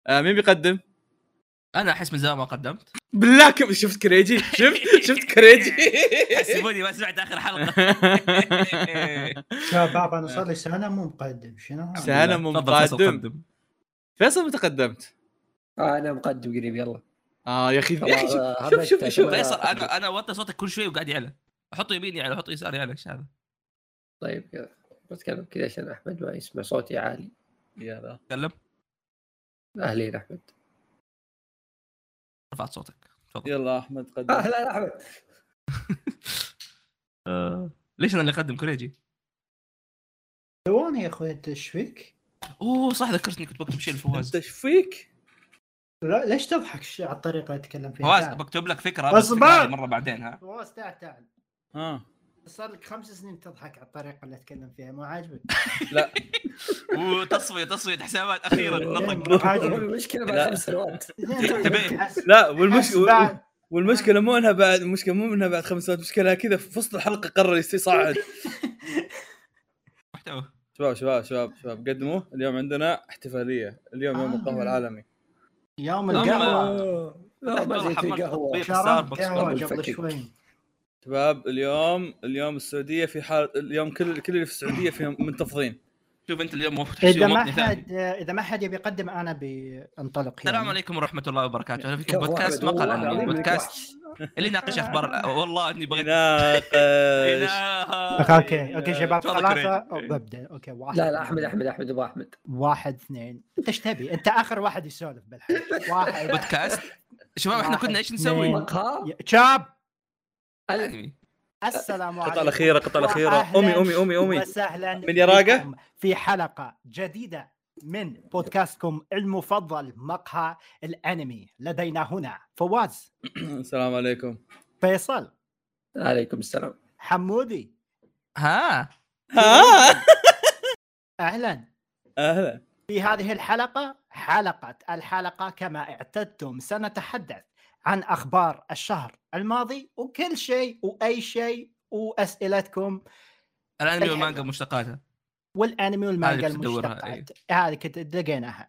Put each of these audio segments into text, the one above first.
مين بيقدم؟ انا احس من زمان ما قدمت بالله شفت كريجي شفت كريجي حسبوني ما سمعت اخر حلقه. شباب انا صار لي سنه مو مقدم شنو سنه مو مقدم. فيصل متقدمت. انا مقدم قريب يلا. يا اخي شوف فيصل انا وطي صوتك كل شوي وقاعد يعلى. احطه يميني على احطه يساري على ايش هذا. طيب كذا بتكلم كذا عشان احمد ما يسمع صوتي عالي. يلا تكلم. اهلين احمد. رفعت صوتك تفضل. يلا احمد قدم. اهلا احمد. ليش انا اللي اقدم كريجي؟ ثواني يا اخوي ايش فيك؟ اوه صح ذكرتني كنت بكتب شيء لفواز. ايش فيك؟ لا ليش تضحك على الطريقه اللي اتكلم فيها؟ فواز بكتب لك فكره بس مره بعدين. ها فواز تعال صار لك 5 سنين تضحك على الطريقه اللي اتكلم فيها مو عاجبك؟ لا وتصفيه حسابات اخيرا نطق المشكله بعد 5 سنوات. لا والمشكله مو انها بعد المشكله مو انها بعد 5 سنوات. مشكله كذا في وسط الحلقه قرر يصعد محتوى. شباب قدموا اليوم عندنا احتفاليه. اليوم يوم القهوه العالمي. يوم القهوه. لا ما زي القهوه قبل شوي. شباب اليوم السعوديه في حال اليوم كل اللي في السعوديه فيهم منتفضين. شوف انت اليوم مو اذا ما حد يبي يقدم انا بانطلق. السلام عليكم ورحمه الله وبركاته. في بودكاست مقال انمي بودكاست اللي يناقش اخبار. والله اني بغيت اوكي شباب 3 ببدا. اوكي 1 لا احمد ابو احمد 1 2. انت ايش تبي؟ انت اخر واحد يسولف بالحلقه. 1 بودكاست. شباب احنا كنا ايش نسوي؟ شاب السلام عليكم. قطع الأخيرة أمي وسهلا من يراقة في حلقة جديدة من بودكاستكم المفضل مقهى الأنمي. لدينا هنا فواز. السلام عليكم. فيصل. عليكم السلام. حمودي. ها أهلا في هذه الحلقة كما اعتدتم سنتحدث عن أخبار الشهر الماضي وكل شيء وأي شيء وأسئلتكم الأنمي والمانجا مشتقاتها والأنمي والمانجا المشتقات هذه كنت لقيناها.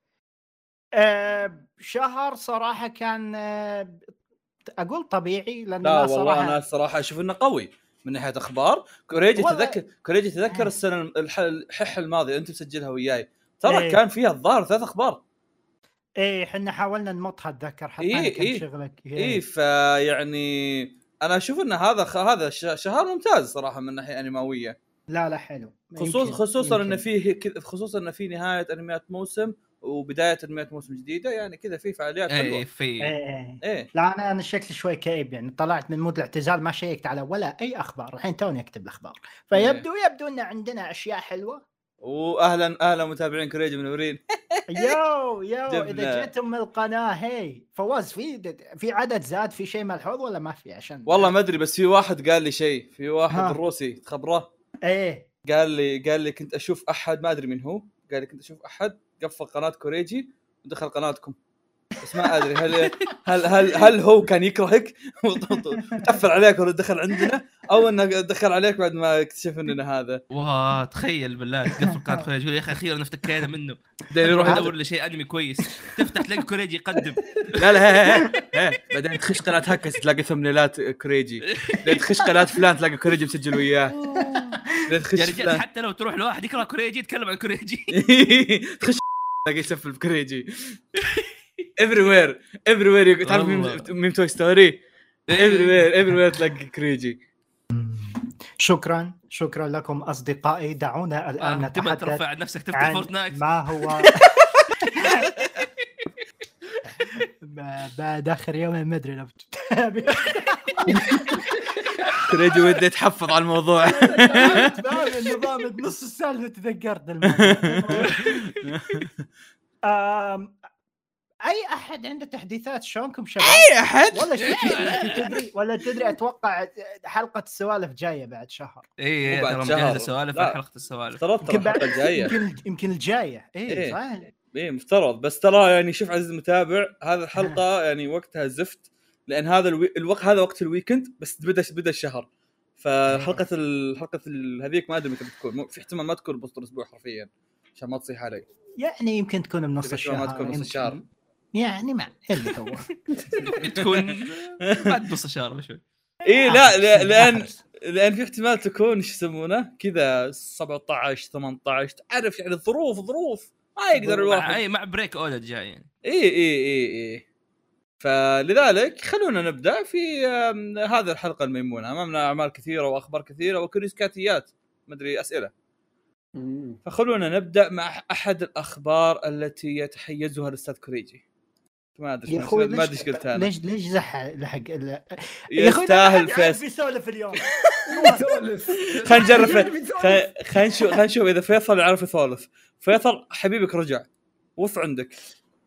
شهر صراحة كان أقول طبيعي لأن لا والله أنا صراحة أشوف إنه قوي من ناحية أخبار. كوريجي تذكر السنة الحح الماضي أنت مسجلها وياي ترى كان فيها الظاهر 3 أخبار. احنا حاولنا نمطها اتذكر حتى كان شغلك فيعني انا اشوف ان هذا شهر ممتاز صراحه من ناحيه انماويه. لا حلو خصوصا ان فيه خصوصا ان في نهايه انميات موسم وبدايه انميات موسم جديده يعني كذا في فعاليات حلوه. لا انا شكلي شوي كئيب يعني طلعت من مود الاعتزال ما شيكت على ولا اي اخبار. الحين توني اكتب الاخبار فيبدو ان عندنا اشياء حلوه. واهلا متابعين كوريجي منورين. يو اذا جيتم من القناه هي فواز في عدد زاد في شيء ملحوظ ولا ما في؟ عشان والله ما ادري بس في واحد قال لي شيء. في واحد الروسي تخبره قال لي كنت اشوف احد ما ادري من هو. قال لي كنت اشوف احد قفل قناه كوريجي ودخل قناتكم بس ما ادري هل هو كان يكرهك وتقفل عليك ودخل عندنا او انه دخل عليك بعد ما اكتشف اننا هذا. واه تخيل بالله تقفل قناه كوريجي يقول يا اخي اخيرا نفتكينا منه يروح يدور لي شيء انمي كويس تفتح تلاقي كوريجي يقدم. لا بعدين تخش قناه هكس تلاقي ثمنيلات كوريجي. تخش قناه فلان تلاقي كوريجي مسجل وياه. يا رجال حتى لو تروح لواحد يقرا كوريجي يتكلم عن كوريجي تخش تلاقي يسفل بكوريجي everywhere تعرف ميم توي ستوري everywhere تلاقي كوريجي. شكرا لكم أصدقائي. دعونا الآن نتحدث ترفع نفسك تفتح فورتنايت ما هو بعد آخر يوم ما أدري لو كوريجي ودي يتحفظ على الموضوع. النظام نص السالفة تذكرت اي احد عنده تحديثات شلونكم شباب؟ اي احد ولا تدري اتوقع حلقه السوالف جايه بعد شهر. اي ترى مجهز السوالف حلقه السوالف ترى الحلقه الجايه يمكن الجايه صح مفترض. بس ترى يعني شوف عزيزي المتابع هذا الحلقه يعني وقتها زفت لان هذا الوقت هذا وقت الويكند بس بدا الشهر. فحلقه هذيك ما ادري متى بتكون. في احتمال ما تكون بوسط الاسبوع حرفيا عشان ما تصيح علي. يعني يمكن تكون بنص الشهر، ما تكون نص الشهر يعني مع اللي هو تكون بعد نص الشهر شوي. اي لا لان في احتمال تكون ايش يسمونه كذا 17 18 تعرف يعني ظروف ما يقدر الواحد اي مع بريك اول جاي يعني. اي فلذلك خلونا نبدا في هذه الحلقه الميمونه. امامنا اعمال كثيره واخبار كثيره وكريسكاتيات ما ادري اسئله. فخلونا نبدا مع احد الاخبار التي يتحيزها الاستاذ كوريجي. ما ادري ايش قلت انا. ليش لحق يستاهل فيصل بيسولف اليوم. خلينا نجرب. خلينا نشوف اذا فيصل يعرف يسولف. فيصل حبيبك رجع وف عندك.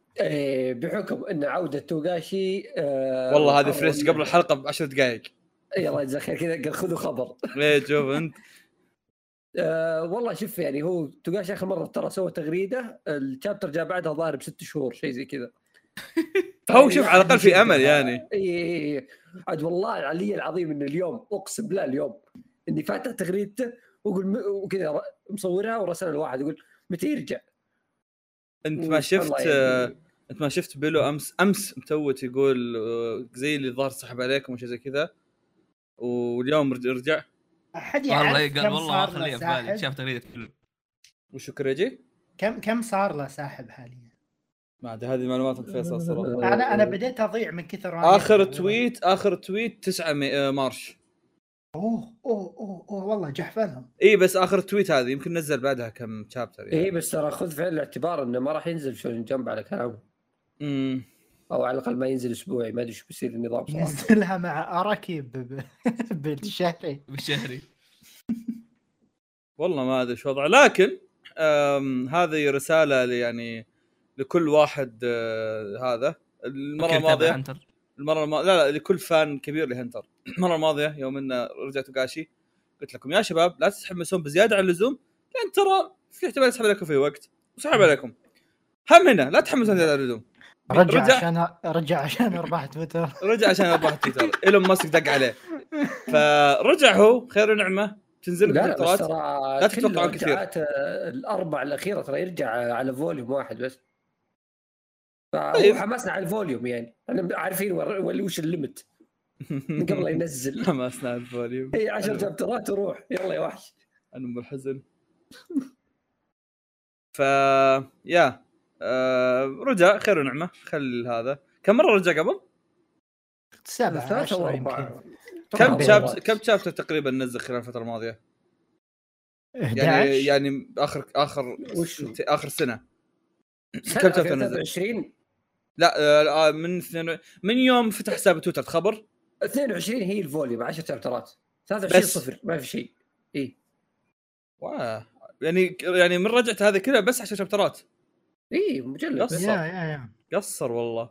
بحكم ان عوده توغاشي والله هذه فريش قبل الحلقه ب10 دقائق. يلا جزاك خير كذا خذوا خبر. ليه شوف انت. والله شوف يعني هو توغاشي اخر مره ترى سوى تغريده الشابتر جاء بعدها ظاهر ب6 شهور شيء زي كذا. هو شوف على الاقل في امل يعني. اي عاد والله العلي العظيم ان اليوم اقسم بالله اليوم اني فاتح تغريدته واقول وكذا مصورها ورسل الواحد يقول متى يرجع. انت ما شفت بيلو امس متوت يقول زي اللي ظهر سحب عليكم وشي زي كذا واليوم رجع. احد يعرف والله خليه في بالي شاف تغريده فيلم. وشو كريجي كم صار له ساحب حاليا؟ ما ادري هذه معلومات فيصل صراحه. انا بديت اضيع من كثر اخر تويت 9 مارش. اوه والله جحفلهم. اي بس اخر تويت هذه يمكن نزل بعدها كم شابتر يعني. اي بس ترى خذ في الاعتبار انه ما راح ينزل شو جنب على كلامه. او على الاقل ما ينزل اسبوعي ما ادري ايش بيصير النظام صراحه. ينزلها مع اراكي بالشهري. والله ما ادري شو وضعه لكن هذه رساله يعني لكل واحد هذا المره الماضيه لا لكل فان كبير لهنتر. المره الماضيه يوم ان رجع توغاشي قلت لكم يا شباب لا تتحمسون بزياده عن اللزوم لان ترى في احتمال يسحب عليكم في وقت وسحب عليكم. هم هنا لا تتحمسون زياده عن اللزوم. رجع عشان ارباح تويتر. إيلون ماسك دق عليه فرجع هو خير ونعمه تنزل الفترات. لا تتوقعون كثير. الاربع الاخيره ترى يرجع على فوليوم واحد بس. طيب. حماسنا على الفوليوم يعني انا عارفين وش الليمت من قبل لا ينزل. حماسنا على الفوليوم اي 10 شابترات وروح يلا يا وحش. انا ام الحزن. يا رجع خير ونعمه. خل هذا كم مره رجع قبل 7 يمكن. كم شابتر تقريبا نزل خلال الفتره الماضيه 11 يعني اخر سنه كم شابتر نزل 20 لا من يوم فتح حساب تويتر خبر 22 هي الفوليوم 10 شابترات 23 صفر ما في شيء. اي واه يعني من رجعت هذه كلها بس 10 شابترات. اي مجلد يا قصر والله.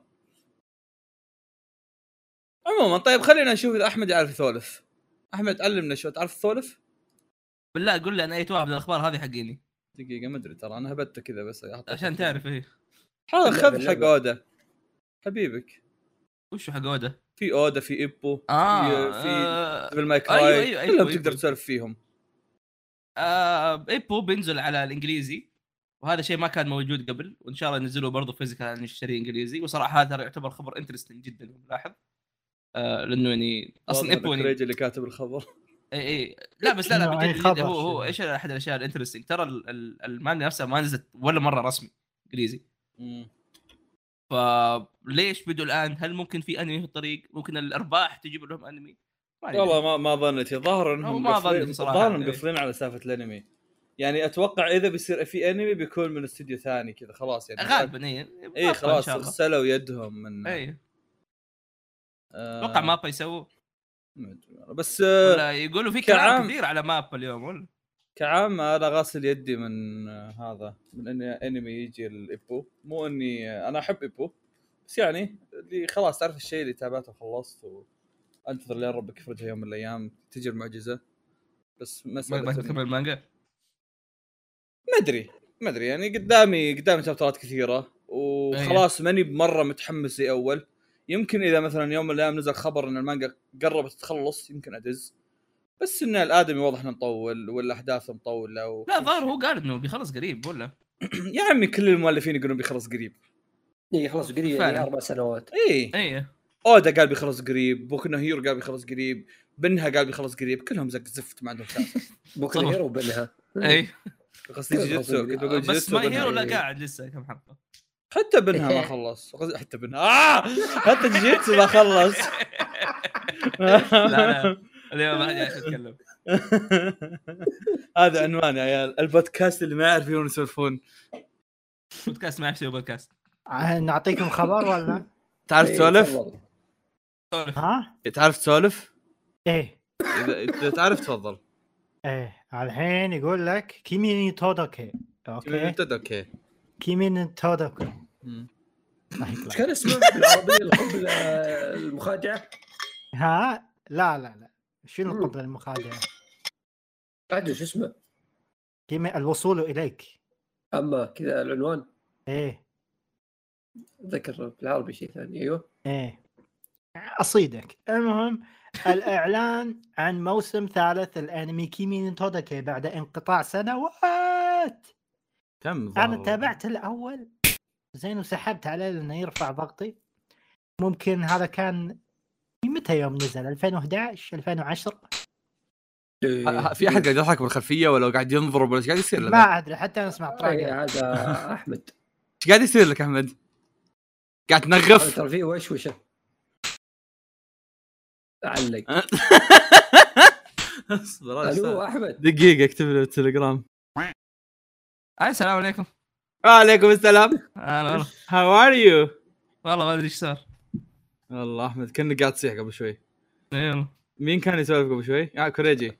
عموما طيب خلينا نشوف اذا احمد يعرف يسولف. احمد علمنا شو تعرف تسولف بالله قول لي انا اي واحد من الاخبار هذه حقيني دقيقه ما ادري ترى انا هبت كذا بس عشان تعرف ايه. خذ حق اودا حبيبك. وش حق اودا؟ في اودا في ايبو في بالمايكراي أيوة كلهم تقدر تسولف فيهم. ايبو بينزل على الانجليزي وهذا شيء ما كان موجود قبل وان شاء الله ينزلوه برضه فيزيكال على نشتري انجليزي. وصراحه هذا يعتبر خبر انترستنج جدا ملاحظ لانه يعني اصلا ايبو كريجي اللي كاتب الخبر. اي لا بس لا بجد هو ايش احد الاشياء الانترستنج ترى المانجا نفسها ما نزلت ولا مره رسمي انجليزي. فليش بدوا الان؟ هل ممكن في انمي في الطريق؟ ممكن الارباح تجيب لهم انمي؟ والله ما ظنيت. ظاهر انهم مقفلين على سالفه الانمي يعني. اتوقع اذا بيصير في انمي بيكون من استوديو ثاني كذا خلاص يعني غالبا اي خلاص غسلوا يدهم من اي اتوقع مابا يسووا بس ولا يقولوا في كلام كثير على مابا اليوم ولا كعام انا غاسل يدي من هذا من اني انمي يجي الايبو. مو اني انا احب ايبو بس يعني اللي خلاص تعرف الشيء اللي تابعته خلصت وانتظر لين ربك يفرجها يوم من الايام تجي المعجزه. بس ما تكمل المانجا ما ادري يعني قدامي شابترات كثيره وخلاص ماني بمره متحمس زي اول. يمكن اذا مثلا يوم من الايام نزل خبر ان المانجا قربت تخلص يمكن ادز. بس ان الادمي واضح انه مطول والاحداث مطوله لا ظاهر هو قال انه بيخلص قريب ولا يا عمي كل المؤلفين يقولون بيخلص قريب. اي خلاص قريب يعني 4 سنوات. اي اودا قال بيخلص قريب، بوكو نو هيرو قال بيخلص قريب، بنها قال بيخلص قريب، كلهم زق زفت ما عندهم سالفه. بوكو نو هيرو وبنها اي قصدي جوجوتسو كنت بقول بس جوجوتسو ما هيرو لا قاعد لسه كم حلقه. حتى بنها ما خلص، حتى بنها حتى جوجوتسو ما خلص. لا اليوم ما حد يتكلم. هذا عنوان يا عيال البودكاست اللي ما يعرفون يسولفون. بودكاست ما يحسب بودكاست. نعطيكم خبر ولا تعرف تسولف؟ ها تعرف تسولف؟ ايه اذا تعرف تفضل. ايه الحين يقول لك كيميني تودوكي. اوكي كيميني تودوكي. ايش كان اسمه بالعربيه؟ القبله المخادعه. ها لا شنو القبله المخادعه؟ ادري شو اسمه. الوصول اليك. اما كذا العنوان. ايه ذكر بالعربي شيء ثاني. ايوه ايه اصيدك. المهم الاعلان عن موسم ثالث الانمي كيميني تودوكي بعد انقطاع سنوات. كم انا تابعت الاول زين وسحبت عليه لانه يرفع ضغطي. ممكن هذا كان متى يوم نزل 2011 2010. في احد قاعد يضحك بالخلفيه ولا قاعد ينضرب ولا ايش قاعد يصير؟ ما ادري حتى انا اسمع طراقه. هذا احمد. ايش قاعد يصير لك احمد؟ قاعد تنغف؟ ترى فيه وشوشه. علق. الو احمد دقيقه اكتب له التليجرام. السلام عليكم. وعليكم السلام. هلا هاو ار يو؟ والله ما ادري ايش صار. والله احمد كنا قاعد تصيح قبل شوي. يلا مين كان يسولف قبل شوي؟ كوريجي.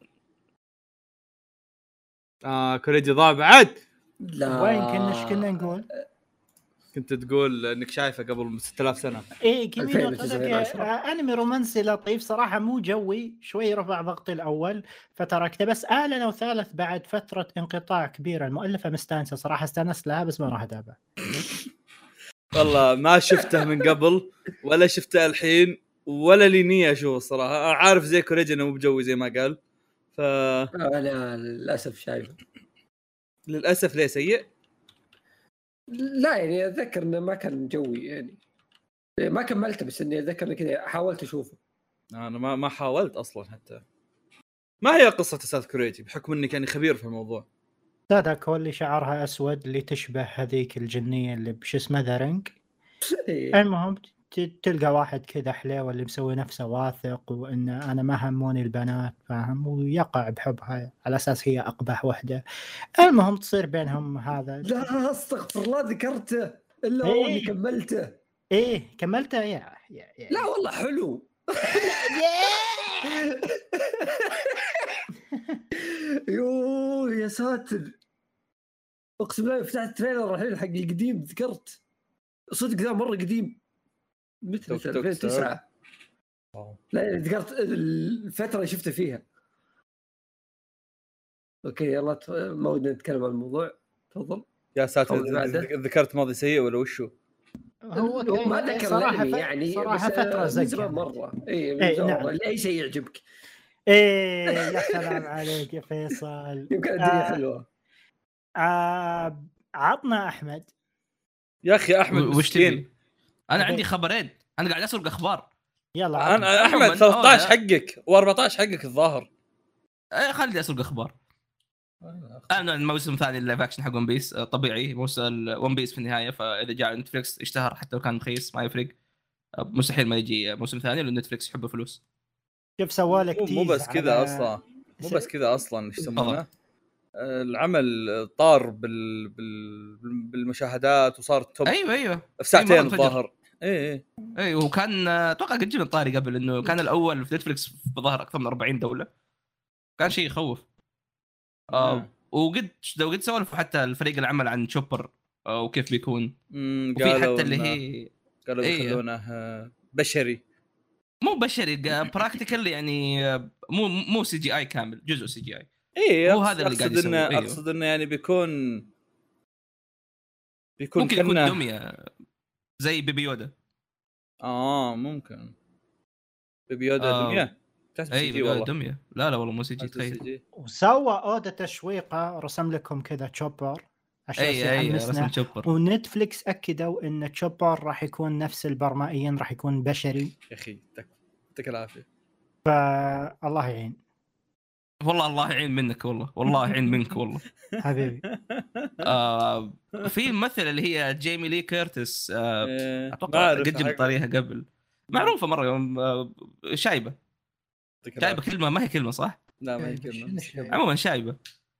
كوريجي ضاع بعد. لا وين كنا نقول؟ كنت تقول انك شايفه قبل 6000 سنه. ايه كيمينو تودوكي انمي رومانسي لطيف صراحه، مو جوي، شوي رفع ضغطي الاول فتركته، بس اعلنوا ثالث بعد فتره انقطاع كبيره. المؤلفه مستانسه صراحه، استانست لها بس ما راح اتابع. والله ما شفته من قبل ولا شفته الحين ولا لي نيه اشوفه الصراحه. عارف زي كوريجي انه مو بجوي زي ما قال. انا للاسف شايفه. للاسف ليه سيء؟ لا يعني اتذكر انه ما كان جوي، يعني ما كملته، بس اني اتذكر كذا حاولت اشوفه. انا ما حاولت اصلا. حتى ما هي قصه استاذ كوريجي بحكم اني كان خبير في الموضوع. هذاك هو اللي شعرها اسود اللي تشبه هذيك الجنيه اللي بش اسمه ذا رينج. المهم تلقى واحد كذا حليوه اللي مسوي نفسه واثق وان انا ما هموني البنات، فاهم، ويقع بحبها على اساس هي اقبح وحده. المهم تصير بينهم هذا. لا استغفر الله ذكرته الا اني كملته. ايه كملته يا لا والله حلو. يوه يا ساتر، اقسم بالله فتحت التريلر الحين حق القديم ذكرت صدق ذا مره قديم مثل 2009. لا ذكرت الفتره اللي شفته فيها. اوكي يلا ما ودنا نتكلم عن الموضوع. تفضل يا ساتر. ذكرت ماضي سيء ولا وشو؟ هو ما ذكر صراحه يعني صراحه فتره زين مره. اي نعم. اي شيء يعجبك. ايه يا سلام عليك يا فيصل. يمكن الدنيا حلوه. عطنا احمد. يا اخي احمد مسكين. انا عندي خبرين، انا قاعد اسرق اخبار. يلا انا احمد 13 حقك و14 حقك الظاهر. خلي اسرق اخبار. انا الموسم الثاني اللايف اكشن حق ون بيس طبيعي، موسم ون بيس في النهايه، فاذا جاء نتفليكس اشتهر حتى لو كان رخيص ما يفرق. مستحيل ما يجي موسم ثاني لان نتفليكس يحب فلوس. كيف سوالك تيز؟ مو بس كذا اصلا، مو بس كذا اصلا. ايش يسمونه؟ العمل طار بالمشاهدات وصار توب. ايوه في ساعتين الظاهر. اي وكان اتوقع قد جبنا الطاري قبل انه كان الاول في نتفليكس بظهر اكثر من 40 دوله، كان شيء يخوف. وقد سولفوا حتى الفريق العمل عن شوبر وكيف بيكون. وفي حتى اللي هي قالوا يخلونه بشري، مو بشري براكتيكال، يعني مو سي جي اي كامل، جزء سي جي اي. مو هذا اللي قاعد يسوي. اقصد انه يعني بيكون ممكن يكون دميه زي بيبي يودا. ممكن بيبي يودا دميه. اي والله دميه. لا والله مو سي جي. تخيل وسوى اودا تشويقه، رسم لكم كذا تشوبر عشان يحمسنا. ونتفليكس اكدوا ان تشوبر راح يكون نفس البرمائيين، راح يكون بشري. يا اخي يعطيك العافيه. فالله يعين والله، الله يعين منك والله يعين منك والله حبيبي. في ممثل اللي هي جيمي لي كيرتس، اتوقع قد جبت طريقها قبل، معروفه مره يوم شايبه كلمه، ما هي كلمه صح؟ لا ما هي كلمه، عموما شايبه.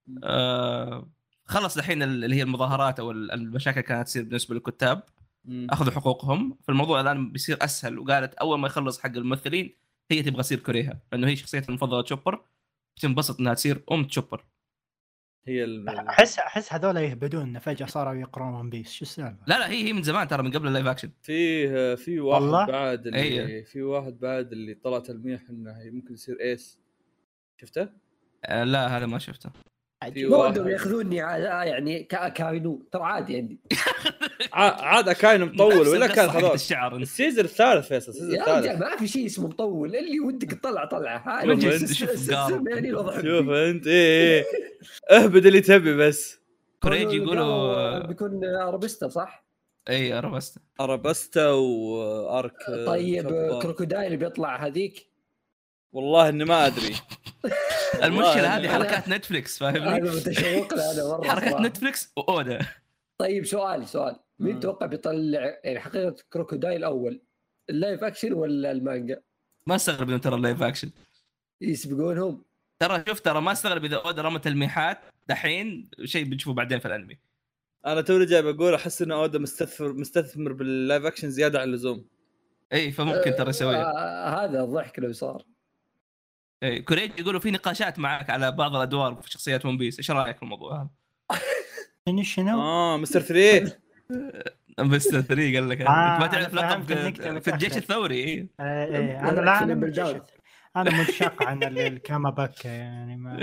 خلص الحين اللي هي المظاهرات او المشاكل كانت تصير بالنسبه للكتاب، اخذوا حقوقهم. فالموضوع الان بيصير اسهل، وقالت اول ما يخلص حق الممثلين هي تبغى تصير كوريها، لانه هي شخصيتها المفضله تشوبر، بتنبسط انها تصير تشوبر. هي احس هذول يهبدون فجاه صاروا يقرون ون بيس. شو السالفه؟ لا هي من زمان ترى، من قبل اللايف اكشن. في واحد بعد اللي في واحد بعد اللي طلع تلميح انه ممكن يصير ايس. شفته؟ لا هذا ما شفته. بدهم ياخذوني يعني كاكاينو ترى عادي عندي. عاد اكاينو مطول ولا كان هذول الشعر السيزون الثالث فيصل، السيزون الثالث ما في شيء اسمه مطول، اللي ودك تطلع طلعه يعني شوف انت ايه اهبد اللي تبي بس. كوريجي يقولوا بيكون ارابيستا صح؟ اي ارابيستا وارك. طيب كروكودايل بيطلع هذيك والله اني ما ادري. المشكله هذه حركات نتفليكس، فاهمني؟ انا متشوق له انا مره حركات نتفليكس واودا. طيب سؤال مين توقع بيطلع يعني حقيقه كروكودايل اول، اللايف اكشن ولا المانجا؟ ما استغرب انه ترى اللايف اكشن يسبقونهم. ترى ما استغرب اذا اودا رمى تلميحات دحين، شيء بنشوفه بعدين في الانمي. انا توني جاي بقول احس ان اودا مستثمر باللايف اكشن زياده عن اللزوم. اي فممكن ترى يسويها. هذا الضحك لو صار. اي كوريجي يقولوا في نقاشات معك على بعض الادوار في شخصيات ون بيس، ايش رايك في الموضوع هذا؟ شنو مستر 3 مستر 3 قال لك ما تعرف لقب في الجيش الثوري. ايه انا انا منشق عن الكاماباكا يعني ما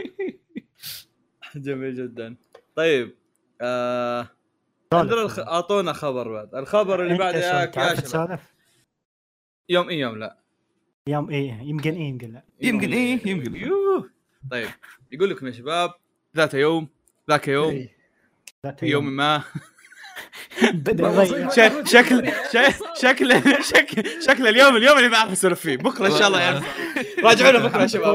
جميل جدا. طيب اعطونا خبر بعد الخبر اللي بعد يا شباب. يوم يوم لا يمكن لا طيب يقول لكم يا شباب ذات يوم في يوم ما شكل اليوم اللي بعرف اسولف فيه. بكره ان شاء الله يعني راجعونا بكره يا شباب.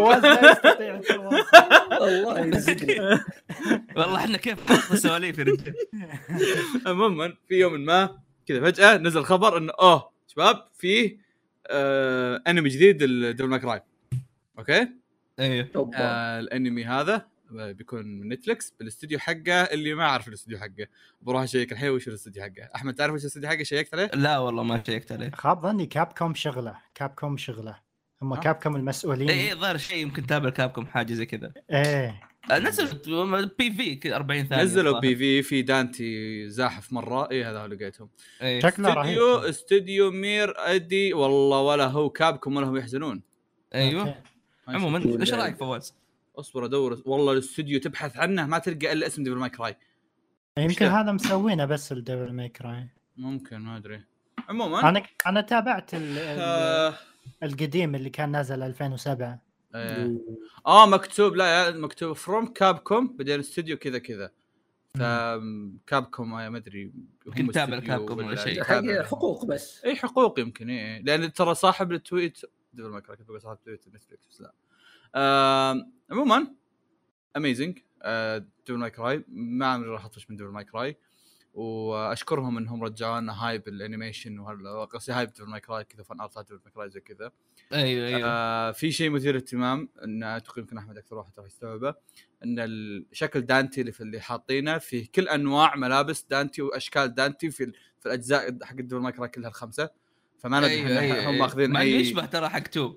الله يجزيك والله احنا كيف سواليف يا رجال. عموما في يوم ما كذا فجأة نزل خبر انه شباب فيه انمي جديد ديفل ماي كراي. اوكي الانمي هذا بيكون من نتفليكس بالاستوديو حقه. اللي ما عارف الاستوديو حقه بروح اشيك الحين وش الاستوديو حقه. احمد تعرف وش الاستوديو حقه؟ شيكت عليه؟ لا والله ما شيكت عليه. خاب ظني كابكوم شغله هم كابكوم المسؤولين. ايه ظهر شيء يمكن تابع كابكوم حاجه زي كذا. نزل بي في كذا 40 ثانيه. نزلوا بي في دانتي زاحف مره. هذا اللي لقيتهم. شكله رهيب. استوديو مير ادي والله ولا هو كابكوم ولا هم يحزنون. ايوه عموما ايش رايك فواز؟ اصبر ادور والله الاستوديو تبحث عنه ما تلقى الا اسم ديفل ماي كراي. يمكن هذا مسوينه بس الديفل ماي كراي ممكن ما ادري. عموما انا تابعت القديم اللي كان نازل 2007. مكتوب لا مكتوب فروم كابكوم بعدين استوديو كذا كابكوم ما ادري يمكن تابع كابكوم ولا شيء. حقوق بس حقوق يمكن لان ترى صاحب التويت ديفل ماي كراي كتب صاحب التويت نتفليكس. لا عموما اميزنج ديفل ماي كراي ما عمري راح اطفش من ديفل ماي كراي. واشكرهم انهم رجعوا لنا هايب الانيميشن وقصدي هايب ديفل ماي كراي كذا فان ارت ديفل ماي كراي زي كذا. ايوه في شيء مثير اهتمام ان يمكن احمد اكثر واحد راح يستوعبه ان الشكل دانتي اللي حاطينه فيه كل انواع ملابس دانتي واشكال دانتي في الاجزاء حق ديفل ماي كراي كلها الخمسه. فما ندري هم ماخذين اي يشبه ترى حق توب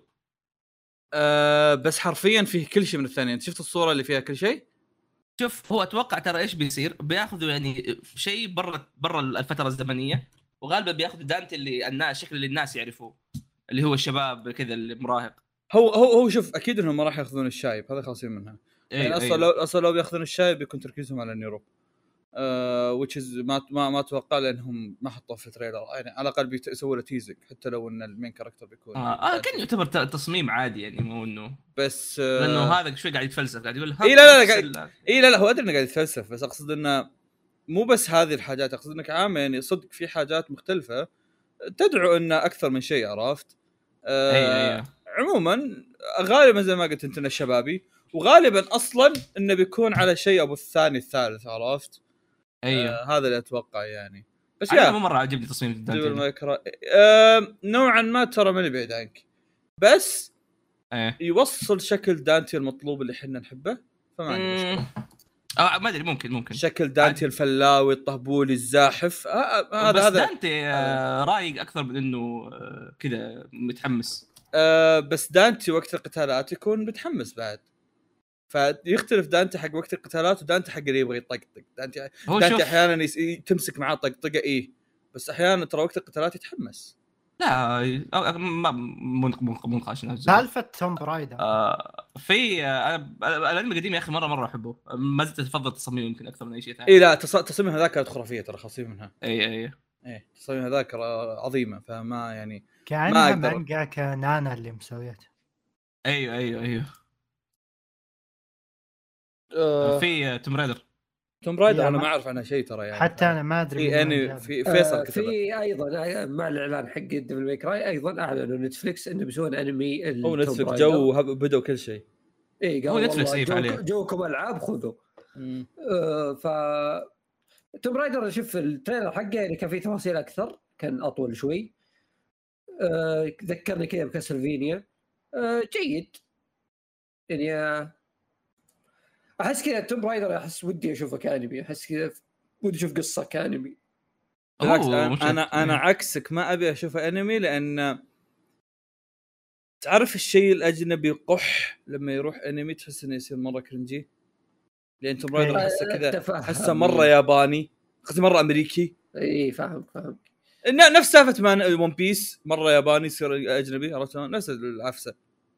بس حرفيا فيه كل شيء من الثانيه. انت شفت الصوره اللي فيها كل شيء؟ شوف هو اتوقع ترى ايش بيصير بياخذوا يعني شيء برا الفتره الزمنيه وغالبا بياخذوا دانتي اللي الشكل اللي الناس يعرفوه اللي هو الشباب كذا المراهق. هو شوف اكيد انهم ما راح ياخذون الشايب هذا خالصين منها. يعني اصلا لو بياخذون الشايب بيكون تركيزهم على النيرو which is ما اتوقع لانهم ما حطوه في التريلر. يعني على الاقل بيسووا له تيزنج حتى لو ان المين كاركتر بيكون كان يعتبر تصميم عادي يعني مو انه بس لانه هذا شوي قاعد يتفلسف قاعد يقول لا هو ادري انه قاعد يتفلسف بس اقصد انه مو بس هذه الحاجات، اقصد انك عامه يعني صدق في حاجات مختلفه تدعو ان اكثر من شيء، عرفت؟ اي عموما غالبا زي ما قلت انت انه شبابي، وغالبا اصلا انه بيكون على شيء ابو الثاني الثالث، عرفت؟ هذا اللي اتوقع يعني. بس انا مو مره عجبني تصميم دانتي نوعا ما ترى من بعيد عنك، بس يوصل شكل دانتي المطلوب اللي احنا نحبه، فما عندي مشكله. ما ادري، ممكن شكل دانتي الفلاوي الطهبولي الزاحف، هذا دانتي رايق اكثر من انه كذا متحمس. بس دانتي وقت القتالات يكون متحمس بعد، فيختلف دانتي حق وقت القتالات ودانتي حق اللي يبغى يطقطق. دانتي احيانا تمسك معاه طقطقه ايه، بس احيانا ترى وقت القتالات يتحمس. لا ما منقاشنا سالفه توم برايدر. في الانمي القديم يا اخي مره احبه، ما زلت اتفضل تصميمه يمكن اكثر من اي شيء ثاني. اي لا تصميم هذاك كانت خرافيه ترى، خاصين منها. اي تصميم هذاك عظيمه، فما يعني كانها مانجا كنانا اللي مسويته. ايوه في توم رايدر انا ما اعرف عنها شيء ترى يعني، حتى انا ما ادري. في فيصل كتبه. في ايضا مع الاعلان حق ديفل ماي كراي ايضا اعلنوا نتفليكس انه بيسوون انمي هو نتفليكس جو بدوا كل شيء. هو نتفليكس جوكم العاب خذوا. ف توم رايدر شوف التريلر حقه يعني كان فيه تفاصيل اكثر، كان اطول شوي. ذكرني كذا بكاسلفينيا. جيد يعني. احس كذا توم رايدر، احس ودي اشوفه كانمي، احس كذا ودي اشوف قصه كانمي. بالعكس انا عكسك، ما ابي اشوف انمي، لان تعرف الشيء الاجنبي قح لما يروح انمي تحس انه يصير مره كرنجي، لان توم رايدر احسه كذا، احسه مره ياباني، احسه مره امريكي. اي فاهم نفس سالفه ون بيس، مره ياباني يصير اجنبي، عرفت؟ نفس العفسه.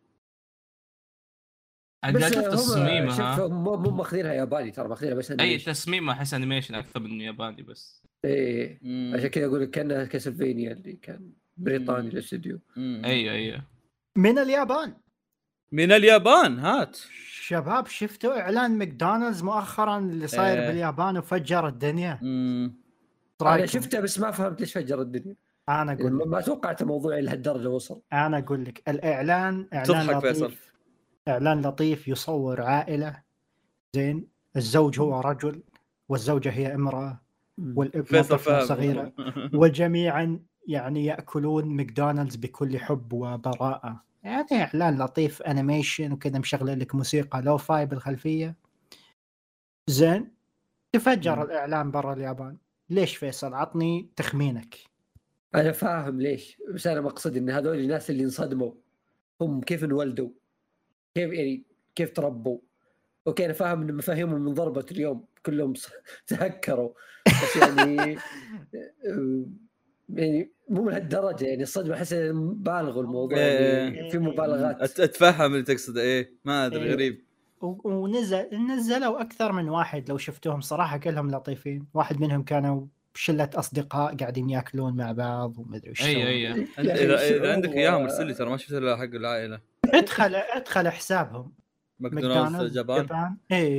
انا شفت تصميمها، شوف مو ماخذينها ياباني ترى، ماخذينها بس اي تصميمها احس انيميشن اكثر من ياباني بس. ايه عشان كذا اقول لك كانها كاسلفينيا اللي كان بريطاني الاستوديو. ايوه من اليابان هات شباب، شفتوا اعلان ماكدونالدز مؤخرا اللي صاير باليابان وفجر الدنيا؟ انا شفته بس ما فهمت ليش فجر الدنيا. انا اقول ما توقعت الموضوع لهالدرجه وصل. انا اقول لك الاعلان اعلان لطيف، اعلان لطيف يصور عائله زين، الزوج هو رجل والزوجه هي امراه والابن طفله صغيره وجميعا يعني ياكلون ماكدونالدز بكل حب وبراءه. يعني اعلان لطيف انيميشن وكذا، مشغل لك موسيقى لو فاي بالخلفيه زين. تفجر الاعلان برا اليابان. ليش فيصل؟ عطني تخمينك. انا فاهم ليش، بس انا مقصد ان هذول الناس اللي انصدموا هم كيف انولدوا، كيف تربوا. اوكي انا فاهم ان مفاهيمهم من ضربة اليوم كلهم تهكروا، بس يعني يعني مو من هالدرجه، يعني الصدمه احس بالغوا الموضوع، يعني في مبالغات. اتفهم اللي تقصد. ما ادري غريب. ونزلوا اكثر من واحد لو شفتوهم صراحه كلهم لطيفين. واحد منهم كانوا شله اصدقاء قاعدين ياكلون مع بعض وما ادري وش. اذا عندك اياهم ارسل لي، ترى ما شفت الا حق العائله. ادخل حسابهم ماكدونالدز جابان.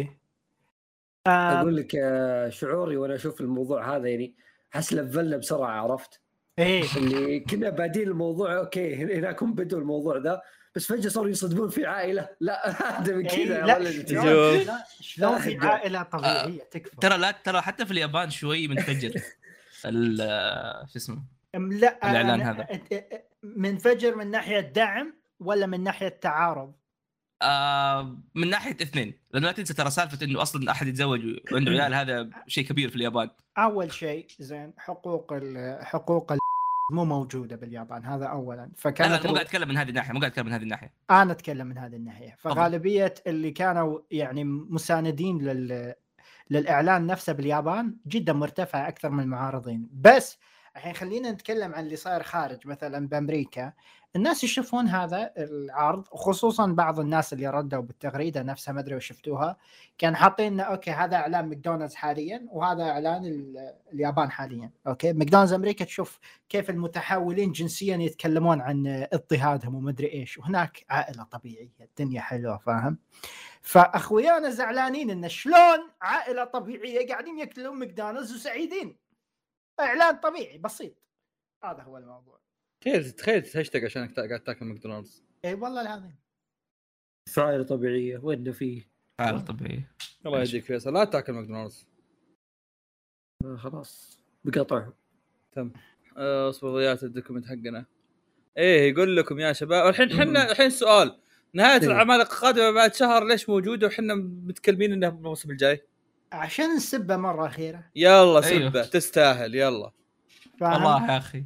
اقول لك شعوري وانا اشوف الموضوع هذا، يعني حس لفلنا بسرعه، عرفت؟ اللي كنا بادين الموضوع اوكي هناكم بدوا الموضوع ذا، بس فجاه صاروا يصدمون في عائله. لا هذا من كذا. لا شلون في عائله طبيعيه تكفى؟ ترى حتى في اليابان شوي منفجر شو اسمه. لا الاعلان هذا منفجر من ناحيه دعم ولا من ناحيه تعارض؟ من ناحيه اثنين، لانه لا تنسى ترى سالفه انه اصلا احد يتزوج وعنده عيال هذا شيء كبير في اليابان. اول شيء زين حقوق مو موجوده باليابان، هذا اولا. فكانت مو قاعد اتكلم من هذه الناحيه، انا اتكلم من هذه الناحيه. فغالبيه اللي كانوا يعني مساندين للاعلان نفسه باليابان جدا مرتفع اكثر من المعارضين. بس الحين خلينا نتكلم عن اللي صاير خارج مثلا بامريكا. الناس يشوفون هذا العرض، وخصوصا بعض الناس اللي ردوا بالتغريده نفسها، ما ادري وش شفتوها، كان حاطين اوكي هذا اعلان ماكدونالدز حاليا وهذا اعلان اليابان حاليا. اوكي ماكدونالدز امريكا تشوف كيف المتحولين جنسيا يتكلمون عن اضطهادهم وما ادري ايش، وهناك عائله طبيعيه الدنيا حلوه، فاهم؟ فاخويانا زعلانين ان شلون عائله طبيعيه قاعدين ياكلون ماكدونالدز وسعيدين. اعلان طبيعي بسيط، هذا هو الموضوع. تخيل تشتاق عشان قاعد تاكل ماكدونالدز. اي والله العظيم. عائله طبيعيه وين فيه عائله طبيعيه. الله يهديك فيصل، لا تاكل ماكدونالدز. خلاص بقطعهم. تم. اصبر ضيعت الدوكيمنت حقنا. ايه يقول لكم يا شباب الحين السؤال، نهايه العمالقه القادمه بعد شهر ليش موجوده وحنا متكلمين انها الموسم الجاي؟ عشان نسبه مره اخيره. يلا سبه. أيوه. تستاهل. يلا الله يا اخي.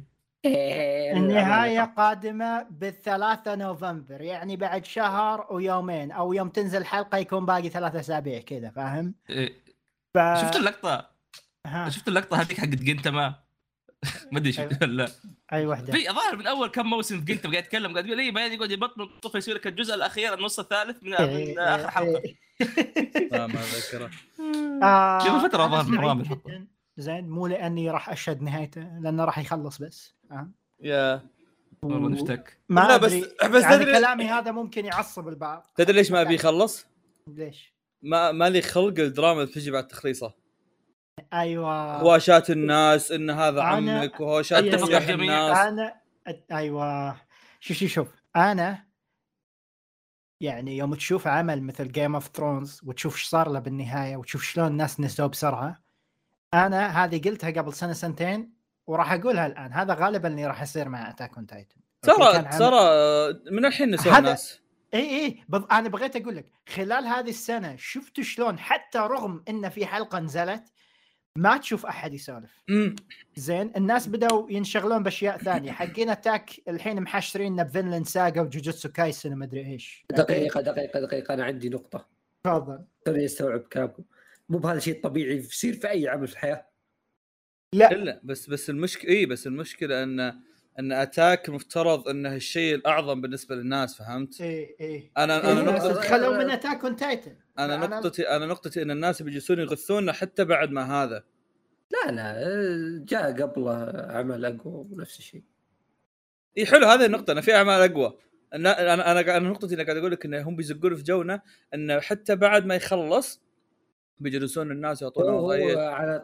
النهايه قادمه ب3 نوفمبر، يعني بعد شهر ويومين، او يوم تنزل الحلقه يكون باقي 3 أسابيع كذا، فاهم؟ شفت اللقطه؟ شفت اللقطه هذيك حقت جنتما؟ ما ادري شفت ولا اي وحده في الظاهر من اول كم موسم جنتما قاعد يتكلم، قاعد يقول اي بعدين يقعد يبطل طفل يسوي لك الجزء الاخير النص الثالث من اخر حلقه. ما اذكره. قبل فتره ظهر من الحلقه. زين مو لاني راح اشهد نهايته، لانه راح يخلص بس. يا والله نفتك. لا بس يعني كلامي هذا ممكن يعصب البعض. تدري ليش ما ابي يخلص؟ ليش؟ ما لي خلق الدراما اللي تجي بعد تخليصه. ايوه هواشات الناس ان هذا عمك وهواشات الناس. انا ايوه شوف انا يعني يوم تشوف عمل مثل جيم اوف ثرونز وتشوف ايش صار له بالنهايه وتشوف شلون الناس نسوا بسرعه، انا هذه قلتها قبل سنتين وراح اقولها الان، هذا غالبا اللي راح يصير مع اتاك اون تايتن. ترى من الحين نسوا الناس. اي انا بغيت اقول لك خلال هذه السنه شفتوا شلون حتى رغم ان في حلقه نزلت ما تشوف احد يسولف. زين الناس بدأوا ينشغلون باشياء ثانيه. حقين اتاك الحين محشريننا بفينلاند ساغا وجوجوتسو كايسن وما ادري ايش. دقيقه انا عندي نقطه. تفضل. تبي استوعب كلامكم؟ مو بهذا شيء طبيعي يصير في اي عمل في الحياه. لا بس المشكله بس المشكله ان اتاك مفترض انه الشيء الاعظم بالنسبه للناس، فهمت؟ انا نقطتي خلوا من اتاك اون تايتن. انا نقطتي ان الناس بيجلسون يغثون حتى بعد ما هذا. لا جاء قبله عمل اقوى ونفس الشيء. اي حلو هذه النقطه، انا في اعمال اقوى. انا نقطتي اللي قاعد اقول لك انهم بيزقون في جونا انه حتى بعد ما يخلص بيجلسون الناس يعطونه ضيق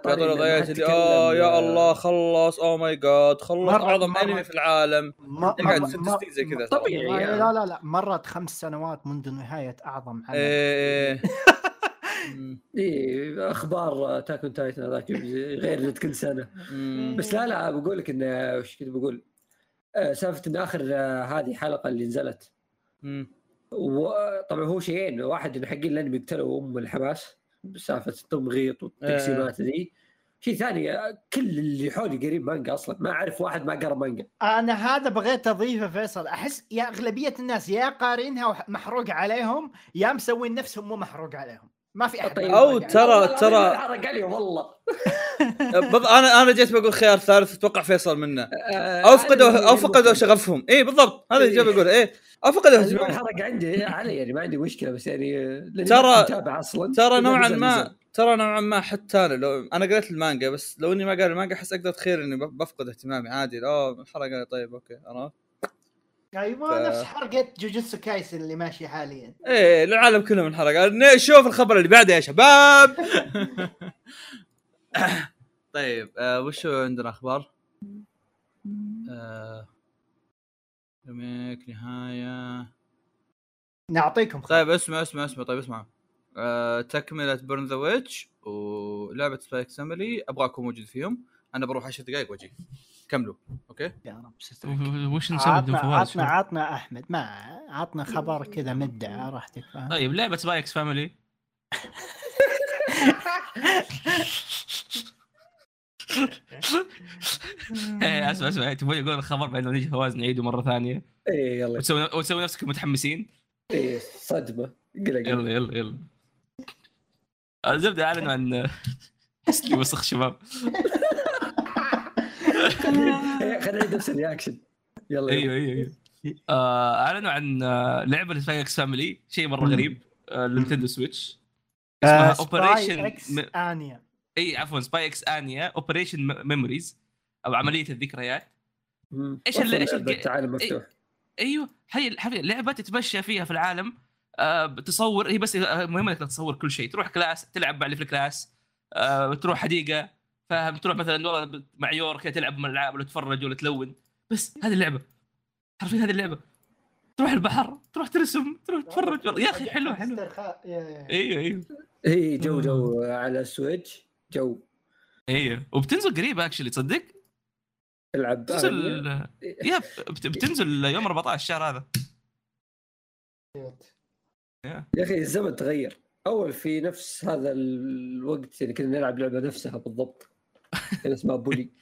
يا الله خلص ماي جاد خلص اعظم انمي في العالم. قاعد زي كذا طبيعي. لا مرت 5 سنوات منذ نهايه اعظم عمل. اخبار اتاك اون تايتن هذاك غير كل سنه. بس لا بقول لك انه وش كنت بقول سالفه ان اخر هذه حلقه اللي نزلت وطبعا هو شيئين، واحد ان حقين الانمي قتلوا الحماس بسالفه التمغيط والتقسيمات ذي. شيء ثاني كل اللي حولي قريب مانجا اصلا، ما اعرف واحد ما قرأ مانجا. انا هذا بغيت اضيفه فيصل، احس يا اغلبيه الناس يا قارينها محروق عليهم يا مسوين نفسهم مو محروق عليهم، ما في احد. او ترى حرق علي والله. انا جيت بقول خيار ثالث اتوقع فيصل منه او فقدوا شغفهم. اي بالضبط هذا اللي جاي بقول. ايه او فقدوا شغفهم. حرق عندي علي يعني ما عندي مشكله، بس يعني ترى نوعا ما حتى انا لو انا قريت المانجا، بس لو اني ما قاري المانجا احس اقدر اتخيل اني بفقد اهتمامي عادي. حرق علي طيب اوكي انا ايوه نفس حرقه جوجوتسو كايسن اللي ماشي حاليا. ايه العالم كله من حرق. شوف الخبر اللي بعده يا شباب. طيب وش عندنا اخبار؟ ريميك نهايه نعطيكم طيب اسمع طيب اسمع تكمله بيرن ذا ويتش ولعبه سبايك فاميلي ابغاكم موجود فيهم. انا بروح 10 دقائق واجي كملوا. اوكي يا رب وش نسوي بدون فواز؟ عطنا احمد ما عطنا خبر كذا مدة راحتك. طيب لعبه سبايك فاميلي اسمع تبغى يقول الخبر بعدين نيجي فواز نعيده مره ثانيه. ايه يلا وتسوي نفسك متحمسين. ايه صدمه يلا الزبده اعلنوا عن حسلي وسخ شباب. خلينا نفس الرياكشن. يلا. ايوه اعلنوا عن لعبه سباي اكس فاميلي، شيء مره غريب. النينتندو سويتش اسمها اوبريشن انيا. اي عفوا سباي اكس انيا اوبريشن ميموريز او عمليه الذكريات. ايش العالم مفتوح. ايوه هي لعبه تتمشى فيها في العالم. بتصور، هي بس مهمه انك تصور كل شيء. تروح كلاس تلعب مع اللي في الكلاس، تروح حديقه، فاهم، تروح مثلا مع يور كذا تلعب من الالعاب ولا تتفرج ولا تلون. بس هذه اللعبه حرفيا، هذه اللعبه. تروح البحر، تروح ترسم، تروح تتفرج. يا اخي حلو. ايوه هي جو على السويتش جو. ايوه وبتنزل قريب اكشلي، تصدق؟ العب بتنزل يوم 14 الشهر هذا. يا اخي الزمن تغير. اول في نفس هذا الوقت يعني كنا نلعب لعبه نفسها بالضبط، كان اسمها بولي.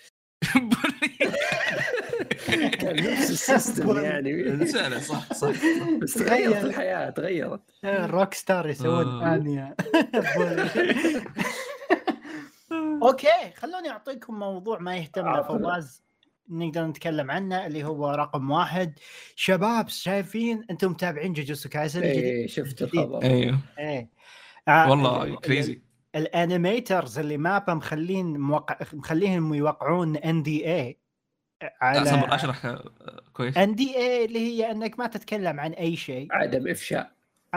كان نفس السيستم يعني. صح بس تغيرت الحياه، تغيرت. روك ستار يسوون انيا. اوكي خلوني اعطيكم موضوع ما يهتم له فواز نقدر نتكلم عنه، اللي هو رقم 1. شباب شايفين انتم متابعين جوجوتسو كايسن الجديد؟ ايه شفت الخبر. ايوه والله كريزي. الانيميترز اللي مابا مخليهم يوقعون NDA على صبر اشرح كويس. NDA اللي هي انك ما تتكلم عن اي شيء، عدم افشاء.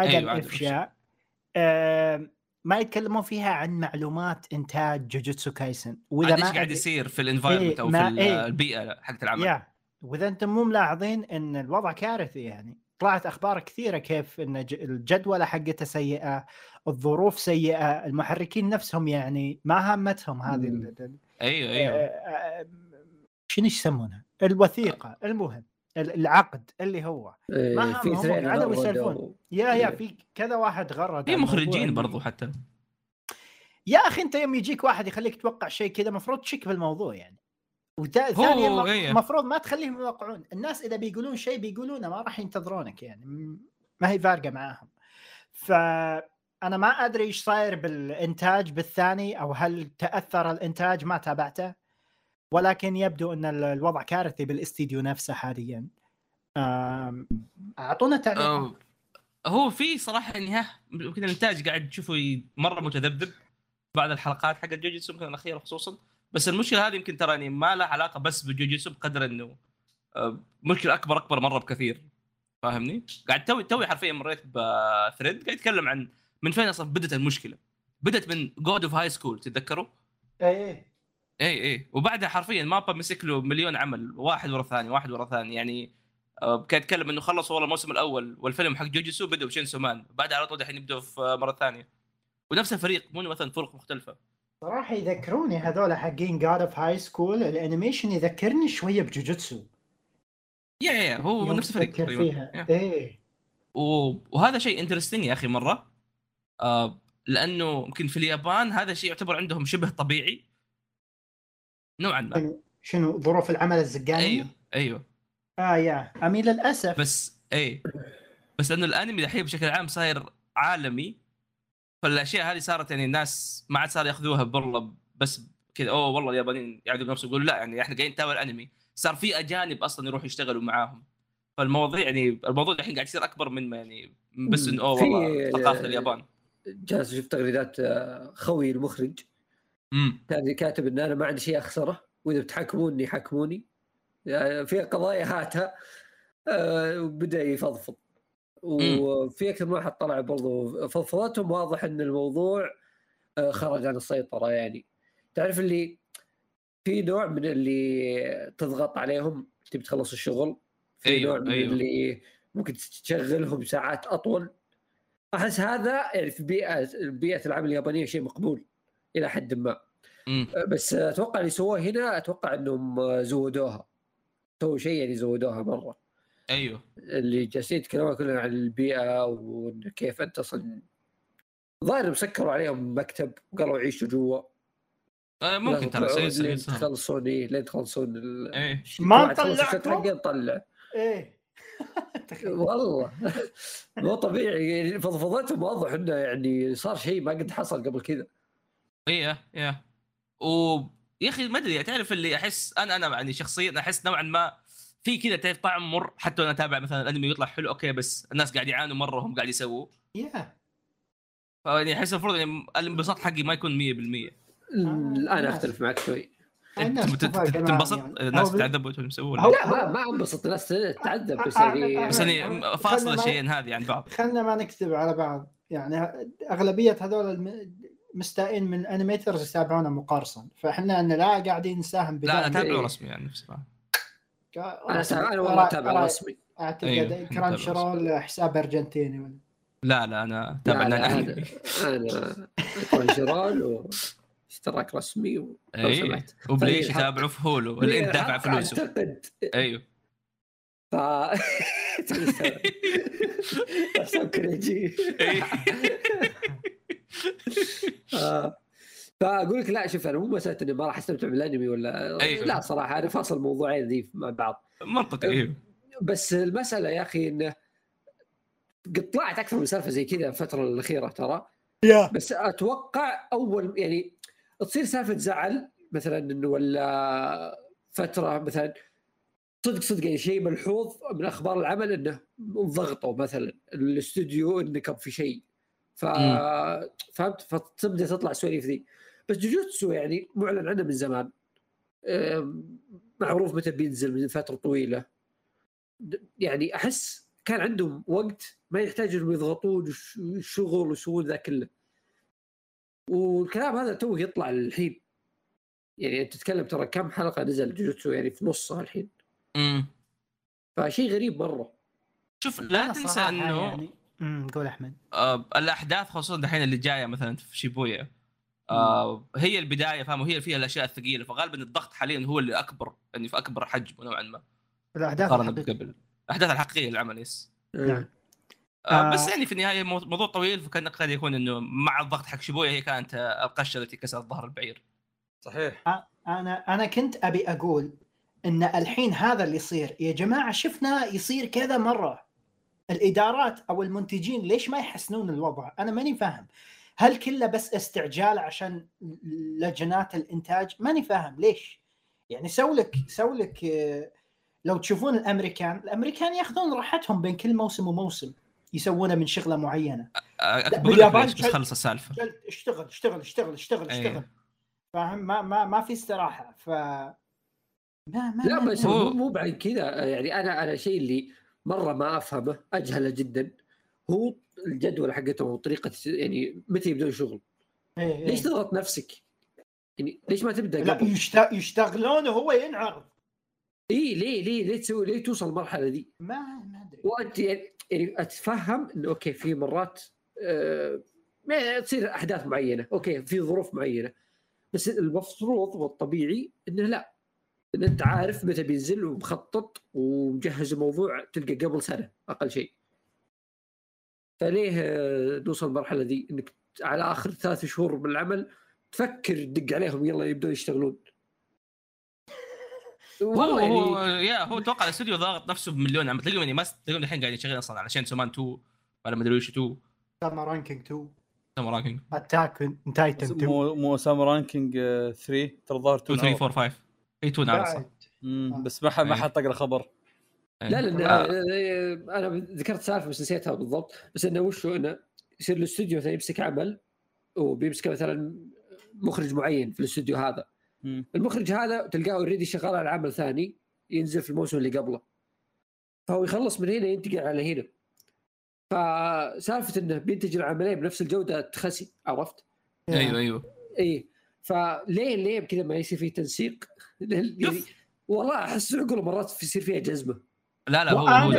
ما يتكلمون فيها عن معلومات انتاج جوجوتسو كايسن، واذا ما قاعد يصير في الانفايرمنت او في البيئه حقت العمل. واذا انتم مو ملاحظين ان الوضع كارثي، يعني طلعت اخبار كثيره كيف ان الجدولة حقته سيئه، الظروف سيئه، المحركين نفسهم يعني ما همتهم هذه ايوه شنو يسمونها الوثيقه، المهم العقد اللي هو ما هم قعدوا يسولفون. يا في كذا واحد غرد، في مخرجين برضو حتى. يا اخي انت يوم يجيك واحد يخليك تتوقع شيء كذا مفروض تشك بالموضوع يعني. وثانيا مفروض ما تخليهم يوقعون. الناس اذا بيقولون شيء بيقولونه، ما راح ينتظرونك يعني، ما هي فارقه معاهم. فانا ما ادري ايش صاير بالانتاج بالثاني، او هل تاثر الانتاج، ما تابعته، ولكن يبدو ان الوضع كارثي بالاستديو نفسه حاليا. اعطونا تعليق. هو في صراحه يعني يمكن الانتاج قاعد تشوفه مره متذبذب بعد الحلقات حق جوجوتسو يمكن الاخيره خصوصا. بس المشكله هذه يمكن ترى يعني ما لها علاقه بس بجوجوتسو، بقدر انه مشكله اكبر مره بكثير، فاهمني؟ قاعد توي حرفيا مريت بثريد قاعد يتكلم عن من فين اصلا بدت المشكله. بدت من جود اوف هاي سكول، تتذكروا؟ اي وبعدها حرفيا مابا مسك له مليون عمل، واحد ورا ثاني يعني. كان يتكلم انه خلصوا والله الموسم الاول والفيلم حق جوجوتسو بدأوا بشينسو مان، بعدها على طول الحين يبدأوا في مره ثانيه ونفس الفريق، مو مثلا فرق مختلفه. صراحه يذكروني هذول حقين جاد اوف هاي سكول، الانيميشن يذكرني شويه بجوجوتسو. يا هو نفس الفريق تقريبا. وهذا شيء انترستينج يا اخي مره. لانه يمكن في اليابان هذا الشيء يعتبر عندهم شبه طبيعي نوعا ما. شنو ظروف العمل الزقاني؟ ايوه يا امي للاسف. بس لانه الانمي الحين بشكل عام صاير عالمي، فالاشياء هذه صارت يعني الناس ما عاد صار ياخذوها بالله بس كذا. والله اليابانيين يعدوا نفسهم يقولوا لا يعني احنا جايين نتابع الانمي. صار في اجانب اصلا يروحوا يشتغلوا معاهم، فالموضوع يعني الموضوع الحين قاعد يصير اكبر من ما يعني بس انه والله ثقافه اليابان. جالس اشوف تغريدات خوي المخرج كان كاتب ان انا ما عندي شيء اخسره، واذا بتحكموني حكموني يعني في قضايا هاتها. وبدا يفضفض، وفي اكثر من واحد طلع برضو فضفضتهم. واضح ان الموضوع خرج عن السيطره. يعني تعرف اللي في نوع من اللي تضغط عليهم تبي تخلص الشغل، في نوع من اللي ممكن تشغلهم ساعات اطول. احس هذا يعني في بيئه العمل اليابانيه شيء مقبول الى حد ما. بس اتوقع اللي سووه هنا، اتوقع انهم زودوها، سووا شيء يعني زودوها مره. اللي جالسين يتكلمون كلنا عن البيئه وكيف انت اصلا ظاهر مسكروا عليهم مكتب وقالوا عيشوا جوا. ممكن ترى لين تخلصون لين تخلصون ما نطلع والله مو طبيعي. يعني فضفضتهم واضح انه يعني صار شيء ما قد حصل قبل كذا. يا اخي ما ادري تعرف اللي احس انا يعني شخصيا احس نوعا ما في كذا تعرف طعم مر، حتى انا اتابع مثلا الانمي يطلع حلو اوكي بس الناس قاعد يعانوا مره وهم قاعد يسووا فيعني احس المفروض يعني الانبساط حقي ما يكون 100%. انا اختلف معك شوي. تنبسط الناس تعذب وانتم مسوون؟ لا ما انبسط، الناس تعذب بس يعني فاصله شيئين هذه عن بعض. خلنا ما نكذب على بعض، يعني اغلبيه هذول مستائين من انيميترز يتابعونا مقارصا، فاحنا ان لا قاعدين نساهم لا اتابعه رسمي يعني بصراحه. انا والله اتابع رسمي. اعتقد كرانش رول حساب ارجنتيني ولا لا انا اتابع انا كرانش رول اشتراك رسمي وبليش يتابعوا في هولو اللي انت دافع فلوسه. اعتقد ايوه كريجي. فاقول لك لا شوف انا مو مساله اني ما راح استمتع بالانمي ولا لا صراحه انا فاصل الموضوعين ذي مع بعض منطقي. بس المساله يا اخي انه قد طلعت اكثر من سالفه زي كذا الفتره الاخيره ترى بس اتوقع اول يعني تصير سالفه زعل مثلا انه ولا فتره مثلا صدق يعني شيء ملحوظ من اخبار العمل انه انضغطوا مثلا الاستوديو انه كان في شيء فهمت فتبدا تطلع سواليف ذي. بس جوجوتسو يعني معلن عنه من زمان، معروف متى بينزل من فتره طويله، يعني احس كان عندهم وقت ما يحتاج انهم يضغطون الشغل ويسوون ذا كله، والكلام هذا توه يطلع الحين. يعني انت تتكلم ترى كم حلقه نزل جوجوتسو يعني في نصها الحين. فشيء غريب مره. شوف لا تنسى انه يعني قول احمد الاحداث خصوصا الحين اللي جايه مثلا في شيبويا هي البدايه فاهم، وهي فيها الاشياء الثقيله، فغالبا الضغط حاليا هو اللي اكبر يعني في اكبر حجم نوعا ما الاحداث قبل الاحداث الحقيقيه للعمل يس. بس يعني في النهايه موضوع طويل، فكان قد يكون انه مع الضغط حق شيبويا هي كانت القشه التي كسرت ظهر البعير. صحيح. انا كنت ابي اقول ان الحين هذا اللي يصير يا جماعه، شفنا يصير كذا مره، الادارات او المنتجين ليش ما يحسنون الوضع؟ انا ماني فاهم، هل كله بس استعجال عشان لجنات الانتاج؟ ماني فاهم ليش. يعني سووا لك لو تشوفون الامريكان ياخذون راحتهم بين كل موسم وموسم يسوونه من شغله معينه. باليابان بس خلص السالفه اشتغل فاهم، ما في استراحه. ف لا بس مو بعد كذا يعني انا شيء اللي مره ما افهمه اجهله جدا هو الجدول حقته وطريقه يعني متى يبدون شغل. ليش تضغط نفسك؟ يعني ليش ما تبدا قبل؟ يشتغلون وهو ينعرض. ليه تسوي ليه توصل المرحله دي؟ ما ادري. وانت يعني اتفهم انه اوكي في مرات ما تصير احداث معينه اوكي في ظروف معينه، بس المفروض والطبيعي انه لا، ان انت عارف متى بينزل ومخطط ومجهز الموضوع تلقى قبل سنه اقل شيء. فليه نوصل المرحله دي انك على اخر 3 شهور من العمل تفكر تدق عليهم يلا يبدون يشتغلون؟ والله هو توقع الاستوديو ضاغط نفسه بمليون عم تلاقيهم يعني ما تلاقيهم الحين قاعدين يشتغلون اصلا على شين سومان 2 ولا ما ادري وش 2 سامر رانكينج 2 سامر رانكينج اتاك تايتن 2 مو سامر رانكينج 3 ترى ظهر 2 3 4 5 اي 2 ناقصه بس ما حد اقرا خبر. لا لان انا ذكرت سالفه بس نسيتها بالضبط، بس انه وشو انه يصير الاستوديو مثلا يمسك عمل وبيمسك مثلا مخرج معين في الاستوديو هذا. المخرج هذا تلقاه اوريدي شغال على عمل ثاني ينزل في الموسم اللي قبله، فهو يخلص من هنا ينتقل على هنا، فسالفه انه بينتج العملين بنفس الجوده تخسي. عرفت؟ ايوه فليه بكذا ما يصير فيه تنسيق؟ يعني والله احس عقله مرات يصير فيها جزمه. لا هو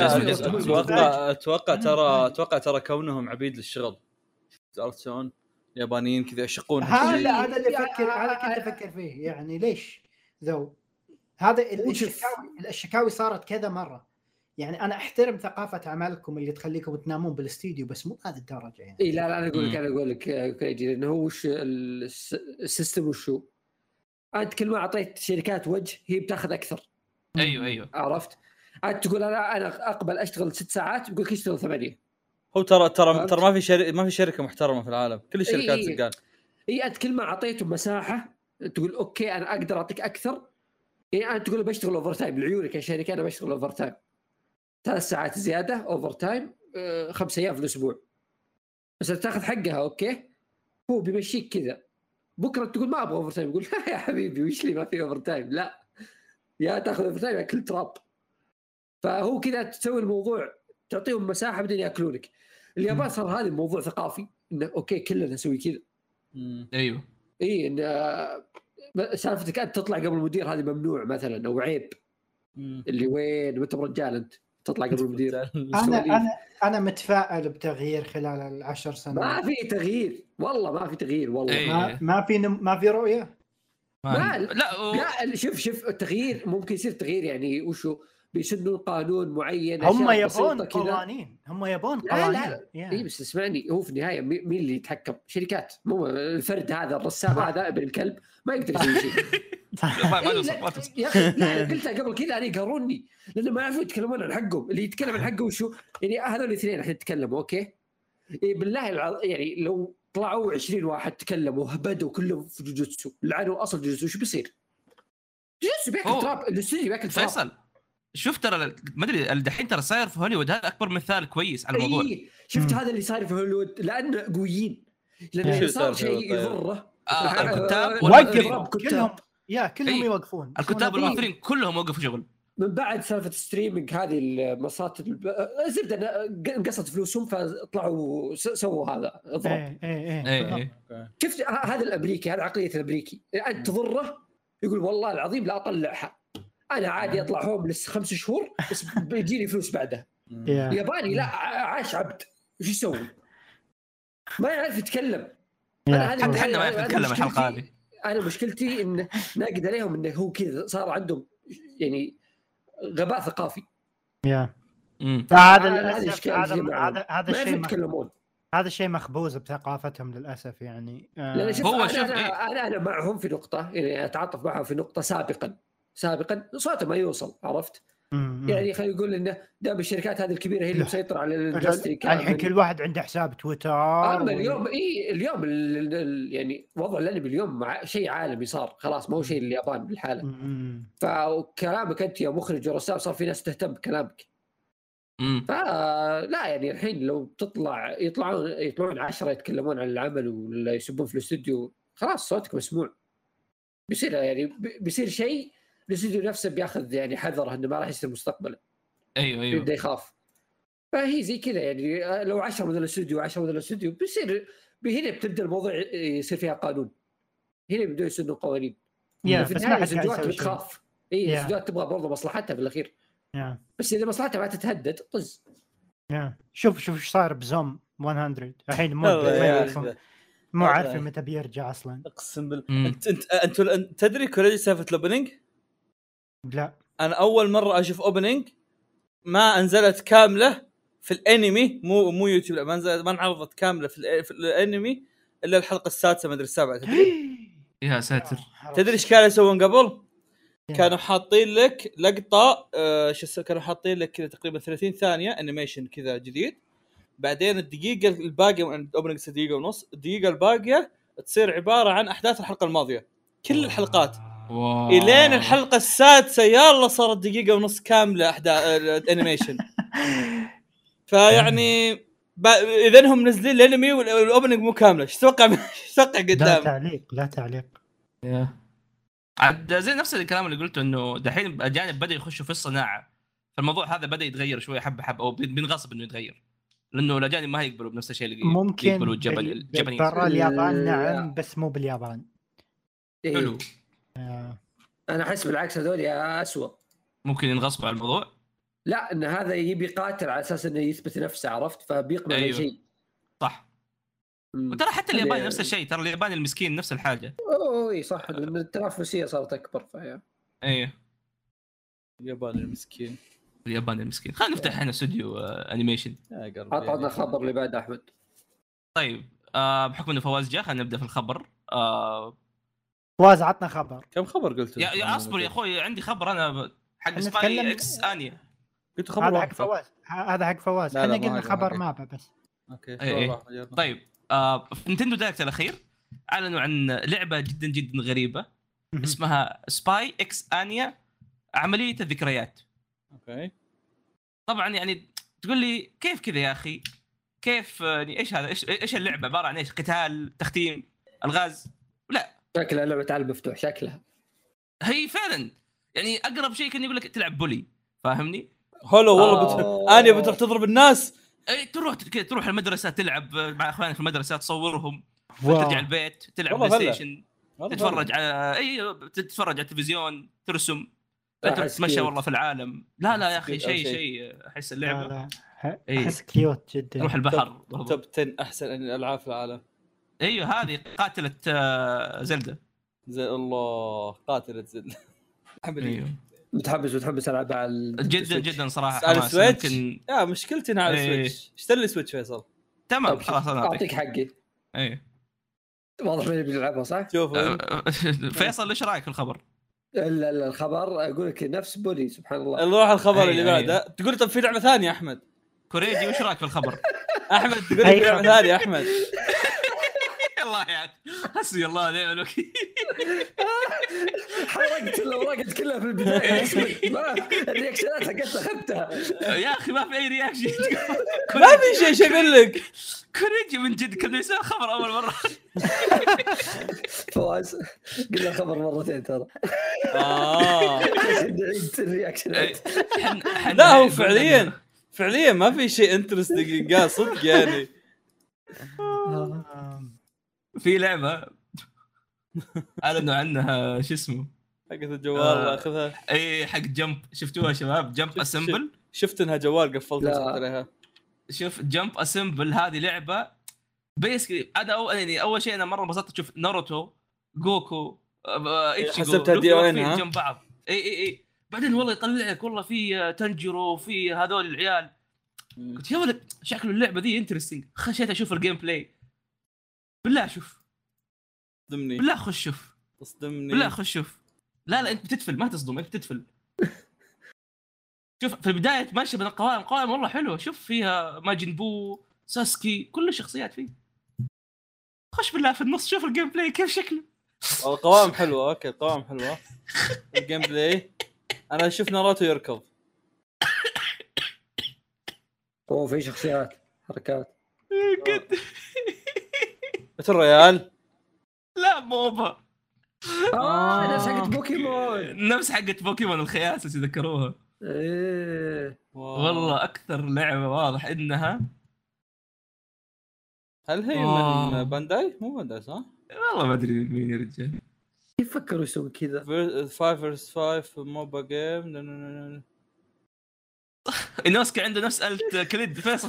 اتوقع ترى كونهم عبيد للشغل. عرفت شلون؟ اليابانيين كذا يشقون. هذا اللي كنت افكر فيه، يعني ليش هذا الشكاوي صارت كذا مره. يعني انا احترم ثقافه اعمالكم اللي تخليكم تنامون بالاستديو، بس مو هذه الدرجه يعني. لا انا اقول لك كريجي انه هو وش السيستم وشو. انت كل ما اعطيت شركات وجه هي بتاخذ اكثر. ايوه عرفت؟ انت تقول انا اقبل اشتغل 6 ساعات، يقول لك اشتغل 8. هو ترى ما في شركه محترمه في العالم، كل الشركات زقال. انت كل ما اعطيتهم مساحه تقول اوكي انا اقدر اعطيك اكثر، يعني انت تقول بشتغل اوفر تايم لعيونك كشركه، انا بشتغل اوفر تايم 3 ساعات زياده اوفر تايم 5 ايام في الاسبوع، بس تاخذ حقها اوكي. هو بيمشيك كذا. بكره تقول ما ابغى اوفر تايم، يقول يا حبيبي وش لي ما في اوفر تايم، لا يا تاخذ اوفر تايم يا كل تراب. فهو كذا تسوي الموضوع، تعطيهم مساحه بدون ياكلونك. اليابان صار هذا الموضوع ثقافي انه اوكي كلنا نسوي كذا. ايوه اي ان سالفتك انت تطلع قبل المدير هذه ممنوع مثلا او عيب. اللي وين وانت رجال انت تطلع قبل المدير. انا متفائل بتغيير خلال ال10 سنوات. ما في تغيير والله، ما في تغيير والله. أيه. ما في رؤيه. لا شوف التغيير ممكن يصير تغيير، يعني وشو بيسنوا قانون معين. هم يبون قوانين، هم يبون قوانين. لا اي بس اسمعني، هو في النهايه مين اللي يتحكم؟ شركات، مو الفرد هذا الرسام هذا ابن الكلب ما يقدر يسوي شيء. يا اخي لا قلتها قبل كذا انا يقروني لانه ما يعرفوا يتكلمون عن حقهم. اللي يتكلم عن حقه وشو يعني هذول الاثنين الحين يتكلموا اوكي. إيه بالله يعني لو طلعوا 20 واحد تكلموا هبدوا كلهم في جوجوتسو لعنوا اصل جوجوتسو شو بيصير؟ جوجوتسو بياكل تراب، الاستوديو بياكل تراب. فيصل شوف ترى ما ادري الدحين ترى صاير في هوليوود، هذا اكبر مثال كويس على الموضوع. شفت هذا اللي صاير في هوليوود لانه قويين، لانه صار شيء يضره. الكتاب كلهم يوقفون، الكتاب والممثلين كلهم وقفوا شغل من بعد سالفه ستريمينج هذه المنصات زبده انقصت فلوسهم فطلعوا سووا هذا اضرب. شفت هذا الامريكي، هذا عقليه الامريكي. انت تضره يقول والله العظيم لا اطلعها، انا عادي اطلع هوملس 5 شهور بس بيجيني فلوس بعده. ياباني لا عاش عبد وش يسوي؟ ما يعرف يتكلم. انا ما يعرف يتكلم الحلقه هذه. انا مشكلتي ان ناقد عليهم انه هو كذا صار عندهم يعني غباء ثقافي. هذا الشيء هذا الشيء مخبوز بثقافتهم للاسف يعني. هو انا معهم في نقطه، يعني اتعاطف معهم في نقطه. سابقا صوته ما يوصل، عرفت؟ يعني خلينا نقول انه دام الشركات هذه الكبيره هي اللي مسيطره على الاندستري كامل. الحين كل واحد عنده حساب تويتر. اليوم اليوم يعني وضع الانمي اليوم شيء عالمي صار خلاص، ما هو شيء اليابان بالحاله. فكلامك انت يا مخرج ورسام صار في ناس تهتم بكلامك. فلا يعني الحين لو يطلعون 10 يتكلمون عن العمل ولا يسبون في الاستوديو خلاص صوتك مسموع. بيصير شيء الاستوديو نفسه بياخذ يعني حذره انه ما راح يصير مستقبلا. ايوه يبدا يخاف. فهي زي كذا يعني لو 10 من الاستوديو بيصير هنا بتبدا الموضوع يصير فيها قانون. هنا بيبدأوا يسنوا قوانين. بس ما حد بتخاف. الاستوديوهات تبغى برضه مصلحتها بالاخير. بس اذا مصلحتها ما تتهدد طز. شوف ايش صار بزوم 100 الحين مو عارف متى بيرجع اصلا. اقسم بالله. انت تدري كوريجي سالفه الاوبننج؟ لا انا اول مره اشوف اوبننج ما انزلت كامله في الانمي، مو يوتيوب، لا ما انعرضت كامله في الانمي الا الحلقه السادسه ما ادري السابعه. تدري يا ساتر. تدري ايش كانوا يسوون قبل؟ كانوا حاطين لك لقطه كانوا حاطين لك كذا تقريبا 30 ثانيه انيميشن كذا جديد، بعدين الدقيقه الباقيه من الاوبننج دقيقه ونص، الدقيقه الباقيه تصير عباره عن احداث الحلقه الماضيه كل الحلقات. الين الحلقه السادسه يلا صارت دقيقه ونص كامله احداث انيميشن. فيعني اذا هم منزلين الانمي والاوبننج مو كامله، ايش تتوقع قدام؟ لا تعليق عاد زي نفس الكلام اللي قلته انه دحين الاجانب بدأوا يخشوا في الصناعه، فالموضوع هذا بدأ يتغير شويه حبه او بينغصب انه يتغير، لانه الاجانب ما هيقبلوا بنفس الشيء اللي ممكن يقبلوا الجابانيين. برا اليابان نعم بس مو باليابان. حلو. انا احس بالعكس هذول اسوأ. ممكن ينغصبوا على الموضوع. لا ان هذا يبي قاتل على اساس انه يثبت نفسه، عرفت؟ فبيقبل أي شيء. صح. وترى حتى اليابان نفس الشيء، ترى اليابان المسكين نفس الحاجه. اي صح، لان التنافسيه صارت اكبر. ايوه اليابان المسكين. خلينا نفتح احنا استوديو انيميشن. عطنا خبر اللي بعد احمد. طيب بحكم انه فواز جاء خلينا نبدا في الخبر. فواز عطنا خبر. كم خبر قلت يا اصبر يا اخوي، عندي خبر انا حق سباي اكس انيا. قلت خبر هذا حق فواز احنا قلنا خبر ما بس. اوكي طيب في نينتندو دايركت الاخير اعلنوا عن لعبه جدا جدا غريبه اسمها سباي اكس انيا عمليه الذكريات. اوكي طبعا يعني تقول لي كيف كذا يا اخي؟ كيف يعني ايش هذا؟ ايش اللعبه عباره عن ايش؟ قتال، تختيم، الغاز؟ لا شكلها لعبه عالم مفتوح شكلها. هي فعلا يعني اقرب شيء كان يقول لك تلعب بولي، فاهمني؟ هلو والله انيا بتروح تضرب الناس. اي تروح المدرسه تلعب مع اخوانك في المدرسه، تصورهم، ترجع البيت تلعب بلاي ستيشن، تتفرج على تتفرج على التلفزيون، ترسم، تتمشى والله في العالم. لا يا اخي شيء احس اللعبه احس كيوت جدا. تروح البحر. توب 10 احسن الالعاب في العالم. ايوه هذه قاتله زلدة. زي الله قاتله زلدة. ايوه متحمس العب على جدا صراحه. على السويتش يا مشكلتي على السويتش. اشتري لي سويتش فيصل. تمام خلاص انا اعطيك حقي. ايه واضح اني بنلعبها صح. شوف فيصل ايش رايك في الخبر؟ لا الخبر اقول لك نفس بولي سبحان الله. نروح الخبر اللي بعده. تقول طب في لعبه ثانيه يا احمد كوريجي وش رايك في الخبر؟ احمد تقول لي لعبه ثانيه يا احمد. الله يا حسبي الله ونعم الوكيل. حرقت الورقة كلها في البداية. الرياكشنات حقتها اخذتها يا اخي ما في اي رياكشن. ما في شيء اقول لك. كوريجي من جد كان يسوي خبر اول مره. فواز قلنا خبر مرتين ترى. نعيد الرياكشنات. لا هو فعليا ما في شيء انترستنج قال صدق يعني. في لعبه اعلنوا عنها شو اسمه حقت الجوال اخذها. اي حق جمب. شفتوها يا شباب؟ جمب اسمبل. شفت انها جوال قفلت عليها. شوف جمب اسمبل هذه لعبه بيسكلي. انا اول شيء انا مره انبسطت اشوف ناروتو جوكو ايتشيغو حسبتها دي او ان جنب بعض. اي بعدين والله يطلع لك والله في تنجرو وفي هذول العيال. قلت يا ولد شكل اللعبه دي انترستينج. خشيت اشوف الجيم بلاي. بالله شوف تصدمني. بالله خش شوف. تصدمني بالله خش شوف. لا انت بتتفل ما تصدم. انت بتتفل. شوف في البدايه ماشي بين القوائم والله حلوه. شوف فيها ماجن بو ساسكي كل الشخصيات فيه. خش بالله في النص شوف الجيم بلاي كيف شكله. القوائم حلوه. اوكي القوائم حلوه. الجيم بلاي انا اشوف ناروتو يركض. في شخصيات حركات قد الريال. لا موبا نفس حقت بوكيمون. نفس حقت بوكيمون الخياس تذكروها. والله اكثر لعبه واضح انها. هل هي من بانداي؟ مو بانداي صح؟ والله ما ادري مين يا رجال. كيف فكروا يسوون كذا 5 vs 5 موبا جيم. الناس عنده نفس آلة كليد فيصل.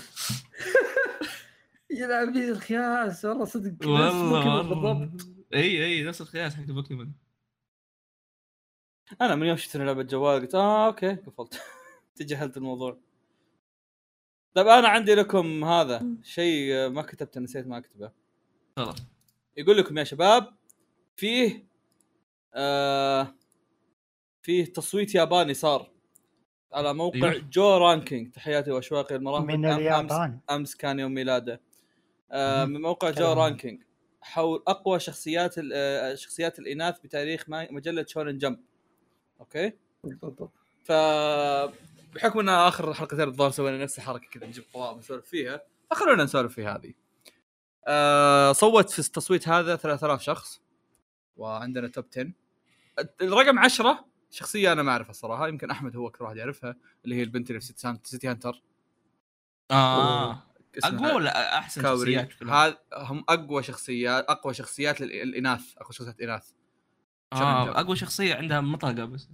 يلعب بيه الخياس والله صدق. والله بالضبط. اي نفس الخياس حق بوكيمون. انا من يوم شفت لعبه جوال قلت اوكي قفلت. تجاهلت الموضوع. طيب انا عندي لكم هذا شيء ما كتبته نسيت ما اكتبه. خلاص يقول لكم يا شباب فيه فيه تصويت ياباني صار على موقع جو رانكينج. تحياتي واشواقي المرافق من اليابان. امس كان يوم ميلاده. من موقع جو رانكينج حول اقوى شخصيات الاناث بتاريخ مجله شونن جمب. اوكي ف بحكم ان اخر حلقتين الظاهر سوينا نفس الحركه كذا نجيب قوائم نسولف فيها فخلونا نسولف في هذه. صوت في التصويت هذا 3000 شخص وعندنا توب 10. الرقم 10 شخصيه انا ما اعرفها الصراحه. يمكن احمد هو اكثر واحد يعرفها اللي هي البنت اللي في سيتي هانتر. اقوى ولا احسن شخصيات؟ هذا هم اقوى شخصيات الاناث. اقوى شخصيات اناث. اقوى شخصيه عندها مطلقه بس.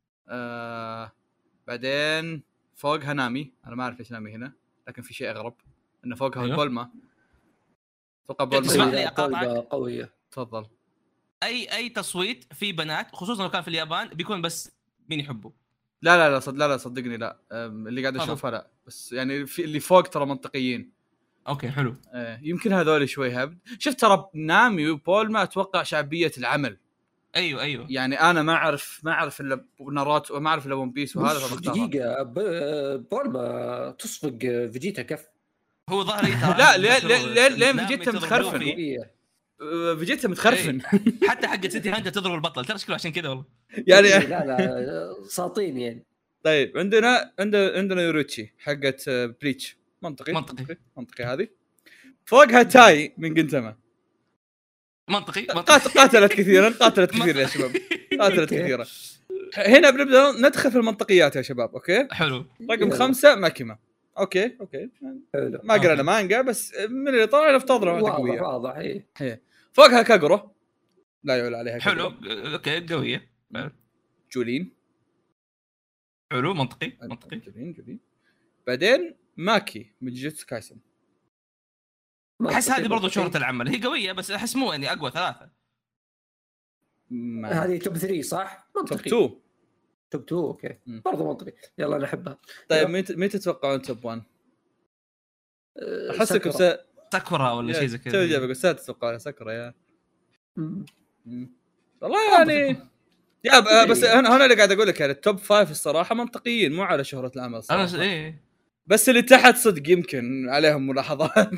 بعدين فوقها نامي. انا ما اعرف ايش نامي هنا لكن في شيء اغرب انه فوقها بولما. فوق بولما تسمح لي اقاطعك؟ قويه تفضل. اي تصويت في بنات خصوصا لو كان في اليابان بيكون بس مين يحبه. لا صدقني لا. اللي قاعد اشوفها لا بس يعني في اللي فوق ترى منطقيين. اوكي حلو. يمكن هذول شوي هبد. شفت ترى نامي وبولما اتوقع شعبيه العمل. ايوه يعني انا ما اعرف الا ناروتو وما اعرف الا ون بيس وهذا فبختار. دقيقه بولما تصفق فيجيتا كف. هو ظهري لا لين فيجيتا متخرفن. فيجيتا متخرفن. حتى حق سيتي هانتر تضرب البطل ترى شكله عشان كذا والله يعني لا ساطين يعني. طيب عندنا يوروتشي حقت بليتش منطقي هذه. فوقها تاي من جنتاما منطقي قاتلت كثيرا يا شباب قاتلت كثيرا. هنا بنبدا ندخل في المنطقيات يا شباب. اوكي حلو. رقم 5 ماكيما. اوكي حلو. ما قرأنا مانجا بس من اللي طلع نفترض له قويه واضح. هي فوقها كاغورو لا يعلى عليها حلو. اوكي قويه. جولين حلو. منطقي. جولين. بعدين ماكي من جوجوتسو كايسن. احس هذه برضو شهرة العمل هي قويه بس احس مو يعني اقوى ثلاثه. هذه توب 3 صح؟ منطقي. توب 2 اوكي برضو منطقي. يلا نحبها. طيب متى تتوقعون توب 1؟ احسكم ساكورا ولا شيء زي كذا. جايبك تتوقع ساكورا يا والله يعني يا بس هنا اللي قاعد اقول لك يعني التوب 5 الصراحه منطقيين مو على شهرة العمل صراحه. ايه بس اللي تحت صدق يمكن عليهم ملاحظات.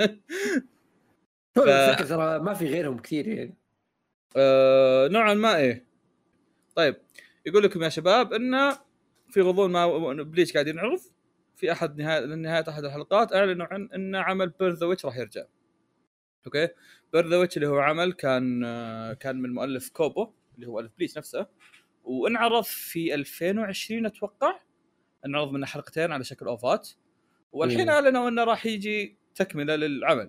ترى ما في غيرهم كثير يعني. نوعا ما ايه. طيب يقول لكم يا شباب انه في غضون ما بليتش قاعد ينعرض في احد نهايه احد الحلقات اعلنوا عن ان عمل بيرث ذا ويتش راح يرجع. اوكي بيرث ذا ويتش اللي هو عمل كان من مؤلف كوبو اللي هو الف بليتش نفسه وانعرض في 2020 اتوقع. انعرض منه حلقتين على شكل اوفات والحين اعلنوا انه راح يجي تكمله للعمل.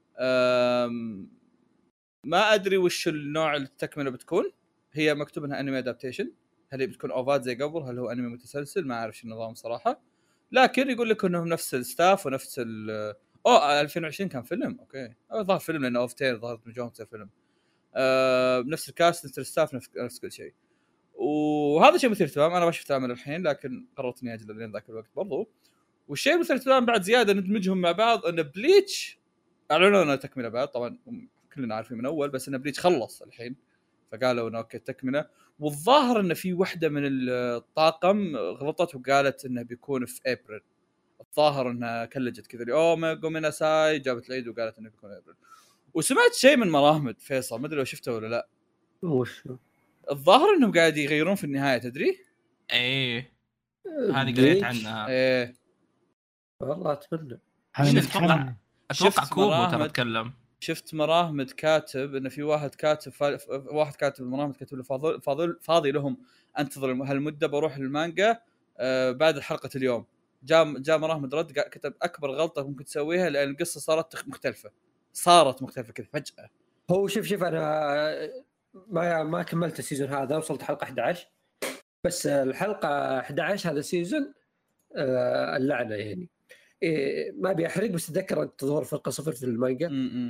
ما ادري وش النوع التكمله بتكون. هي مكتوب انها انمي ادابتيشن. هل هي بتكون اوفات زي قبل هل هو انمي متسلسل ما اعرف شو النظام صراحه. لكن يقول لك انهم نفس الستاف ونفس 2020 كان فيلم. اوكي ظهر فيلم لانه اوفتين ظهرت نجوم فيلم. بنفس الكاست نفس الستاف نفس كل شيء. وهذا شيء مثير اهتمام. انا ما شفت العمل الحين لكن قررت اني اجل لين ذاك الوقت برضو. والشيء مثير اهتمام بعد زياده ندمجهم مع بعض ان بليتش اعلنوا انه تكمله بعد. طبعا كلنا عارفين من اول بس ان بليتش خلص الحين فقالوا انه اوكي تكمله. والظاهر ان في واحده من الطاقم غلطت وقالت انه بيكون في ابريل. الظاهر انها كلجت كذا اوميغا جوميناساي جابت العيد وقالت انه بيكون ابريل. وسمعت شيء من مراهمد فيصل ما ادري لو شفته ولا لا. وش الظاهر انهم قاعد يغيرون في النهايه تدري. ايه هذه قريت عنها. ايه والله اتمنى. اتوقع كوبو ترى اتكلم. شفت مراهمد كاتب انه في واحد كاتب المراهمد كاتب له فاضي لهم انتظر هالمده بروح المانجا بعد حلقه اليوم. جاء مراهمد رد كتب اكبر غلطه ممكن تسويها لان القصه صارت مختلفه كذا فجاه. هو شوف انا ما كملت السيزون هذا وصلت حلقه 11 بس الحلقه 11 هذا السيزون اللعنه يعني ما بيحرق بس اتذكر انت تظهر فرقه صفر في المانجا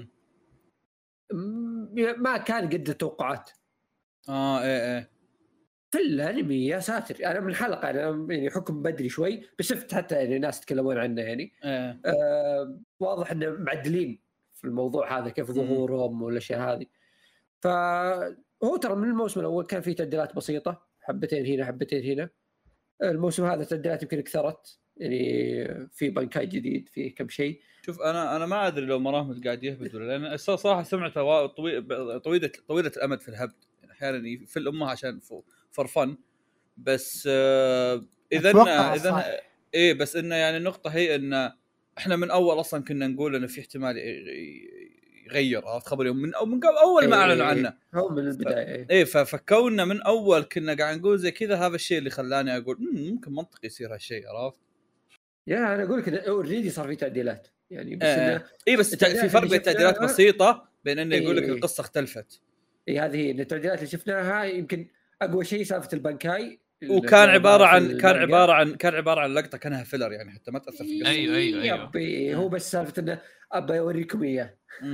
ما كان قد التوقعات. ايه في الانمي يا ساتر. انا من الحلقه انا يعني حكم بدري شوي بس شفت حتى يعني ناس يتكلمون عنه يعني واضح انه معدلين في الموضوع هذا كيف ظهورهم والاشياء هذه. فهو ترى من الموسم الاول كان فيه تعديلات بسيطه حبتين هنا. الموسم هذا تعديلات يمكن كثرت يعني في بنكاي جديد في كم شيء. شوف انا ما ادري لو مراهمد قاعد يهبد ولا لان صراحه سمعته طويله الامد في الهبد يعني احيانا في الامه عشان فرفن بس اذا ايه بس انه يعني النقطه هي ان احنا من اول اصلا كنا نقول انه في احتمال يغير خبر يوم من اول ما اعلنوا عنه هو من البدايه ايه فكوننا من اول كنا قاعد نقول زي كذا. هذا الشيء اللي خلاني اقول ممكن منطقي يصير هالشيء. عرفت يا انا اقول لك اوريدي صار في تعديلات يعني بس بس في فرق بين تعديلات بسيطه بين انه يقول لك القصه اختلفت. هذه هي التعديلات اللي شفناها يمكن اقوى شيء سالفه البنكاي وكان عباره عن لقطه كانها فيلر يعني حتى ما تاثر في القصه. ايوه هو بس سالفه انه ابى اوريكم اياه.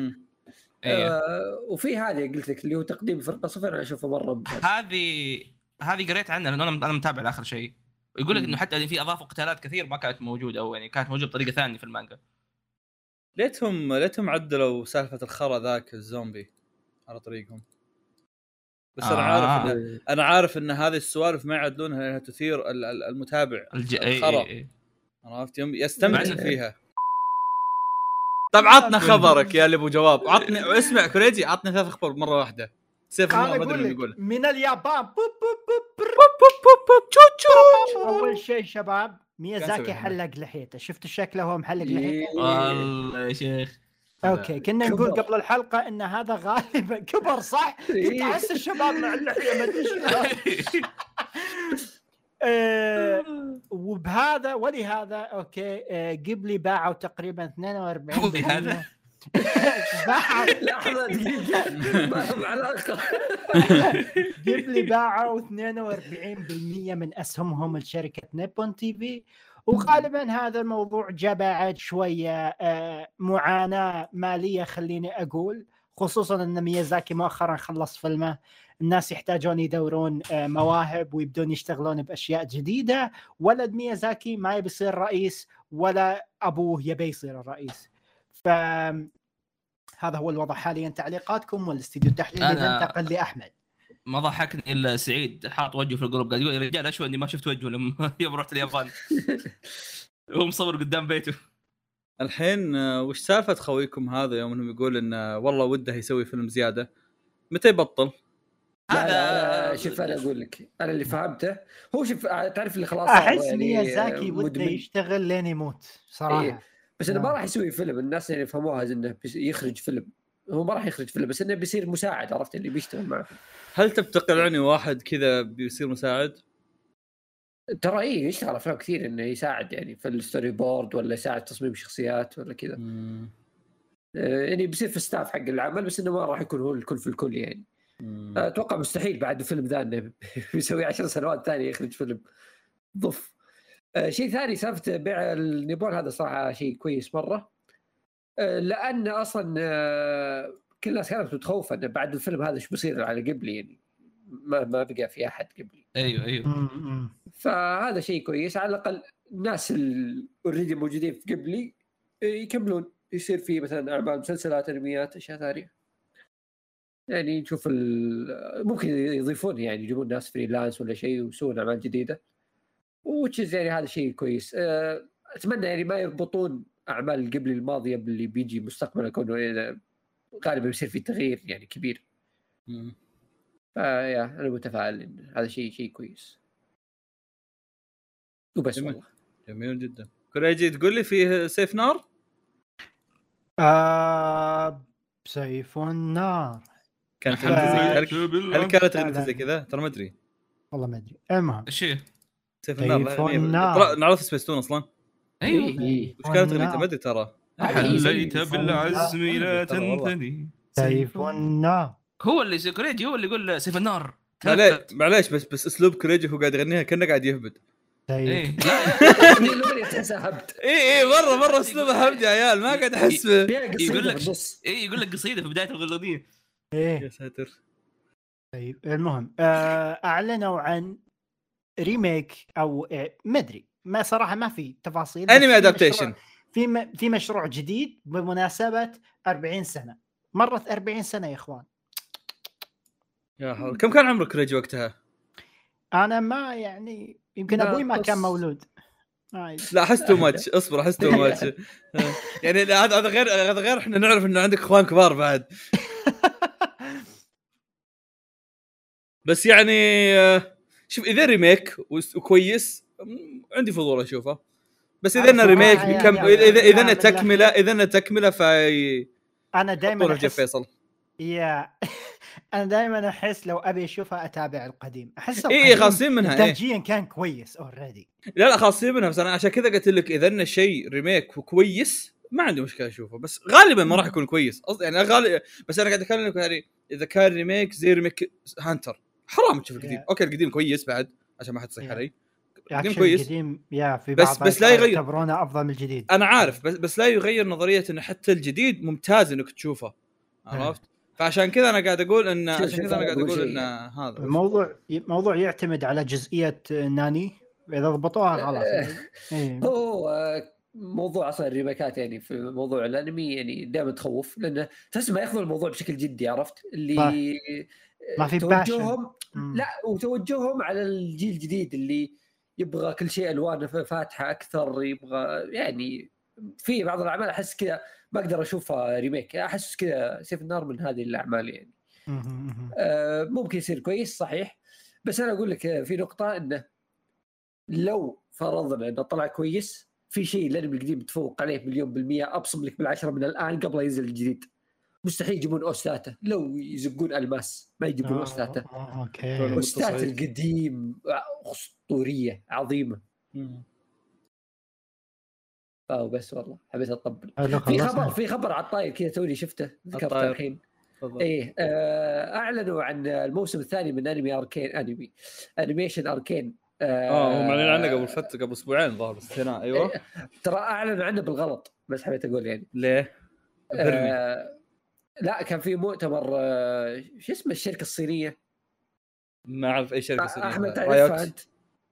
وفي هذه قلت لك اللي هو تقديم فرقه صفر انا اشوفه مره هذه قريت عنها لانه انا متابع لاخر شيء. يقول لك انه حتى في اضافوا قتالات كثير ما كانت موجوده او يعني كانت موجوده بطريقه ثانيه في المانجا. ليتهم عدلوا سالفه الخرا ذاك الزومبي على طريقهم. بس انا عارف ان هذه السوالف ما يعدلونها لانها تثير المتابع الخرا. عرفت يستمتع فيها. طب عطنا خبرك يا اللي ابو جواب، عطني اسمع كوريجي، عطني 3 اخبار مره واحده. سيف النار ما ادري يقول من اليابان. اول شيء شباب ميازاكي حلق لحيته، شفت شكله هو محلق لحيته والله يا شيخ. اوكي كنا نقول قبل الحلقه ان هذا غالبا كبر صح، كنت احس الشباب مع اللحيه ما ادري وبهذا ولهذا اوكي قبلي باعوا تقريبا 42% لحظه دقيقه ما علاقه. قبلي باعوا 42% من اسهمهم لشركه نيبون تي في، وغالبا هذا الموضوع جاء بعد شويه معاناه ماليه خليني اقول، خصوصا ان ميازاكي مؤخرا خلص فيلمه، الناس يحتاجون يدورون مواهب ويبدون يشتغلون باشياء جديده. ولد ميازاكي ما يبي يصير رئيس ولا ابوه يبي يصير الرئيس، فهذا هو الوضع حاليا. تعليقاتكم والاستديو التحليلي ننتقل لاحمد. ما ضحكني الا سعيد حاط وجهه في الجروب قاعد يقول يا رجال اشوى اني ما شفت وجهه لما يوم رحت اليابان هو مصور قدام بيته. الحين وش سالفه خويكم هذا يوم انهم يقول انه والله وده يسوي فيلم زياده، متى يبطل؟ هذا شوف انا اقول لك انا اللي فهمته هو شوف تعرف اللي خلاص احس يعني ميازاكي وده يشتغل لين يموت صراحه. إيه. بس انه ما راح يسوي فيلم، الناس يعني يفهموها انه يخرج فيلم، هو ما راح يخرج فيلم بس انه بيصير مساعد، عرفت اللي بيشتغل معه. هل تقنعني واحد كذا بيصير مساعد؟ ترى ايه يشتغل افلام كثير انه يساعد يعني في الستوري بورد ولا يساعد تصميم شخصيات ولا كذا. يعني بيصير في ستاف حق العمل، بس انه ما راح يكون هو الكل في الكل يعني. اتوقع مستحيل بعد الفيلم ذا انه بيسوي 10 سنوات ثانيه يخرج فيلم ضف. شيء ثاني سالفه بيع النيبون هذا صراحه شيء كويس مره، لان اصلا كل الناس كانت متخوفه انه بعد الفيلم هذا ايش بيصير على قبلي، يعني ما بقى في احد قبلي. ايوه فهذا شيء كويس، على الاقل الناس اللي اوريدي موجودين في قبلي يكملون، يصير في مثلا اعمال مسلسلات انميات اشياء ثانيه يعني نشوف ممكن يضيفون يعني يجيبون ناس فريلانس ولا شيء ويسوون اعمال جديده، وتشز يعني هذا شيء كويس. اتمنى يعني ما يربطون اعمال قبل الماضيه باللي بيجي مستقبلا، كونه غالبا بيصير في تغيير يعني كبير. يا انا متفائل ان هذا شيء كويس وبس. جميل. والله جميل جدا. كوريجي تقول لي فيه سيف نار؟ سيف النار كانت هل كانت غنية زي كذا؟ ترى ما ادري والله ما ادري. المهم ايش هي سيف النار نعرف سبيستون اصلا. ايوه وش كانت غنيته ما ادري ترى. حليت بالعزم لا تنثني سيف النار هو اللي كوريجي هو اللي يقول سيف النار. معليش بس اسلوب كوريجي هو قاعد يغنيها كأنه قاعد يهبد. ايه الاغنيه تحسها هبد. ايه مره اسلوبه هبد يا عيال، ما قاعد احس يقول لك يقول لك قصيده في بدايه الاغنيه. ايه يا ساتر. طيب المهم اعلنوا عن ريميك او ما ادري، ما صراحه ما في تفاصيل. انمي ادابتيشن في مشروع جديد بمناسبه 40 سنه. مرت 40 سنه يا اخوان. يا حول. كم كان عمرك كوريجي وقتها؟ انا ما يعني يمكن ابوي ما كان مولود. لا احس تو ماتش. اصبر احس تو ماتش يعني هذا غير احنا نعرف انه عندك اخوان كبار بعد. بس يعني شوف اذا ريميك وكويس عندي فضول اشوفه، بس اذا انه ريميك بكم اذا انه تكمله في انا دائما احس فيصل انا دائما احس لو ابي اشوفها اتابع القديم. احس ايه خاصين منها انتاجيا كان كويس اوريدي. لا خاصين منها، بس انا عشان كذا قلت لك اذا انه شيء ريميك وكويس ما عندي مشكله اشوفه، بس غالبا ما راح يكون كويس يعني بس انا قاعد اتكلم لك يعني اذا كان ريميك زي ريميك هانتر حرام تشوف القديم. اوكي القديم كويس بعد عشان ما حد يصيح علي، القديم كويس. القديم في بعض بس لا يغير، يعتبرونه افضل من الجديد. انا عارف بس لا يغير نظريه انه حتى الجديد ممتاز انك تشوفه، عرفت؟ فعشان كذا انا قاعد اقول ان هذا الموضوع يعتمد على جزئيه ناني، اذا ضبطوها خلاص. هو موضوع اصلا الريميكات يعني في موضوع الانمي يعني دائما تخوف، لانه تحس ما ياخذون الموضوع بشكل جدي، عرفت اللي ما في توجههم لا وتوجههم على الجيل الجديد اللي يبغى كل شيء الوانه فاتحه اكثر، يبغى يعني في بعض الاعمال احس كذا ما اقدر اشوفها ريميك، احس كذا سيف النار من هذه الاعمال يعني. ممكن يصير كويس صحيح، بس انا اقول لك في نقطه انه لو فرضنا انه طلع كويس في شيء الانمي القديم تفوق عليه 1,000,000%، ابصم لك بالعشرة من الان قبل لا ينزل الجديد. مستحيل يجيبون اوستاتا لو يزقون الماس، ما يجيبون اوستاتا. اوكي اوستاتا القديم اسطوريه عظيمه. بس والله حبيت اطبل. في خبر على الطاير كذا توني شفته ذكرته الحين. ايه اعلنوا عن الموسم الثاني من انمي اركين، انيميشن اركين. هم معلنين عنه قبل فتره، قبل اسبوعين ظهر بس هنا. ايوه إيه ترى اعلنوا عنه بالغلط، بس حبيت اقول يعني ليه. لا كان في مؤتمر شو اسمه الشركه الصينيه، ما اعرف اي شركه صينيه. احمد تعرفها انت؟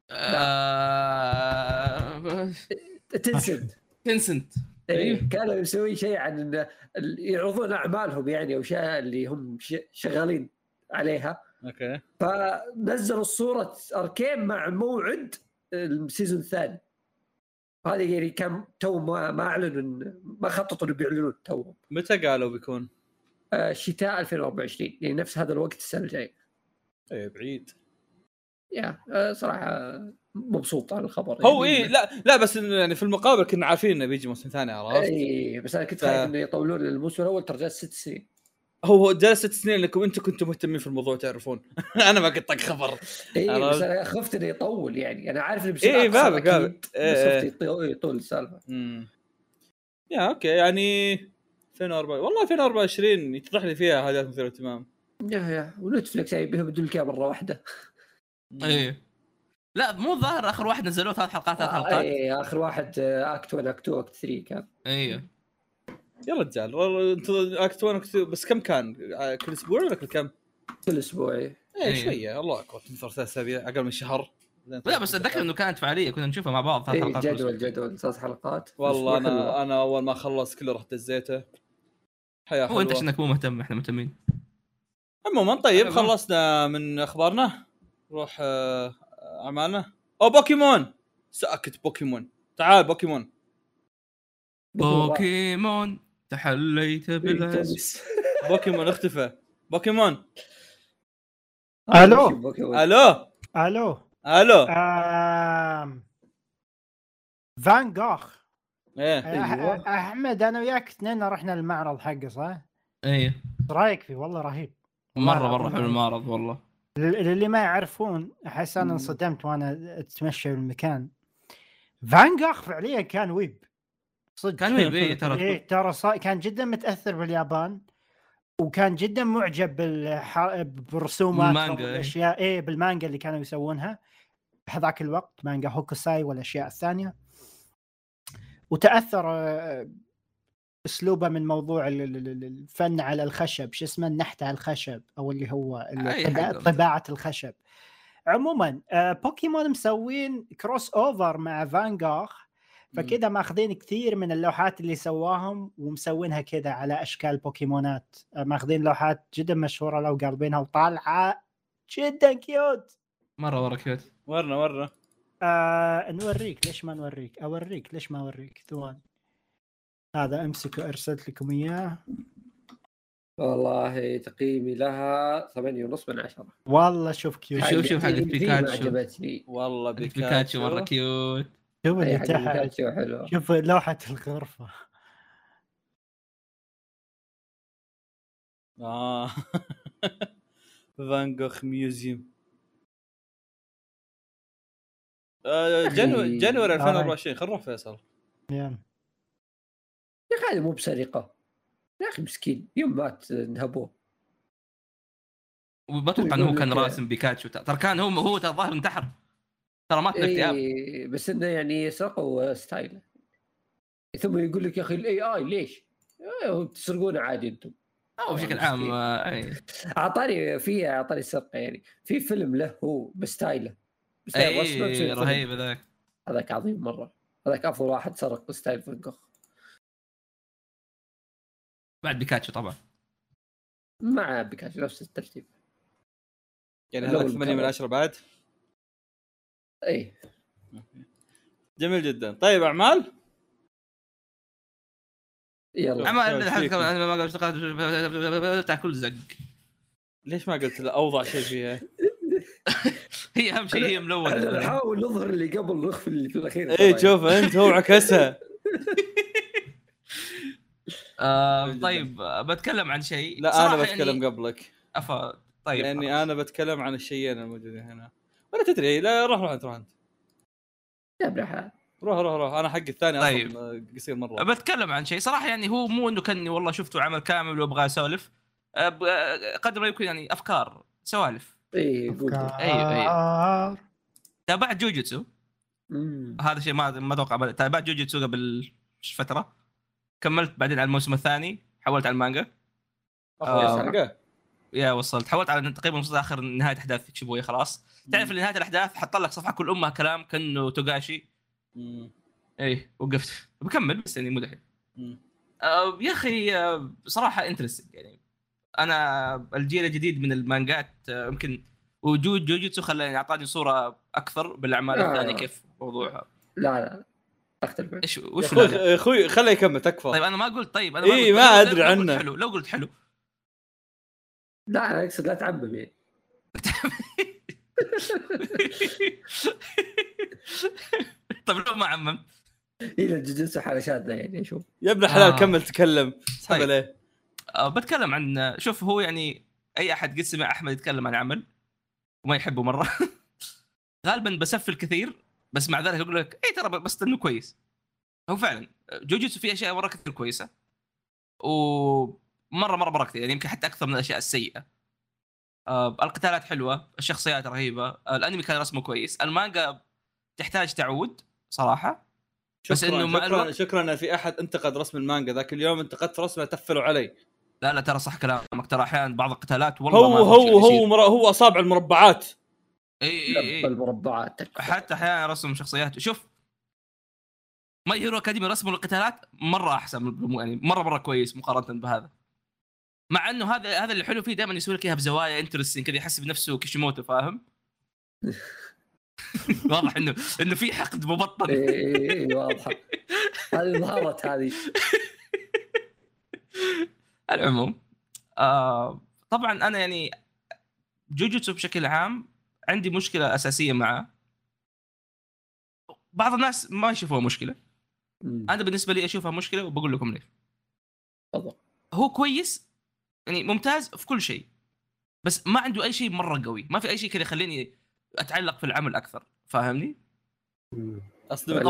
تنسنت. ايه كانوا يسوي شيء عن يعرضون اعمالهم يعني او اشياء اللي هم شغالين عليها. اوكي. فنزلوا صوره اركين مع موعد السيزون الثاني. هذه يعني كان تو ما اعلنوا، ما خططوا انه بيعلنون تو. متى قالوا بيكون؟ شتاء 2024 يعني نفس هذا الوقت السنه الجايه. ايه بعيد. يا صراحه مبسوط على الخبر هو يعني. ايه لا بس يعني في المقابل كنا عارفين انه بيجي موسم ثاني، عرفت؟ ايه بس انا كنت خايف انه يطولون الموسم الاول، ترى جالس 6 سنين. هو جالس 6 سنين لكم انتم كنتم مهتمين في الموضوع تعرفون. انا ما قلت لك خبر. ايه بس انا خفت انه يطول يعني. انا عارف انه بيصير ايه بابك بس خفت يطول السالفه. يا اوكي يعني 2004 والله 2024 يتضح لي فيها حاجات مثيرة اهتمام. يا ونتفلكس يعني بيهم يدوا لك مره واحده. ايه لا مو ظاهر اخر واحد نزلوه 3 حلقات. ايه اخر واحد اكت 1 اكت 2 اكت 3 كان. ايوه يا رجال انت اكت 1 بس كم كان؟ كل اسبوع ولا كم؟ كل اسبوع. ايه شويه الله اكبر، تنثر 3 اسابيع اقل من شهر. لا بس اتذكر انه كانت فعاليه كنا نشوفها مع بعض 3 حلقات. جدول 3 حلقات والله انا اول ما خلص كله رحت دزيته. حياه حلوه. وانت انك مو مهتم، احنا مهتمين. عموما طيب خلصنا من اخبارنا، نروح اعمالنا. بوكيمون ساكت. بوكيمون تعال. بوكيمون تحليت بالهس. بوكيمون اختفى. بوكيمون الو فان جوخ. احمد انا وياك اثنين رحنا المعرض حقه صح؟ ايه رايك فيه؟ والله رهيب مره حلو المعرض والله. اللي ما يعرفون احس انا انصدمت وانا اتمشى بالمكان. فان جوخ فعليا كان ويب صدق. كان ويب ترى كان جدا متاثر باليابان، وكان جدا معجب بالرسومات والاشياء بالمانجا اللي كانوا يسوونها بهذاك الوقت، مانجا هوكوساي والاشياء الثانيه. وتاثر اسلوبه من موضوع الفن على الخشب، شو اسمه، النحت على الخشب او اللي هو طباعه الخشب. عموما بوكيمون مسوين كروس اوفر مع فان جوخ، فكذا ماخذين كثير من اللوحات اللي سواهم ومسوينها كذا على اشكال بوكيمونات. ماخذين لوحات جدا مشهوره لو قاربينها وطالعه جدا كيوت مره كيوت. ورنا نوريك. ليش ما نوريك؟ اوريك ليش ما اوريك. ثواني هذا امسكه ارسلت لكم اياه. والله تقييمي لها 8.5 من 10. والله شوف كيوت. شوف حق بيكاتشو عجبتني والله. بيكاتشو مره كيوت. شوف اللي تحت، شوف لوحه الغرفه. فان جوخ ميوزيوم. جانوري 2024. خرف فيصل يا اخي هذه مو بسرقه يا اخي، مسكين يوم مات نهبوه. وبتوقع انه كان راسم بيكاتشو، ترى كان هو الظاهر انتحر، ترى مات باكتئاب. بس انه يعني سرقوا ستايل، ثم يقول لك يا اخي الاي اي ليش تسرقونه عادي انتم. او بشكل عام اعطاني سرقه يعني. في فيلم له هو بستايله رهيب هذاك عظيم مره. هذاك افضل واحد سرق ستايل فان جوخ بعد بيكاتشو طبعا. مع بيكاتشو نفس الترتيب يعني. هذاك 8 من 10 بعد. اي جميل جدا. طيب اعمال يلا انا ما قلت تاكل زق. ليش ما قلت اوضع شيء فيها؟ هي اهم شيء، هي ملونه. نحاول نظهر اللي قبل نخفي اللي في الاخير. ايه شوف انت هو عكسها. طيب بتكلم عن شيء. لا انا بتكلم يعني قبلك. طيب لاني انا بتكلم عن الشيئين الموجودين هنا. ولا تدري. لا روح انت يا ابن روح انا حق الثاني طيب. اصلا قصير مره. بتكلم عن شيء صراحه، يعني هو مو انه كاني والله شفته عمل كامل وابغى اسولف، قدر ما يكون يعني افكار سوالف. ايوه تابعت جوجوتسو. هذا شيء ما اتوقع. تابعت جوجوتسو قبل فتره، كملت بعدين على الموسم الثاني، حولت على المانجا. وصلت حولت على تقريبا وصلت اخر نهايه احداث شيبويا خلاص. تعرف نهايه الاحداث حط لك صفحه كل امها كلام كانه توغاشي. ايه وقفت بكمل بس يعني مو دحين. يا اخي بصراحه انترستنج يعني. انا الجيل الجديد من المانجات يمكن وجود جوجوتسو خلاني اعطاني صوره اكثر بالاعمال الثانيه كيف موضوعها. لا اختلف. ايش يا اخوي خليه يكمل تكفى. طيب انا ما قلت. طيب انا ما ادري عنه. حلو لو قلت حلو. لا انا اقصد لا تعمم يعني. طيب لو ما عممت إذا جوجوتسو حالة شاذة يعني. شوف يا ابن الحلال كمل تكلم. اسحب عليه. بتكلم عن شوف هو يعني اي احد قد سمع احمد يتكلم عن عمل وما يحبه مره غالبا بسفل كثير، بس مع ذلك يقول لك اي ترى بس انه كويس. هو فعلا جوجوتسو فيه اشياء مره كثير كويسه ومره كثير يعني، يمكن حتى اكثر من الاشياء السيئه. القتالات حلوه، الشخصيات رهيبه، الانمي كان رسمه كويس، المانجا تحتاج تعود صراحه. بس انه مع الوقت شكرا ان في احد انتقد رسم المانجا ذاك اليوم، انتقدت رسمه تفلوا علي. لا ترى صح كلامك، ترى احيانا بعض القتالات والله هو اصابع المربعات. اي المربعات حتى احيانا رسم شخصيات. شوف ما هيرو اكاديمي رسمه القتالات مره احسن يعني مره كويس مقارنه بهذا. مع انه هذا اللي حلو فيه دائما يسوي لك اياها بزوايا انترستين كذا، يحس بنفسه كيشيموتو فاهم. واضح انه في حقد مبطن. اي واضحه هذه ظهرت هذه. العموم طبعا انا يعني جوجوتسو بشكل عام عندي مشكله اساسيه معه. بعض الناس ما يشوفوها مشكله، انا بالنسبه لي اشوفها مشكله وبقول لكم ليش. هو كويس يعني ممتاز في كل شيء، بس ما عنده اي شيء مره قوي، ما في اي شيء كذا يخليني اتعلق في العمل اكثر، فاهمني؟ اصلا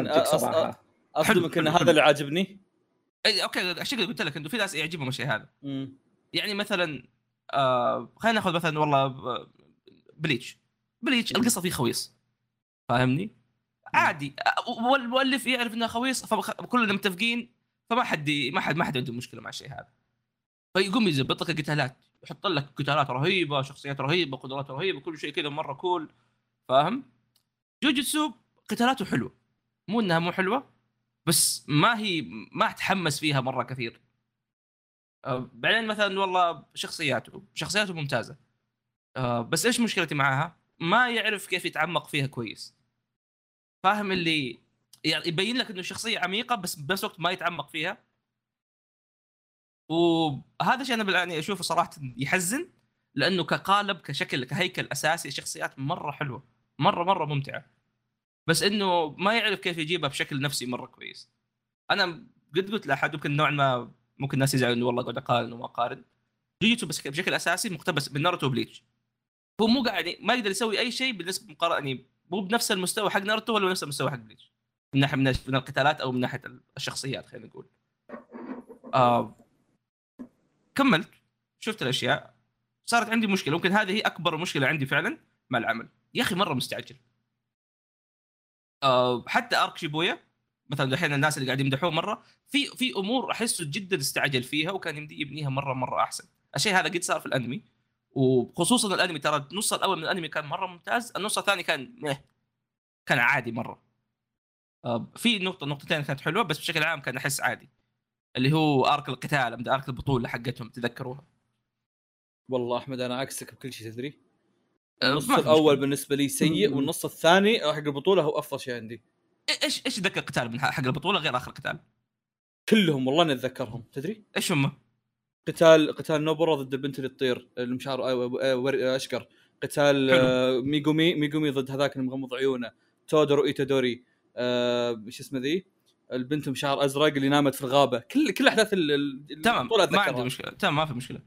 ان هذا اللي عاجبني. اوكي الشيء اللي قلت لك انه في ناس يعجبهم الشيء هذا. يعني مثلا خلينا ناخذ مثلا والله بليتش القصه فيه خويص فاهمني، عادي، والمؤلف يعرف انها خويص فكلنا متفقين، فما حد عنده مشكله مع الشيء هذا. فيقوم يزبط لك القتالات، يحط لك قتالات رهيبه، شخصيات رهيبه، قدرات رهيبه، كل شيء كذا مره كول فاهم. جوجوتسو قتالاته حلوه، مو انها مو حلوه، بس ما اتحمس فيها مره كثير. بعدين مثلا والله شخصياته ممتازه، بس ايش مشكلتي معها؟ ما يعرف كيف يتعمق فيها كويس، فاهم؟ اللي يعني يبين لك انه الشخصيه عميقه بس بنفس الوقت ما يتعمق فيها. وهذا شيء انا يعني اشوفه صراحه يحزن، لانه كقالب كشكل كهيكل اساسي الشخصيات مره حلوه، مره ممتعه، بس انه ما يعرف كيف يجيبها بشكل نفسي مره كويس. انا قد قلت لاحد يمكن نوعا ما ممكن الناس يزعلوا انه والله قاعد اقارن وما اقارن. جوجوتسو بس بشكل اساسي مقتبس من ناروتو وبليتش، هو مو قاعد ما يقدر يسوي اي شيء بالنسبه مقارنه، يعني مو بنفس المستوى حق ناروتو ولا نفس المستوى حق بليتش من ناحيه من القتالات او من ناحيه الشخصيات خلينا نقول. كملت شفت الاشياء، صارت عندي مشكله، ممكن هذه هي اكبر مشكله عندي فعلا مع العمل. يا اخي مره مستعجل. حتى ارك شيبويا مثلا الحين الناس اللي قاعدين يمدحوه مره في امور احسه جدا استعجل فيها، وكان يمدي يبنيها مره احسن. الشيء هذا قد صار في الانمي، وخصوصا الانمي ترى النص الاول من الانمي كان مره ممتاز، النص الثاني كان عادي مره. في نقطتين كانت حلوه، بس بشكل عام كان احس عادي، اللي هو ارك القتال ارك البطوله حقتهم تذكروها. والله احمد انا عكسك بكل شيء تدري. النص الاول بالنسبه لي سيء، والنص الثاني حق البطوله هو افضل شيء عندي. ايش ذكر القتال من حق البطوله غير اخر قتال؟ كلهم والله نتذكرهم. تدري ايش هم؟ قتال نوبورا ضد البنت اللي تطير المشعر اشقر. قتال ميغومي ضد هذاك المغمض عيونه. تودورو ايتادوري ايش اسمه ذي البنت مشعر ازرق اللي نامت في الغابه. كل احداث تمام ما عندي مشكله. تمام ما في مشكله.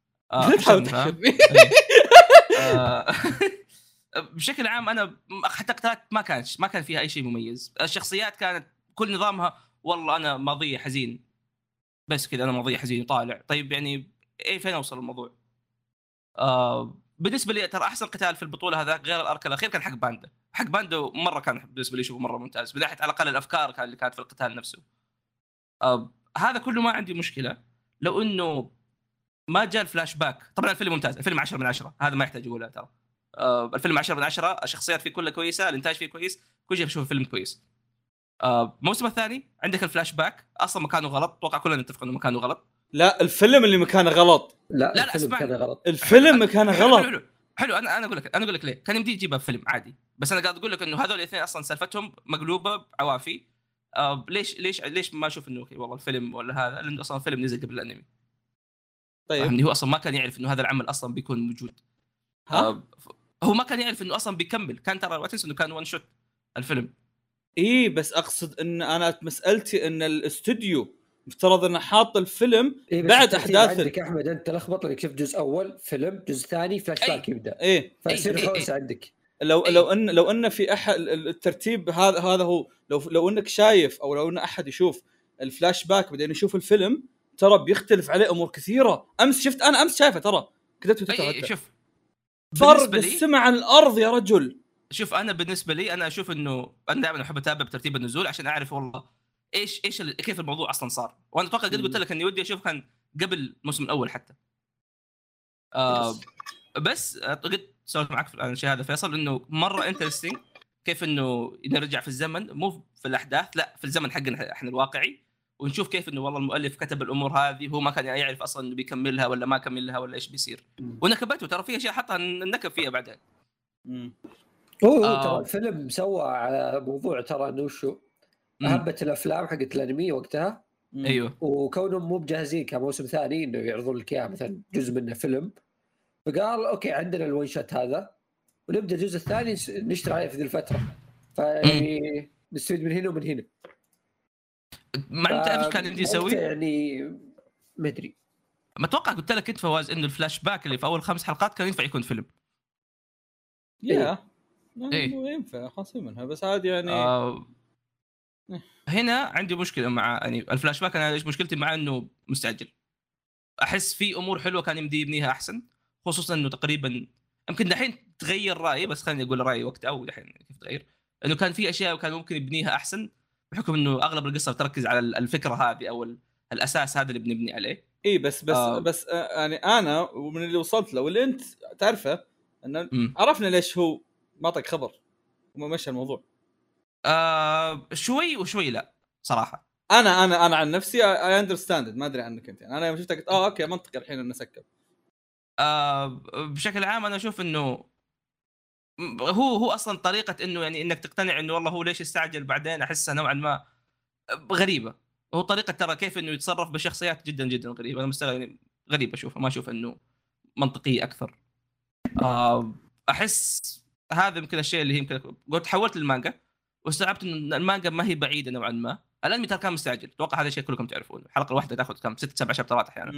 بشكل عام انا حتى قتالات ما كان فيها اي شيء مميز. الشخصيات كانت كل نظامها والله انا ماضي حزين بس كذا، انا ماضي حزين طالع. طيب يعني ايه فين اوصل الموضوع؟ بالنسبه لي ترى احسن قتال في البطوله هذا غير الارك الاخير كان حق باندو مره كان بالنسبه لي شوف مره ممتاز من ناحيه على الاقل الافكار اللي كانت في القتال نفسه. هذا كله ما عندي مشكله لو انه ما جاء الفلاش باك. طبعا الفيلم ممتاز، الفيلم 10 من 10 هذا ما يحتاج اقولها ترى. الفيلم 10 من 10 الشخصيات فيه كلها كويسه، الانتاج فيه كويس، كل شيء بشوف فيلم كويس. الموسم الثاني عندك الفلاش باك اصلا مكانه غلط، اتوقع كلنا نتفق انه مكانه غلط. لا الفيلم اللي مكانه غلط. لا الفيلم مكانه غلط. الفيلم مكانه غلط. حلو انا اقول لك ليه كان يمدي يجيبها فيلم عادي، بس انا قاعد اقول لك انه هذول الاثنين اصلا سالفتهم مقلوبه بعوافي. ليش ما اشوف انه والله الفيلم ولا هذا، لانه اصلا الفيلم نزل قبل الانمي. طيب هو اصلا ما كان يعرف انه هذا العمل اصلا بيكون موجود. هو ما كان يعرف انه اصلا بيكمل، كان ترى واتنس انه كان وان شوت الفيلم. ايه بس اقصد ان انا مسالتي ان الاستوديو مفترض انه حاط الفيلم إيه بعد احداث. عندك احمد انت لخبط لك، شفت جزء اول فيلم، جزء ثاني فلاش باك يبدا ايه فيصير حوسه عندك. لو ان في احد الترتيب هذا هو لو انك شايف او لو ان احد يشوف الفلاش باك بعدين يشوف الفيلم ترى بيختلف عليه امور كثيره. امس شايفه ترى كتبت شوف فرق السماء عن الارض يا رجل. شوف انا بالنسبه لي انا اشوف انه انا دائما احب اتابع بترتيب النزول عشان اعرف والله ايش كيف الموضوع اصلا صار. وانا اتوقع قد قلت لك اني ودي اشوف كان قبل الموسم الاول حتى. بس قد سولت معك في الشيء هذا فيصل انه مره انترستينج كيف انه نرجع في الزمن، مو في الاحداث لا في الزمن حقنا احنا الواقعي، ونشوف كيف انه والله المؤلف كتب الامور هذه هو ما كان يعرف اصلا انه بيكملها ولا ما كملها ولا ايش بيصير. ونكبته ترى في اشياء حطها النكب فيها بعدين. هو ترى الفيلم سوى على موضوع ترى انه شو هبه الافلام حقت الانمي وقتها. ايوه وكونهم مو بجاهزين كموسم ثاني انه يعرضون لك اياه مثلا جزء منه فيلم، فقال اوكي عندنا الون شوت هذا ونبدا الجزء الثاني نشتغل عليه في ذي الفتره، فيعني نستفيد من هنا ومن هنا. ما انت تعرف كان يمدي يسوي يعني ما ادري، ما اتوقع قلت لك انت فواز انه الفلاش باك اللي في اول 5 حلقات كان ينفع يكون فيلم. ينفع خاصين منها بس عادي يعني. هنا عندي مشكله مع يعني الفلاش باك. انا ايش مشكلتي معه؟ انه مستعجل. احس في امور حلوه كان يمدي يبنيها احسن، خصوصا انه تقريبا يمكن دحين تغير رايي، بس خليني اقول رايي وقت او دحين كيف تغير، انه كان في اشياء كان ممكن يبنيها احسن بحكم انه اغلب القصه تركز على الفكره هذه او الاساس هذا اللي بنبني عليه. اي بس يعني انا ومن اللي وصلت له واللي انت تعرفه ان عرفنا ليش هو ما اعطاك خبر وما مشى الموضوع. شوي وشوي لا صراحه. انا عن نفسي اي اندرستاند، ما ادري عنك انت يعني. انا يوم شفتك اوكي منطقي الحين انه سكب. بشكل عام انا اشوف انه هو اصلا طريقه انه يعني انك تقتنع انه والله هو ليش استعجل بعدين احسها نوعا ما غريبه. هو طريقه ترى كيف انه يتصرف بشخصيات جدا جدا غريبه. انا مستغرب يعني غريب اشوفها، ما اشوف انه منطقيه اكثر. احس هذا يمكن الشيء اللي يمكن قلت حولت للمانجا واستوعبت ان المانجا ما هي بعيده نوعا ما. الانمي ترى كان مستعجل، اتوقع هذا الشيء كلكم تعرفونه. الحلقه الواحده تاخذ كم 6-7 شابترات احيانا.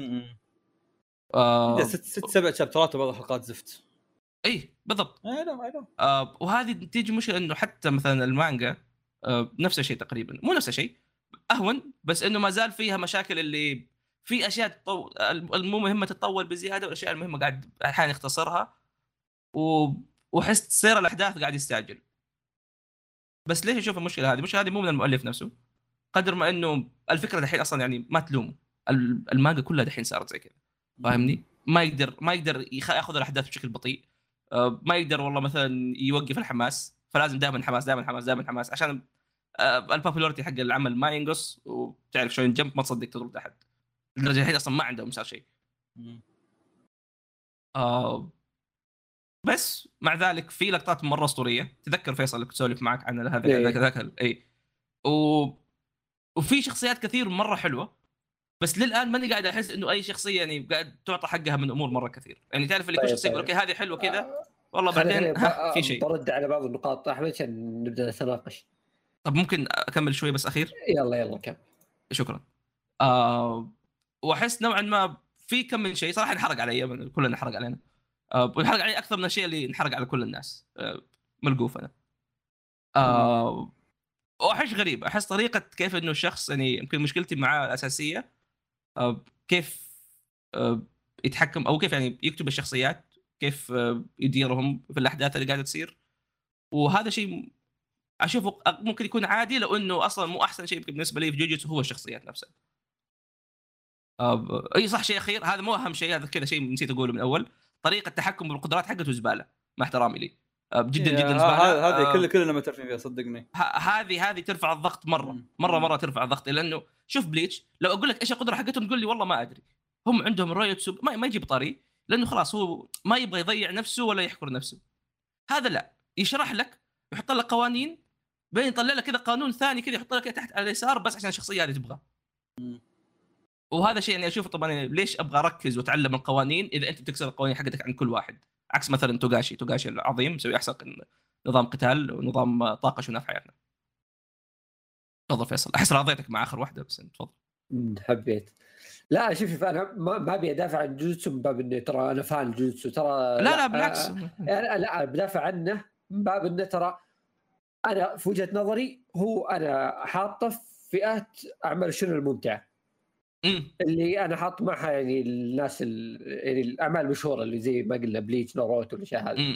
6-7 شابترات وبعض الحلقات زفت. اي بالضبط. اي وهذه تيجي مشكله انه حتى مثلا المانجا نفس الشيء تقريبا، مو نفس الشيء اهون، بس انه ما زال فيها مشاكل اللي في اشياء المو مهمه تتطول بزياده والاشياء المهمه قاعد احيانا يختصرها وحس تصير الاحداث قاعد يستعجل. بس ليش اشوف المشكله هذه مو من المؤلف نفسه قدر ما انه الفكره الحين اصلا يعني ما تلوم المانجا كلها الحين صارت زي كذا فاهمني. ما يقدر ياخذ الاحداث بشكل بطيء. ما يقدر والله مثلا يوقف الحماس، فلازم دائما حماس عشان البوبولاريتي حق العمل ما ينقص. وتعرف شلون جنب ما تصدق تضرب احد لدرجه الحين اصلا ما عندهم صار شيء. بس مع ذلك في لقطات مره اسطوريه. تذكر فيصل اللي كنت اسولف معك عن هذا ذاك اي وفي شخصيات كثير مره حلوه، بس للان ماني قاعد احس انه اي شخصيه يعني قاعد تعطى حقها من امور مره كثير. يعني تعرف اللي كل شخصيه يقول اوكي هذه حلوه كذا والله بعدين في شيء. برد على بعض النقاط احمد عشان نبدا نتناقش. طب ممكن اكمل شوي بس اخير؟ يلا كمل. شكرا. واحس نوعا ما في كم من شيء صراحه انحرق علي، كلنا انحرق علينا، وانحرق علي اكثر من الشيء اللي انحرق على كل الناس. ملقوف انا. واحس غريب، احس طريقه كيف انه الشخص يعني يمكن مشكلتي معاه الاساسيه كيف يتحكم او كيف يعني يكتب الشخصيات، كيف يديرهم في الاحداث اللي قاعده تصير. وهذا شيء اشوفه ممكن يكون عادي لو انه اصلا مو احسن شيء بالنسبه لي في جوجوتسو هو الشخصيات نفسها. اي صح، شيء اخير هذا مو اهم شيء، هذا كذا شيء نسيت اقوله من اول. طريقه التحكم بالقدرات حقته زباله مع احترامي لي، جدا زباله. هذه كلنا متفقين فيها صدقني. هذه ترفع الضغط مره ترفع الضغط. لانه شوف بليتش، لو اقول لك ايش القدره حقتهم تقول لي والله ما ادري. هم عندهم رويوتسو ما يجيب طاري، لانه خلاص هو ما يبغى يضيع نفسه ولا يحكر نفسه. هذا لا، يشرح لك يحط لك قوانين، بين يطلع لك كذا قانون ثاني كذا يحط لك تحت على اليسار بس عشان الشخصيه اللي تبغى. وهذا شيء يعني اشوفه طبعا ليش ابغى اركز واتعلم القوانين اذا انت بتكسر القوانين حقتك عن كل واحد، عكس مثلا توغاشي العظيم مسوي احسن نظام قتال ونظام طاقه شفناه في حياتنا. تفضل فيصل، احس راضيتك مع اخر واحده بس تفضل. حبيت. لا شوف انا ما ابي ادافع عن جوجوتسو من باب انه ترى انا فان جوجوتسو، ترى لا بالعكس. لا بدافع عنه من باب انه ترى انا في وجهه نظري هو انا حاطه في فئات اعمال الشنو الممتعه اللي انا حاط معها يعني الناس يعني الاعمال المشهوره اللي زي ما قلنا بليتش ناروتو والاشياء هذه.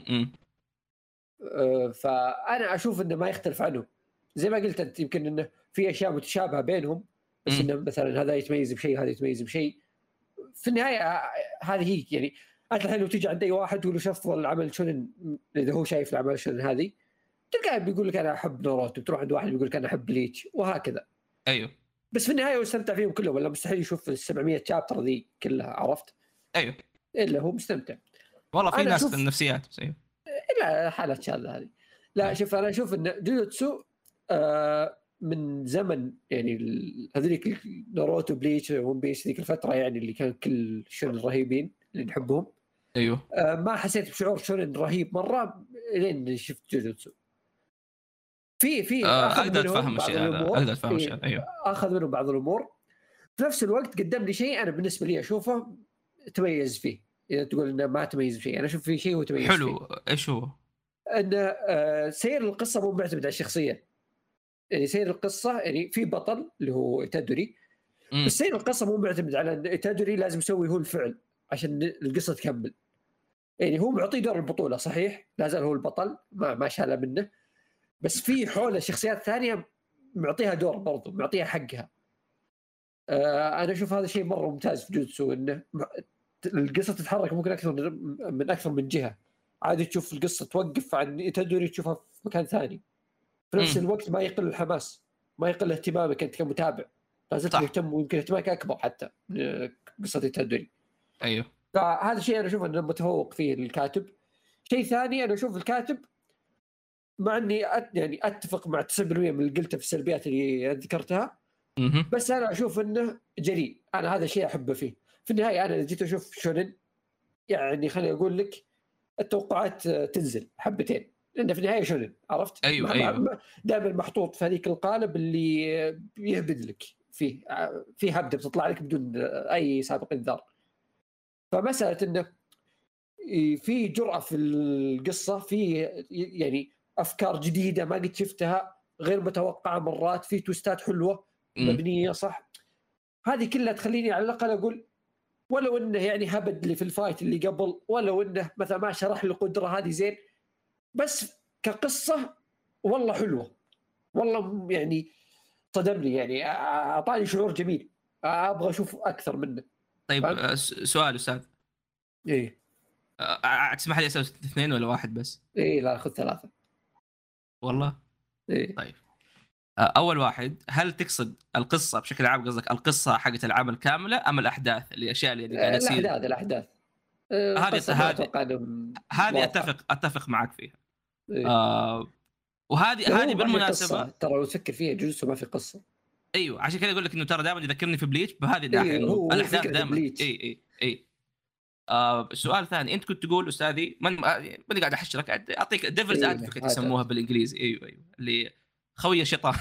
فانا اشوف انه ما يختلف عنه زي ما قلت انت، يمكن انه في اشياء متشابهه بينهم بس انه مثلا هذا يتميز بشيء هذا يتميز بشيء. في النهايه هذه هي يعني انت الحين لو تيجي عند اي واحد تقول له شو افضل العمل شونن اذا هو شايف العمل شونن هذه، تلقاه بيقول لك انا احب ناروتو، تروح عند واحد بيقول لك انا احب بليتش وهكذا. ايوه بس في النهايه هو استمتع فيهم كلهم، ولا مستحيل يشوف ال 700 شابتر ذي كلها، عرفت؟ ايوه الا هو مستمتع. والله في ناس في النفسيات بس ايوه لا حالات شاذه هذه. لا شوف انا اشوف ان جوجوتسو من زمن يعني هذيك ناروتو بليتش ون بيس ذيك الفتره يعني اللي كان كل شونن رهيبين اللي نحبهم. ايوه ما حسيت بشعور شونن رهيب مره لين شفت جوجوتسو. في اقدر اتفهم الشيء هذا، اقدر اتفهم الشيء. ايوه اخذ منه بعض الامور، في نفس الوقت قدم لي شيء انا بالنسبه لي اشوفه تميز فيه. اذا تقول انه ما تميز بشيء انا اشوف في شيء هو تميز حلو فيه. ايش هو؟ ان سير القصه مو معتمد على الشخصيه. يعني سير القصه يعني في بطل اللي هو إيتادوري، بس سير القصه مو معتمد على ان إيتادوري لازم يسوي هو الفعل عشان القصه تكمل. يعني هو معطي دور البطوله صحيح، لا زال هو البطل ما شال منه، بس في حوله شخصيات ثانيه معطيها دور برضو، معطيها حقها. انا اشوف هذا شيء مره ممتاز في جوجوتسو، انه القصه تتحرك ممكن اكثر من جهه. عادي تشوف القصه توقف عن إيتادوري تشوفها في مكان ثاني، في نفس الوقت ما يقل الحماس، ما يقل اهتمامك انت كمتابع، لازلت مهتم ويمكن اهتمامك اكبر حتى قصه إيتادوري. ايوه فهذا الشيء انا اشوف انه متفوق فيه الكاتب. شيء ثاني انا اشوف الكاتب مع اني يعني اتفق مع 90% من اللي قلته في السلبيات اللي ذكرتها، بس انا اشوف انه جريء. انا هذا الشيء احبه فيه. في النهايه انا جيت اشوف شونن يعني خليني اقول لك التوقعات تنزل حبتين، لان في النهايه شونن، عرفت؟ ايوه دائما محطوط في هذيك القالب اللي يهبد لك في هبده بتطلع لك بدون اي سابق انذار. فمساله انه في جرأة في القصه، في يعني افكار جديده ما قد شفتها، غير متوقعه مرات، في توستات حلوه مبنيه صح، هذه كلها تخليني على الاقل اقول ولو انه يعني هبد لي في الفايت اللي قبل، ولو انه مثلا ما شرح لي القدره هذه زين، بس كقصه والله حلوه، والله يعني صدمني، يعني اعطاني شعور جميل ابغى اشوف اكثر منه. طيب سؤال استاذ، ايه تسمح لي اسوي 2 ولا 1 بس؟ ايه لا خذ 3 والله. إيه. طيب اول واحد، هل تقصد القصه بشكل عام، قصدك القصه حقت العاب كامله ام الاحداث الاشياء اللي قاعده تصير؟ الاحداث هذه اتفق معك فيها. إيه. وهذه بالمناسبه ترى لو تفكر فيها جوجوتسو ما في قصه. ايوه عشان كذا اقول لك انه ترى دائما يذكرني في بليتش بهذه الناحيه انه الاحداث دائما اي السؤال الثاني انت كنت تقول استاذي ماني قاعد احشرك اعطيك ديفلز ادفوكيت يسموها بالانجليزي ايوه اللي خوي الشيطان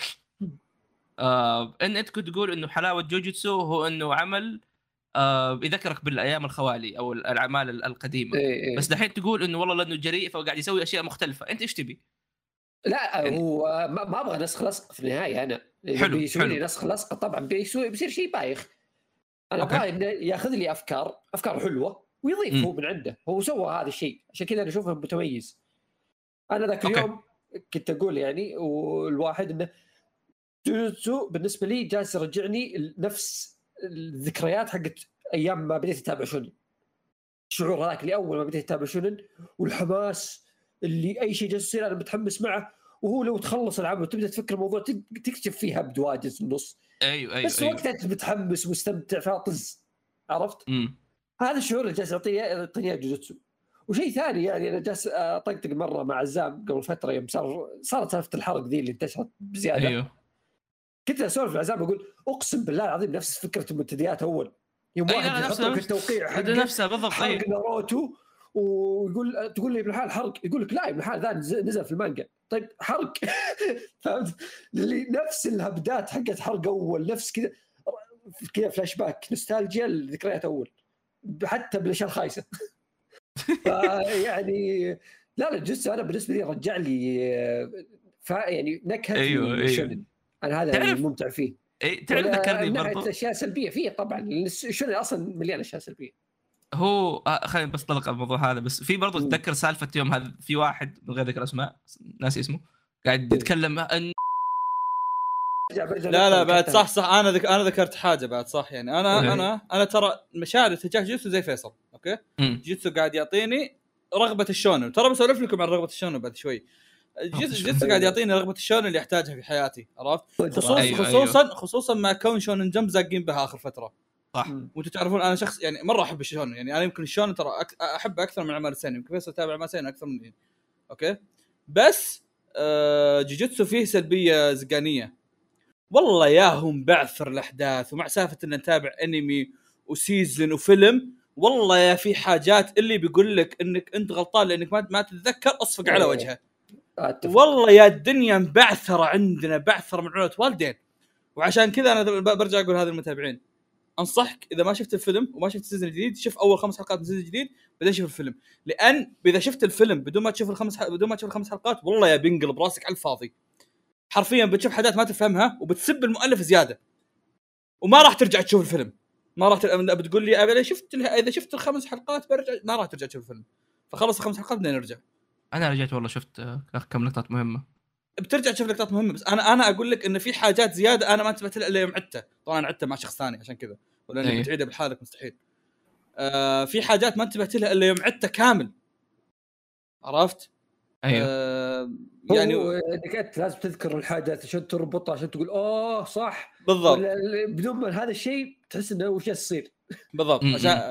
ان انت كنت تقول انه حلاوه جوجوتسو هو انه عمل يذكرك بالايام الخوالي او الاعمال القديمه بس دحين تقول انه والله لانه جريء فقاعد يسوي اشياء مختلفه انت ايش تبي؟ لا يعني هو ما ابغى نسخ لصق في النهايه انا بيسوي لي نسخ لصق طبعا بيصير شيء بايخ انا ابغى انه ياخذ لي افكار حلوه ويضيف هو من عنده هو سوى هذا الشيء عشان كذا انا اشوفه متميز انا ذاك اليوم كنت اقول يعني والواحد انه جوجوتسو بالنسبه لي جالس يرجعني نفس الذكريات حقت ايام ما بديت اتابع شونن الشعور هذاك اللي اول ما بديت اتابع شونن والحماس اللي اي شيء جالس يصير انا متحمس معه وهو لو تخلص العمل وتبدا تفكر الموضوع تكتشف فيها بدواجز في النص ايوه بس وقتها انت متحمس مستمتع فاطز عرفت هذا الشعور اللي جالس يعطيني جوجوتسو وشيء ثاني يعني انا جالس اطقطق مره مع عزام قبل فتره يوم صارت سالفه الحرق ذي اللي انتشرت بزياده كنت اسولف مع عزام اقول اقسم بالله العظيم نفس فكره المنتديات اول يوم واحد يحط لك التوقيع حق نفسه بالضبط حرق ناروتو ويقول تقول لي ابن الحلال حرق يقول لك لا ابن الحلال ذا نزل في المانجا طيب حرق فهمت اللي نفس الهبدات حقت حرق اول نفس كذا فلاش باك نوستالجيا الذكريات اول حتى بالاشياء الخايسه يعني لا جزء انا بالنسبه لي رجع لي يعني نكهه الشونن انا هذا اللي ممتع فيه تعرف ذكرني برضو اشياء سلبيه فيه طبعا الشونن اصلا مليان اشياء سلبيه هو خلينا بس نطلق الموضوع هذا بس في برضو تتذكر سالفه يوم هذا في واحد من غير ذكر اسماء ناس اسمه قاعد يتكلم ان لا بعد صح انا ذكرت حاجه بعد صح يعني انا ترى مشاعري تجاه جيتسو زي فيصل اوكي جيتسو قاعد يعطيني رغبه الشونن ترى بسولف لكم عن رغبه الشونن بعد شوي جيتسو قاعد يعطيني رغبه الشونن اللي احتاجها في حياتي عرفت خصوصا ما كون شونن جمب زاقين بها اخر فتره صح وانتم تعرفون انا شخص يعني مره احب الشونن يعني انا يمكن الشونن ترى احب اكثر من اعمال السينما يمكن فيصل تابع اعمال سينما اكثر مني اوكي بس جوجوتسو فيه سلبيه زقانيه والله ياهم بعثر الاحداث ومع سالفه ان نتابع انمي وسيزن وفيلم والله يا في حاجات اللي بيقول لك انك انت غلطان لانك ما تتذكر اصفق على وجهه والله يا الدنيا مبعثره عندنا بعثره من عيونة والدين وعشان كذا انا برجع اقول هذا المتابعين انصحك اذا ما شفت الفيلم وما شفت السيزون الجديد شوف اول 5 حلقات من السيزون الجديد بعدين شوف الفيلم لان اذا شفت الفيلم بدون ما تشوف الخمس حلقات والله يا بينقلب راسك على الفاضي حرفيا بتشوف حاجات ما تفهمها وبتسب المؤلف زياده وما راح ترجع تشوف الفيلم ما راح بتقول لي اذا شفت الخمس حلقات برجع ما راح ترجع تشوف الفيلم فخلص الخمس حلقات بدنا نرجع انا رجعت والله شفت كم لقطات مهمه بترجع تشوف لقطات مهمه بس انا اقول لك ان في حاجات زياده انا ما انتبهت لها الا يوم عدته طبعا انا عدته مع شخص ثاني عشان كذا ولا انك بتعيدها بحالك مستحيل في حاجات ما انتبهت لها الا يوم عدته كامل عرفت يعني انك لازم تذكر الحاجات عشان تربطها عشان تقول صح بالضبط بدون ما هذا الشيء تحس انه وش يصير بالضبط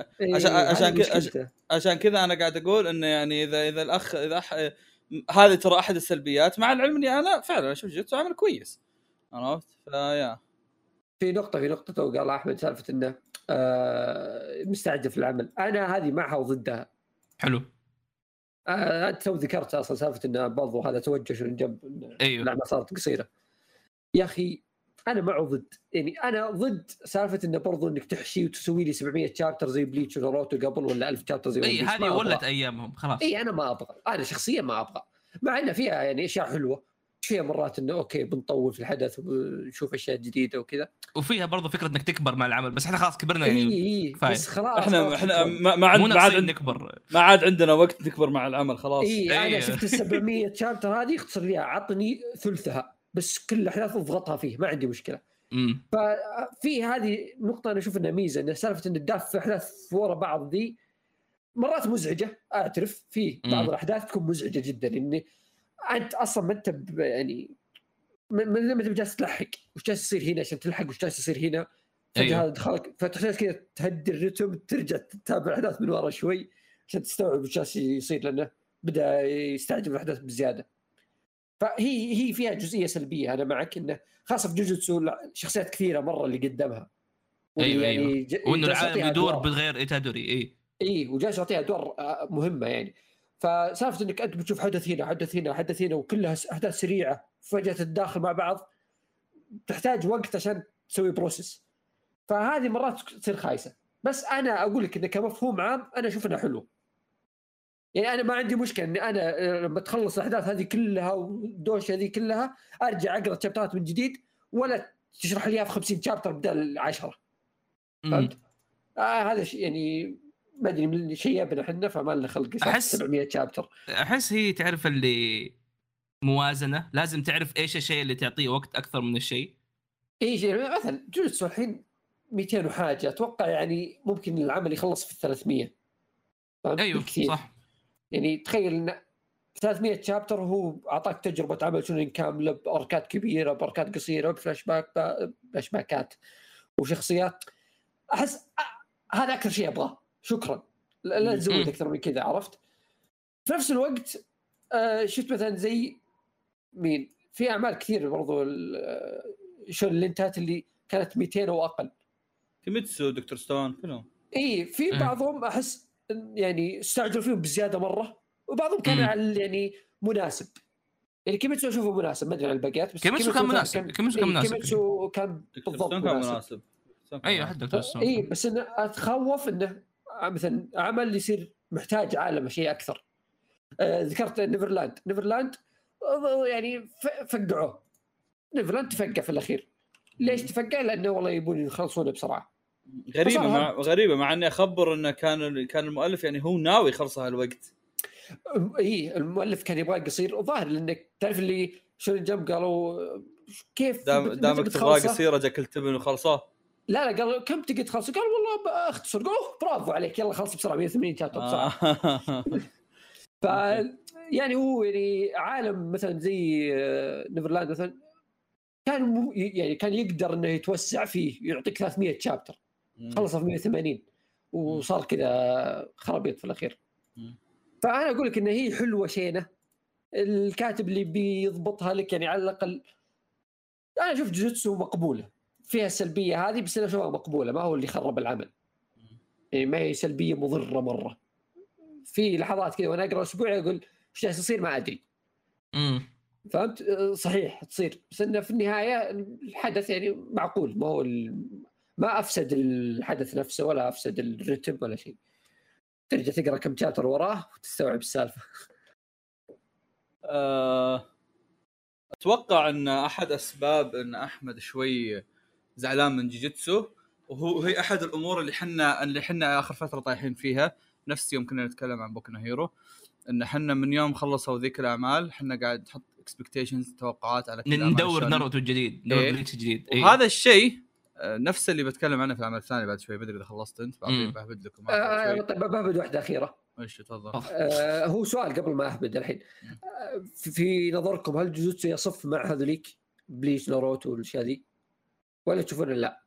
عشان كذا انا قاعد اقول انه يعني اذا الاخ هذه ترى احد السلبيات مع العلم اني انا فعلا اشوف جيتسو عمل كويس عرفت فيا في نقطه قال احمد سالفه انه مستعجل في العمل انا هذه معها وضدها حلو انت تو ذكرت اصلا سالفه انه برضو هذا توجه شنو جنب الأعمال صارت قصيره يا اخي انا معه ضد يعني انا ضد سالفه انه برضو انك تحشي وتسوي لي 700 شابتر زي بليتش وناروتو قبل ولا 1000 شابتر زي هذه ولت ايامهم خلاص انا ما ابغى انا شخصيا ما ابغى مع ان فيها يعني اشياء حلوه فيها مرات انه اوكي بنطول في الحدث ونشوف اشياء جديده وكذا وفيها برضو فكره انك تكبر مع العمل بس احنا خلاص كبرنا يعني بس خلاص احنا ما عاد نكبر ما عاد عندنا وقت نكبر مع العمل خلاص انا شفت 700 شابتر هذه اختصر ليها عطني ثلثها بس كل الاحداث اضغطها فيه ما عندي مشكله ففي هذه نقطه انا اشوف انها ميزه ان سالفه ان الداف احداث ورا بعض دي مرات مزعجه اعترف في بعض الاحداث تكون مزعجه جدا اني انت اصلا ما انت يعني ما تبي جالس تلحق وش جالس يصير هنا عشان تلحق وش جالس يصير هنا فجاه دخلك فتحتاج كذا تهدي الرتم ترجع تتابع الاحداث من ورا شوي عشان تستوعب وش جالس يصير لانه بدا يستعجل الاحداث بزياده فهي فيها جزئيه سلبيه. انا معك انه خاصه في جوجوتسو شخصيات كثيره مره اللي قدمها، ايوه يعني وانه العالم يدور بغير إتادوري. اي وجالس يعطيها ادوار مهمه يعني. فسالفه انك انت بتشوف حدث هنا وكلها احداث سريعه فجاه تتداخل مع بعض، تحتاج وقت عشان تسوي بروسيس، فهذه مرات تصير خايسه. بس انا اقول لك انه كمفهوم عام انا اشوف انه حلو. يعني انا ما عندي مشكله اني انا لما تخلص الاحداث هذه كلها والدوشه هذه كلها ارجع اقرا تشابترات من جديد، ولا تشرح لي في 50 شابتر بدل 10. فهمت؟ هذا شيء يعني ما ادري من شيء ابدا احنا فما لنا خلق 700 شابتر. احس هي تعرف اللي موازنه، لازم تعرف ايش الشيء اللي تعطيه وقت اكثر من الشيء. ايش مثلا جوجوتسو الحين 200 وحاجه، اتوقع يعني ممكن العمل يخلص في 300. ايوه صح. يعني تخيل ان 300 شابتر وهو اعطاك تجربه عمل شنو كامله باركات كبيره باركات قصيره بفلاش باكات وشخصيات. احس هذا اكثر شيء ابغاه، شكرا لا تزود اكثر من كذا. عرفت؟ في نفس الوقت شفت مثلا زي مين في اعمال كثير برضو شو اللي انتهت اللي كانت 200 او اقل، كيميتسو دكتور ستون كلهم. اي في بعضهم احس يعني استعجلوا فيهم بزياده مره، وبعضهم كان يعني مناسب. يعني كيميتسو اشوفه مناسب، ما ادري عن الباقيات بس كيميتسو كان مناسب. كيميتسو كان بالضبط مناسب. ايوه حد دكتور ستون. اي بس انه اتخوف انه مثلا عمل يصير محتاج عالم شيء اكثر. ذكرت نيفرلاند يعني فقعوه. نيفرلاند تفقع في الاخير. ليش تفقع؟ لانه والله يبون يخلصونه بسرعه. غريبه مع اني اخبر انه كان المؤلف يعني هو ناوي يخلصها الوقت. اي المؤلف كان يبغى قصير وظاهر لانك تعرف اللي شون جمب قالوا كيف دامك تبغى قصيره جاك التبن وخلصاه. لا قالوا كم تقدر تخلص؟ قال والله اختصر. قالوا برافو عليك يلا خلص بسرعه 180 شابتر بسرعه. ف يعني هو يعني عالم مثلا زي نيفرلاند مثلا كان يقدر انه يتوسع فيه يعطيك 300 شابتر خلص في 180 وصار كذا خرابيط في الاخير. فانا اقول لك ان هي حلوه شينه الكاتب اللي بيضبطها لك يعني على الاقل. انا اشوف جوجوتسو مقبوله فيها السلبيه هذه بس انا اشوفها مقبوله، ما هو اللي خرب العمل. يعني ما هي سلبيه مضره مره. في لحظات كذا وانا اقرا اسبوع اقول ايش جالس يصير ما ادري. فهمت؟ صحيح تصير بس انه في النهايه الحدث يعني معقول، ما هو ما افسد الحدث نفسه ولا افسد الرتم ولا شيء. ترجع تقرا كم شابتر وراه وتستوعب السالفه. اتوقع ان احد اسباب ان احمد شوي زعلان من جوجوتسو وهي احد الامور اللي حنا اخر فتره طايحين فيها. نفس يوم كنا نتكلم عن بوكو هيرو ان حنا من يوم خلصوا ذيك الاعمال حنا قاعد نحط اكسبكتيشنز توقعات على ندور ناروتو الجديد ندور بليتش الجديد. وهذا الشيء نفس اللي بتكلم عنه في العمل الثاني بعد شوي. بدري اذا خلصت انت بهبد لكم. طيب بهبد واحده اخيره. ايش تفضل. هو سؤال قبل ما اهبد الحين. في نظركم هل جوجوتسو يصف مع هذوليك بليتش ناروتو والاشياء دي ولا تشوفون لا؟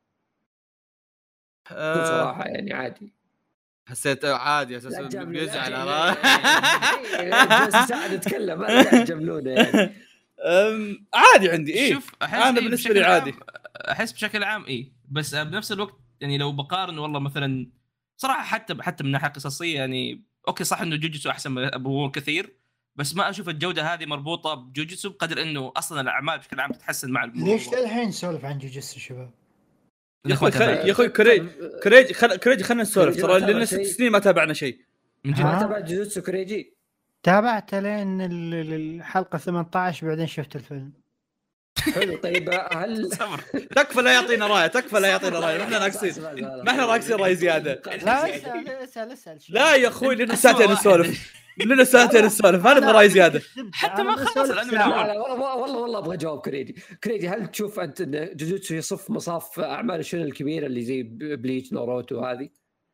بصراحه يعني عادي. حسيت عادي اساسا بيزعل على ساعه نتكلم ما جملونه يعني. عادي عندي ايه. شوف انا بالنسبه لي عادي. احس بشكل عام ايه بس بنفس الوقت يعني لو بقارن والله مثلا صراحه حتى من ناحيه قصصيه يعني اوكي صح انه جوجوتسو احسن من ابو كثير بس ما اشوف الجوده هذه مربوطه بجوجوتسو بقدر انه اصلا الاعمال بشكل عام تتحسن مع الموضوع. ليش الحين نسولف عن جوجوتسو شباب؟ يا اخوي كريجي خلينا نسولف ترى لنا 6 سنين ما تابعنا شيء. من جد ما تابعت جوجوتسو كريجي؟ تابعت لين الحلقه 18 بعدين شفت الفيلم. حلو. طيب هل تكفى لا يعطينا رايه احنا ناقصين ما احنا راقصين راي زياده. لا اسال لا يا اخوي لنا ساعتين نسولف ما نبغى راي زياده حتى ما خلص لا والله ابغى جواب كريدي هل تشوف انت ان جوجوتسو يصف مصاف اعمال الشونن الكبيره اللي زي بليتش ناروتو هذه؟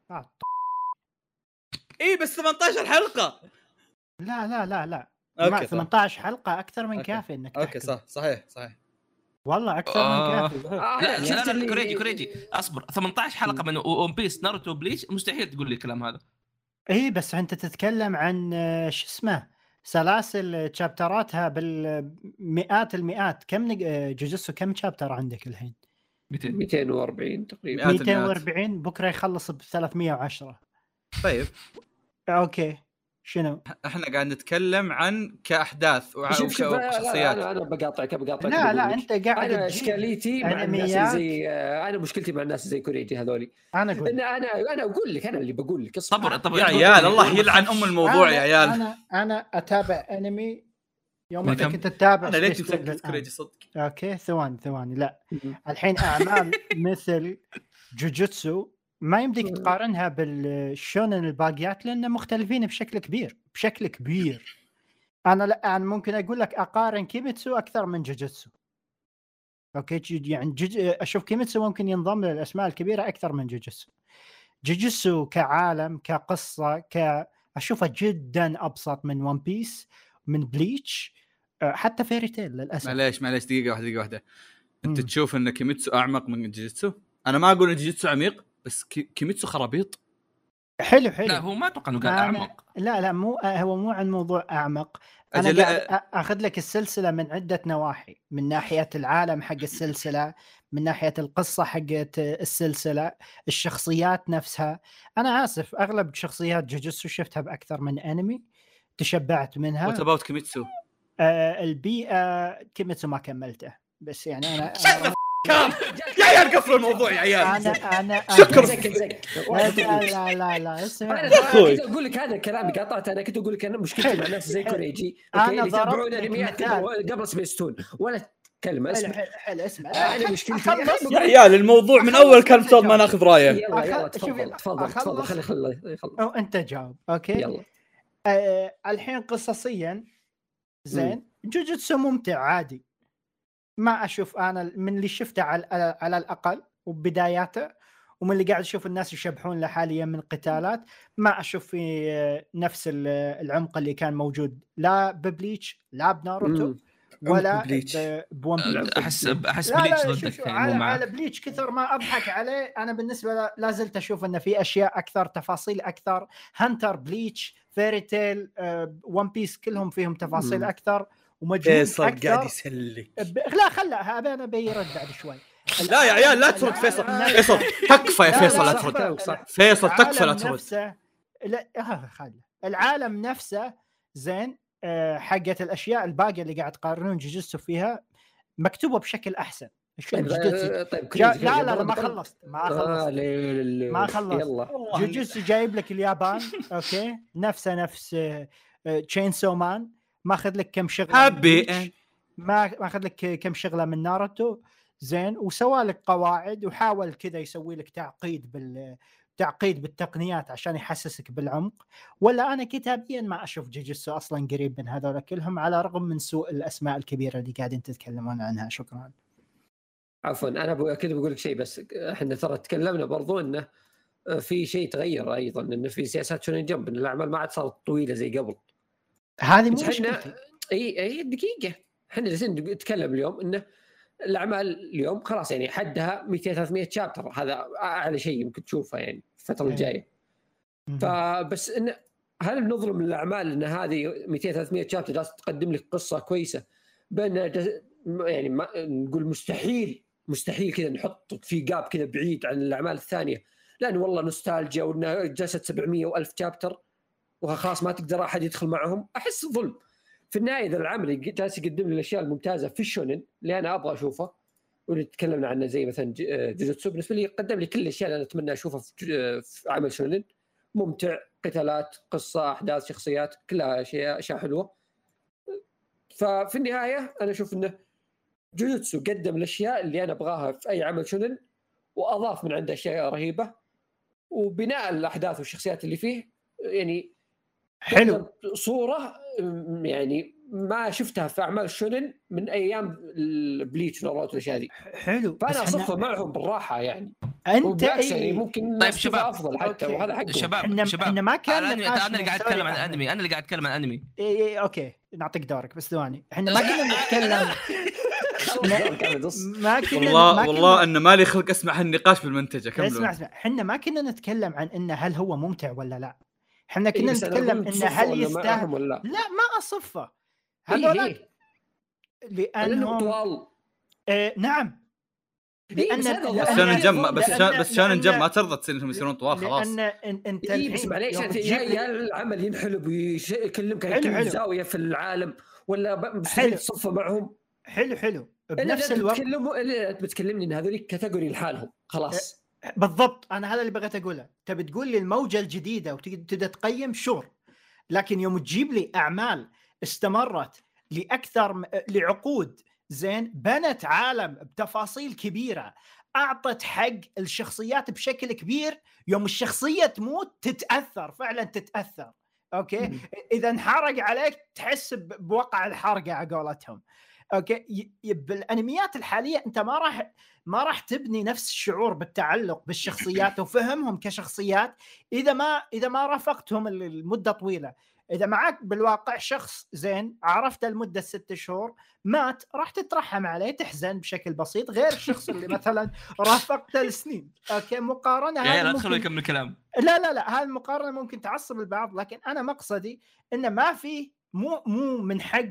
ايه بس 18 حلقه. لا مع 18 حلقه اكثر من كافي انك اوكي صحيح والله اكثر من كافي. لا كريجي اصبر 18 حلقه من ون بيس ناروتو بليتش مستحيل تقول لي الكلام هذا. ايه بس انت تتكلم عن شو اسمه سلاسل شابتراتها بالمئات المئات. كم جوجوتسو كم شابتر عندك الحين؟ 240 تقريبا. 240 بكره يخلص ب 310. طيب اوكي شنو؟ احنا قاعد نتكلم عن كاحداث وشخصيات. انا بقاطعك. لا انت قاعد انا اشكاليتي مع الناس زي انا مشكلتي مع الناس زي كوريجي هذولي. انا اقول لك، انا اللي بقول لك طب يا عيال الله يلعن الموضوع يا عيال. انا اتابع انمي يوم كنت اتابع. انا ليش مسكت كوريجي صدق؟ اوكي ثواني لا الحين اعمال مثل جوجوتسو ما يمديك تقارنها بالشونن الباقيات لأنه مختلفين بشكل كبير. أنا ممكن أقول لك أقارن كيميتسو أكثر من جوجوتسو. أوكي يعني أشوف كيميتسو ممكن ينضم للأسماء الكبيرة أكثر من جوجوتسو كعالم كقصة أشوفها جدا أبسط من ون بيس من بليتش حتى فيري تيل للأسف. معليش دقيقة واحدة. أنت تشوف أن كيميتسو أعمق من جوجوتسو؟ أنا ما أقول أن جوجوتسو عميق بس كيميتسو خرابيط. حلو لا هو ما اتوقع انه قال اعمق. لا هو مو عن موضوع اعمق. انا قاعد اخذ لك السلسله من عده نواحي، من ناحيه العالم حق السلسله، من ناحيه القصه حقت السلسله، الشخصيات نفسها. انا اسف اغلب شخصيات جوجوتسو شفتها باكثر من انمي تشبعت منها. وات اباوت كيميتسو؟ البيئه كيميتسو ما كملته بس يعني انا يا عيال قفلوا الموضوع يا عيال. انا شكرا. لا اسمع. انا كنت اقول لك هذا الكلام قاطعت. انا كنت اقول لك انا مشكلتي مع ناس زي كوريجي انا يتابعون انميات قبل سبيستون ولا كلمه. اسمع انا مشكلتي يا عيال الموضوع من اول كان صار ما ناخذ رايه. يلا تفضل خلي يخلص. انت جاوب اوكي يلا. الحين قصصيا زين جوجوتسو ممتع عادي. ما أشوف أنا من اللي شفته على الأقل وبداياته ومن اللي قاعد أشوف الناس يشبحون له حاليا من قتالات ما أشوف في نفس العمق اللي كان موجود لا ببليتش لا بناروتو ولا بون بيس. أحس بليتش ضدك يعني على بليتش كثر ما أضحك عليه. أنا بالنسبة لا زلت أشوف أن في أشياء أكثر تفاصيل أكثر. هانتر بليتش فيري تيل ون بيس كلهم فيهم تفاصيل أكثر ومجهود أكثر. قاعد يسلك. لا خلها أنا بيرد بعد شوي. لا يا عيال لا ترد فيصل. تكفى يا فيصل لا ترد. فيصل تكفى لا ترد. لا خلي العالم نفسه زين. حقت الأشياء الباقية اللي قاعد تقارنون جوجوتسو فيها مكتوبة بشكل أحسن. طيب لا ما خلصت يلا جوجوتسو جايب لك اليابان اوكي نفس تشينسو مان. ماخذ لك كم شغله ما اخذ لك كم شغله من ناروتو زين وسوى لك قواعد وحاول كذا يسوي لك تعقيد بالتقنيات عشان يحسسك بالعمق. ولا انا كتابيا ما اشوف جوجوتسو اصلا قريب من هذول كلهم على الرغم من سوء الاسماء الكبيره اللي قاعدين تتكلمون عنها. شكرا. عفوا انا اكيد بقول لك شيء بس احنا ترى تكلمنا برضو انه في شيء تغير ايضا انه في سياسات شونين جمب ان الاعمال ما عاد صارت طويله زي قبل. هذه مو مشكلتي. اي دقيقه احنا جالسين نتكلم اليوم انه الاعمال اليوم خلاص يعني حدها 200-300 شابتر. هذا اعلى شيء يمكن تشوفه يعني الفتره الجايه. فبس ان هل بنظلم الاعمال ان هذه 200-300 شابتر جالسه تقدم لك قصه كويسه بين يعني ما نقول مستحيل كذا نحط في جاب كذا بعيد عن الاعمال الثانيه لان والله نوستالجيا وانها جلست 700 و1000 شابتر وخلاص ما تقدر احد يدخل معهم. احس ظلم في النهايه. اذا العمل جالس يقدم لي الاشياء الممتازه في الشونن اللي انا ابغى اشوفه واللي تكلمنا عنه زي مثلا جوجوتسو بالنسبه لي قدم لي كل الاشياء اللي انا اتمنى اشوفها في عمل شونن ممتع. قتالات قصه احداث شخصيات كلها اشياء حلوه. ففي النهايه انا اشوف انه جوجوتسو قدم الاشياء اللي انا ابغاها في اي عمل شونن واضاف من عنده اشياء رهيبه وبناء الاحداث والشخصيات اللي فيه يعني حلو. صوره يعني ما شفتها في اعمال شونن من ايام البليتش وناروتو والاشياء هذه. حلو فانا اصفه معهم بالراحه يعني. انت يعني ممكن طيب شباب افضل حتى وهذا حق شباب احنا ما كان انا اللي قاعد اتكلم عن الانمي. انا اللي قاعد اتكلم عن الانمي. اي اوكي نعطيك دورك بس ثواني. احنا ما كنا نتكلم والله انه مالي خلق اسمع هالنقاش بالمنتج. كملوا. اسمع احنا ما كنا نتكلم عن انه هل هو ممتع ولا لا. احنا كنا نتكلم ان هل يستاهل لا ما اصفه هذول لانهم طوال. نعم لان شانن جمب بس شانن جمب ما ترضى تصير انهم يصيرون طوال خلاص. لان انت بس معليش يا العمل ينحلب ويكلمك عن كل زاويه في العالم ولا مستحيل تصفى معهم. حلو بنفس الوقت بتكلمني ان هذول كاتيجوري لحالهم خلاص. بالضبط انا هذا اللي بغيت اقوله. تبي تقول لي الموجه الجديده وتبدا تقيم شور، لكن يوم تجيب لي اعمال استمرت لاكثر لعقود زين، بنت عالم بتفاصيل كبيره، اعطت حق الشخصيات بشكل كبير، يوم الشخصيه تموت تتاثر فعلا تتاثر. اوكي اذا انحرق عليك تحس بوقع الحرقه على قولتهم. اوكي بالانميات الحاليه انت ما راح تبني نفس الشعور بالتعلق بالشخصيات وفهمهم كشخصيات اذا ما رافقتهم المده طويله. اذا معك بالواقع شخص زين عرفته لمده 6 شهور مات، راح تترحم عليه تحزن بشكل بسيط، غير الشخص اللي مثلا رافقته لسنين. اوكي مقارنه هذه لا تدخل يكمل كلام. لا هذه المقارنه ممكن تعصب البعض، لكن انا مقصدي انه ما في مو من حق،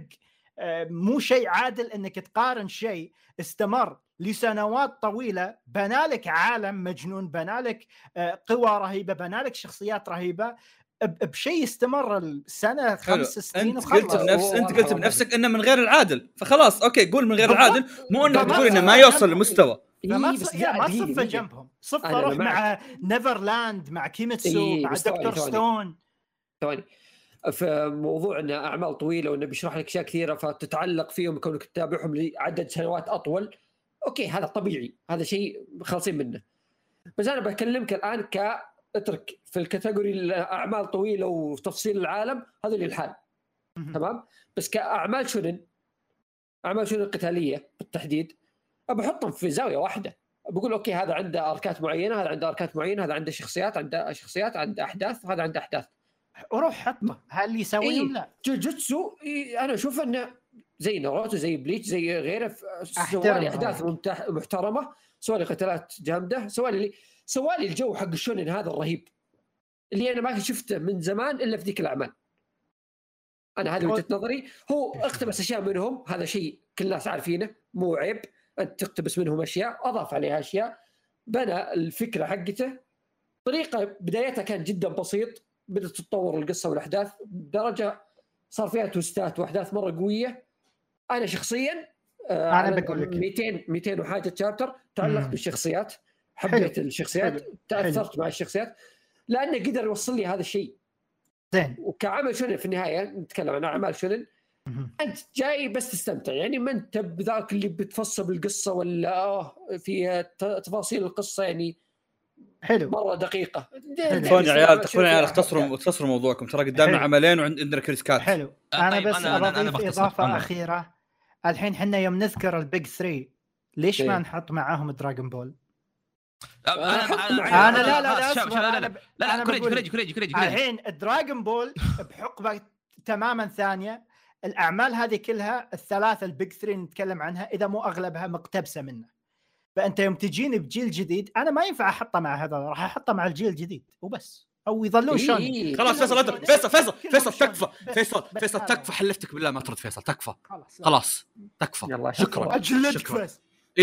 مو شيء عادل انك تقارن شيء استمر لسنوات طويله، بنالك عالم مجنون، بنالك قوى رهيبه، بنالك شخصيات رهيبه، بشيء استمر السنه 5 سنين. انت قلت بنفسك انه من غير العادل، فخلاص اوكي قول من غير العادل، مو انك تقول انه ما يوصل لمستوى. ما صفه جنبهم، صفه روح مع نيفرلاند، مع كيميتسو، مع دكتور ستون. ثواني في موضوع ان اعمال طويله وانه بيشرح لك اشياء كثيره فتتعلق فيهم كونك تتابعهم لعدد سنوات اطول. اوكي هذا طبيعي، هذا شيء خالصين منه. بس انا بكلمك الان اترك في الكاتيجوري الاعمال طويله وتفصيل العالم هذا للحال تمام. بس كاعمال شونن، اعمال شونن قتاليه بالتحديد، بحطهم في زاويه واحده، بقول اوكي هذا عنده اركات معينه، هذا عنده اركات معينه، هذا عنده شخصيات، عنده احداث، هذا عنده احداث. وروح حطه هل يسوي لا جوجوتسو انا اشوف انه زي ناروتو زي بليتش زي غيره، سوالي احداث محترمه، سوالي قتالات جامده، سوالي الجو حق الشونن هذا الرهيب اللي انا ما شفته من زمان الا في ذيك الاعمال. انا هذه وجهه نظري. هو اقتبس اشياء منهم، هذا شيء كل الناس عارفينه، مو عيب انت تقتبس منهم اشياء، اضاف عليها اشياء، بنى الفكره حقته. طريقه بدايتها كان جدا بسيط، بدأت تتطور القصة والأحداث بدرجة صار فيها توستات وأحداث مرة قوية. أنا شخصياً أنا بقول لك 200 وحاجة شابتر تعلقت بالشخصيات، حبيت الشخصيات، تأثرت مع الشخصيات لأنه قدر يوصل لي هذا الشيء زين. وكعمل شونن في النهاية نتكلم عن أعمال شونن، أنت جاي بس تستمتع، يعني ما أنت بذاك اللي بتفصل بالقصة ولا في تفاصيل القصة يعني حلو مرة دقيقة. تكفون يا عيال، اختصروا موضوعكم، ترى قدامنا عملين وعندنا كريسكات. حلو انا بس اضيف اضافة اخيرة. الحين حنا يوم نذكر البيج 3 ليش ما نحط معاهم دراغون بول؟ انا لا كريجي الحين دراغون بول بحقبة تماما ثانية. الاعمال هذه كلها الثلاثة البيج 3 نتكلم عنها اذا مو اغلبها مقتبسة منه. فانت يوم تجيني بجيل جديد انا ما ينفع احطه مع هذا، راح احطه مع الجيل الجديد وبس، او يظلون شلون. خلاص فيصل تكفى، فيصل تكفى، حلفتك بالله ما ترد فيصل، تكفى خلاص تكفى. شكرا اجلدك فيصل.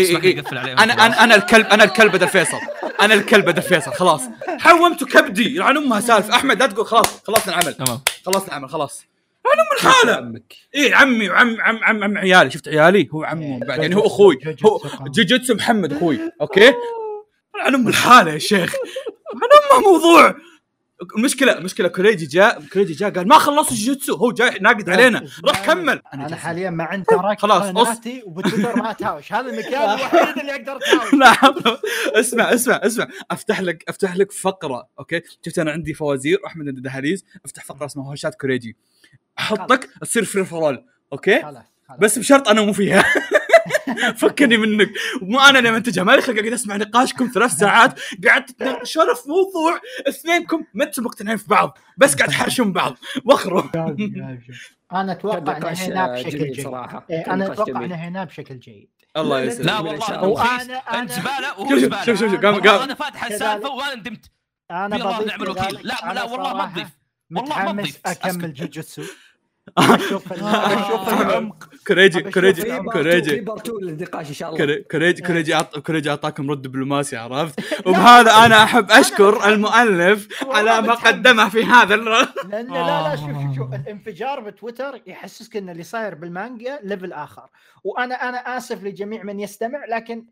انا الكلب بدل فيصل، انا الكلب بدل فيصل. خلاص حومتوا كبدي يلعن امها سالفه. احمد لا تقول خلاص العمل تمام، خلاص العمل خلاص. انا من حاله ايه عمي وعم عيالي، شفت عيالي هو عمه بعد يعني هو اخوي، هو جوجوتسو محمد اخوي. اوكي انا من الحاله يا شيخ، انا ما موضوع مشكله كوريجي جاء قال ما خلص جوجوتسو، هو جاي ناقد علينا، روح كمل. انا حاليا ما عندي راك قناتي وبتويتر ما تهاوش، هذا المكان الوحيد اللي اقدر اتهاوش. نعم اسمع افتح لك فقره. اوكي شفت انا عندي فوازير واحمد عنده دهاليز، افتح فقره اسمها هوشات كوريجي، احطك تصير فري فرول. اوكي خلاص. بس بشرط انا مو فيها. فكني منك، مو انا اللي منتجها، ما لي خلق اقعد اسمع نقاشكم 3 ساعات قاعد تتناقشون في موضوع اثنينكم ما انتم مقتنعين في بعض، بس قاعد تحرشون بعض واخروا. انا اتوقع انهينا بشكل جيد صراحه، انا اتوقع انهينا بشكل جيد. الله يسلمك. لا والله انت زباله وهو زباله. شوف انا فاتح السالفه وانا ندمت. انا بضيف نعمل وكيل. لا والله ما تضيف متحمس اكمل جوجوتسو. اشوف العمق. كوريجي بارتو النقاش ان شاء الله. كوريجي اعطاكم رد دبلوماسي، عرفت؟ وبهذا انا احب اشكر المؤلف على ما قدمه في هذا لان لا شوف الانفجار بتويتر يحسسك ان اللي صاير بالمانجا ليفل اخر. وانا اسف لجميع من يستمع، لكن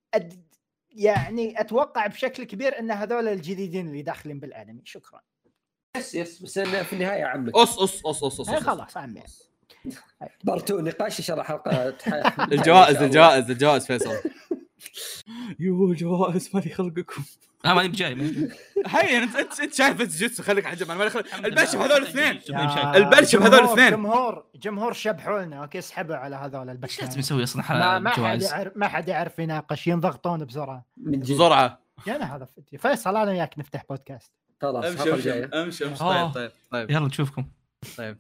يعني اتوقع بشكل كبير ان هذول الجديدين اللي داخلين بالانمي. شكرا. يس بس أنا في النهايه عمك أص خلاص عمي. بارتو نقاش ان شاء الله حلقه الجوائز فيصل. يو الجوائز ما لي خلقكم. ما بجاي هي انت شايف جيتسو، خليك عجب. انا ما لي البلشة هذول الاثنين. البلشة هذول الاثنين جمهور شبحولنا. اوكي اسحبوا على هذول البلشة. لازم نسوي اصلا ما حد يعرف يناقش، ينضغطون بسرعه. انا هذا فيصل انا وياك نفتح بودكاست. خلاص امشي. طيب يلا نشوفكم. طيب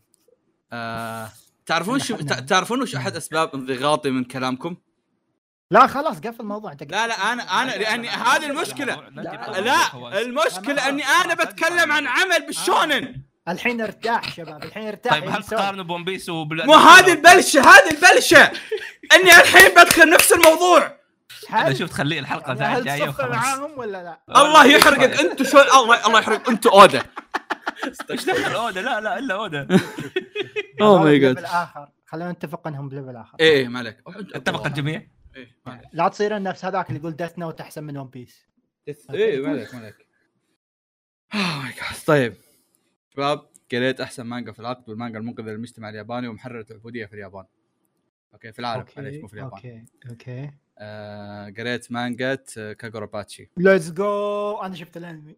تعرفون وش احد اسباب انضغاطي من كلامكم؟ لا خلاص قفل الموضوع. لا انا لاني هذه المشكله. لا المشكله اني انا بتكلم عن عمل بالشونن. الحين ارتاح شباب، الحين ارتاح. طيب هل تقارنوا بون بيس مو هذه البلشه اني الحين بدخل نفس الموضوع. انا شفت خليه الحلقه الجايه وخلاص معاهم ولا لا. الله يحرقك انتوا شو الله يحرق انتوا اودا. ايش دخل اودا؟ لا الا اودا. اوه ماي جاد. بالاخر خلينا نتفق انهم بليفل اخر. ايه ما عليك، اتفق الجميع. ايه لا تصير نفس هذاك اللي يقول ديث نوت احسن من ون بيس. ايه ما عليك. اوه ماي جاد. طيب شباب، قريت احسن مانجا في العقد والمانجا المنقذه للمجتمع الياباني ومحرره العبوديه في اليابان. اوكي في العالم، معليش مو في اليابان. اوكي قريت مانجا كاغوراباتشي. ليتس جو. انا شفت الانمي.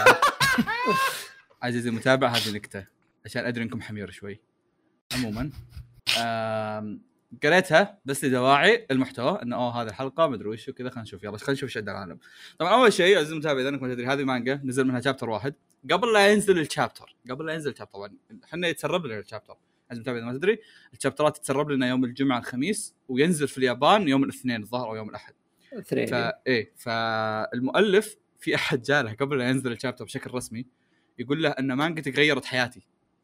عزيزي المتابع هذه نكته عشان ادري انكم حمير شوي. عموما قريتها بس لدواعي المحتوى، انه هذه الحلقه مدري وش وكذا. خلينا نشوف، يلا خلينا نشوف ايش عندنا العالم. طبعا اول شيء عزيزي المتابع اذا انكم ما تدري، هذه مانجا نزل منها شابتر واحد قبل لا ينزل الشابتر. طبعا احنا يتسرب لنا الشابتر. عزيزي المتابع اذا ما تدري، الشابترات تتسرب لنا يوم الجمعه الخميس، وينزل في اليابان يوم الاثنين الظهر او يوم الاحد. فالمؤلف في احد جاله قبل لا ينزل الشابتر بشكل رسمي يقول له ان مانجتك غيرت حياتي.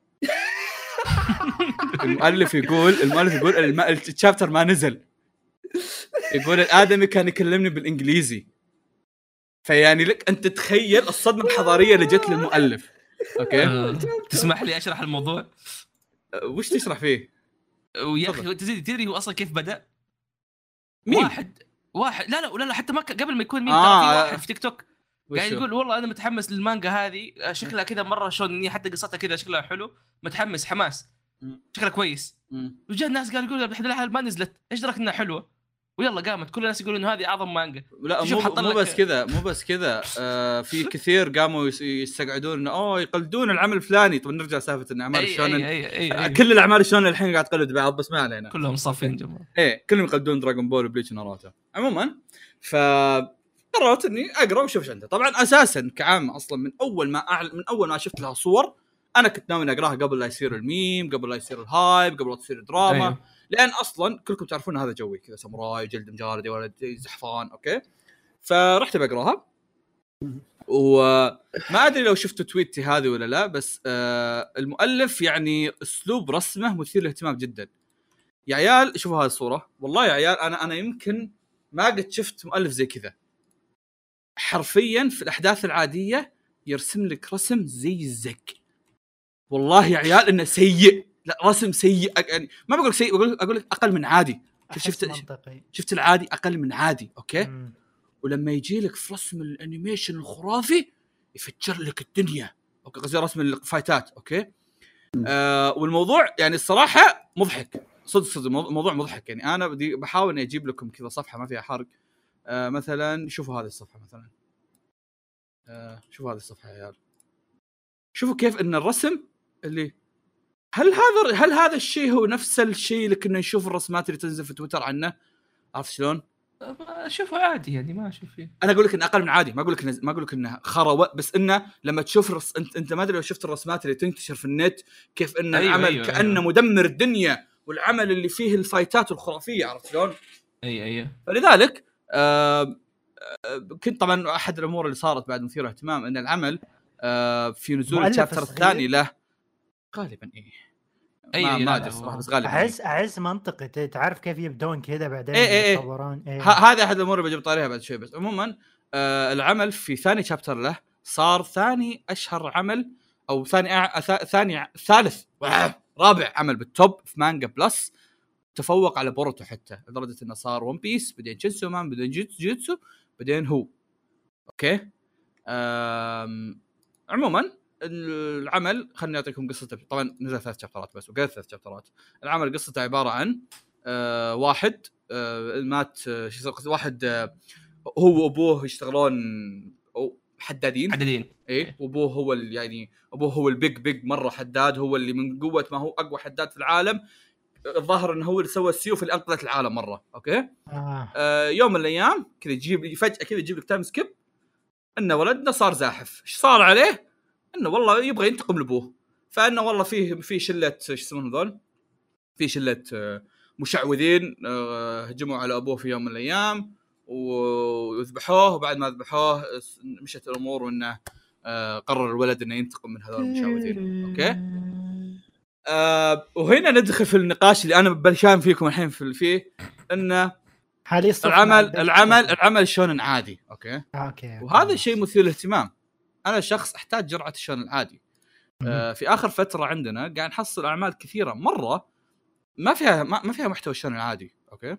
المؤلف يقول الشابتر ما نزل. يقول الآدمي كان يكلمني بالإنجليزي. فيعني لك أنت تتخيل الصدمة الحضارية اللي جت للمؤلف. أوكي تسمح لي أشرح الموضوع؟ وش تشرح فيه؟ ويا أخي تدري هو أصلا كيف بدأ؟ مين؟ واحد لا حتى ما قبل ما يكون مين. في واحد في تيك توك قاعد يقول والله أنا متحمس للمانجا هذه، شكلها كذا مرة شوني، حتى قصتها كذا شكلها حلو، متحمس حماس، شكلها كويس. وجاء الناس قال يقولوا لحد الحين ما نزلت، ايش دراك انها حلوه؟ ويلا قامت كل الناس يقولون انه هذه اعظم مانجا. لا مو بس كذا في كثير قاموا يستقعدون انه يقلدون العمل الفلاني. طب نرجع سالفه ان اعمال الشونن كل الاعمال الشونن الحين قاعد تقلد بعض، بس ما علينا، كلهم صافين جماعه. كلهم يقلدون دراغون بول وبليتش وناروتو. عموما قررت اني اقرا واشوف ايش عنده. طبعا اساسا كعامه اصلا من اول ما شفت لها صور انا كنت ناوي اقراها قبل لا يصير الميم، قبل لا يصير الهايب، قبل لا تصير دراما. لان اصلا كلكم تعرفون هذا جوي كذا، ساموراي جلد مجاردي ولا زحفان. اوكي فرحت بقراها. وما ادري لو شفتوا تويتي هذه ولا لا، بس المؤلف يعني اسلوب رسمه مثير للاهتمام جدا. يا عيال شوفوا هذه الصوره، والله يا عيال انا يمكن ما قد شفت مؤلف زي كذا. حرفيا في الاحداث العاديه يرسم لك رسم زي الزق. والله يا عيال انه سيء، لا رسم سيء يعني. ما بقول سيء، اقول لك اقل من عادي. شفت العادي اقل من عادي. اوكي ولما يجي لك في رسم الانيميشن الخرافي يفجر لك الدنيا. اوكي قصدي رسم الفايتات. اوكي والموضوع يعني الصراحه مضحك صدق موضوع مضحك. يعني انا بدي بحاول اني اجيب لكم كذا صفحه ما فيها حرق. مثلا شوفوا هذه الصفحه مثلا. شوفوا هذه الصفحه يا عيال، شوفوا كيف ان الرسم اللي هل هذا الشيء هو نفس الشيء اللي كنا نشوف الرسمات اللي تنزل في تويتر عنه؟ عرفت شلون؟ اشوفه عادي يعني، ما اشوف فيه. انا اقول لك انه اقل من عادي، ما اقول لك انه خروه، بس انه لما تشوف انت ما ادري لو شفت الرسمات اللي تنتشر في النت كيف ان العمل كانه مدمر الدنيا، والعمل اللي فيه الفايتات الخرافيه. عرفت شلون؟ اي فلذلك كنت طبعا احد الامور اللي صارت بعد مثير اهتمام ان العمل في نزول الشابتر الثاني له غالبا ما ادري صراحه، بس غالبا احس منطقي. تعرف كيف يبدون كذا بعدين يتطورون. هذا احد الامور اللي بجيب طاريها بعد شوي. بس عموما العمل في ثاني شابتر له صار ثاني اشهر عمل او ثالث رابع عمل بالتوب في مانجا بلس، تفوق على بوروتو حتى لدرجه انه صار ون بيس، بعدين شينسو مان، بعدين جيتسو، بعدين هو. اوكي عموما العمل خليني اعطيكم قصته. طبعا نزل 3 شابترات بس، وقال 3 شابترات. العمل قصته عباره عن واحد مات واحد هو وابوه يشتغلون او حدادين. ايه وابوه هو يعني ابوه هو البيج مره حداد، هو اللي من قوه ما هو اقوى حداد في العالم. الظاهر انه هو اللي سوى السيوف اللي انقذت العالم مره. اوكي يوم من الايام كذا يجيب فجاه كذا يجيب لك تايم سكيب ان ولدنا صار زاحف. ايش صار عليه؟ انه والله يبغى ينتقم لابوه. فانه والله في شله ايش يسمونهم هذول، في شله مشعوذين هجموا على ابوه في يوم من الايام وذبحوه. وبعد ما ذبحوه مشت الامور وانه قرر الولد انه ينتقم من هذول المشعوذين. اوكي وهنا ندخل في النقاش اللي انا بلشان فيكم الحين فيه انه العمل شونن عادي. اوكي وهذا شيء مثير للاهتمام. انا شخص احتاج جرعه الشونن العادي. في اخر فتره عندنا قاعد نحصل اعمال كثيره مره ما فيها محتوى الشونن العادي. اوكي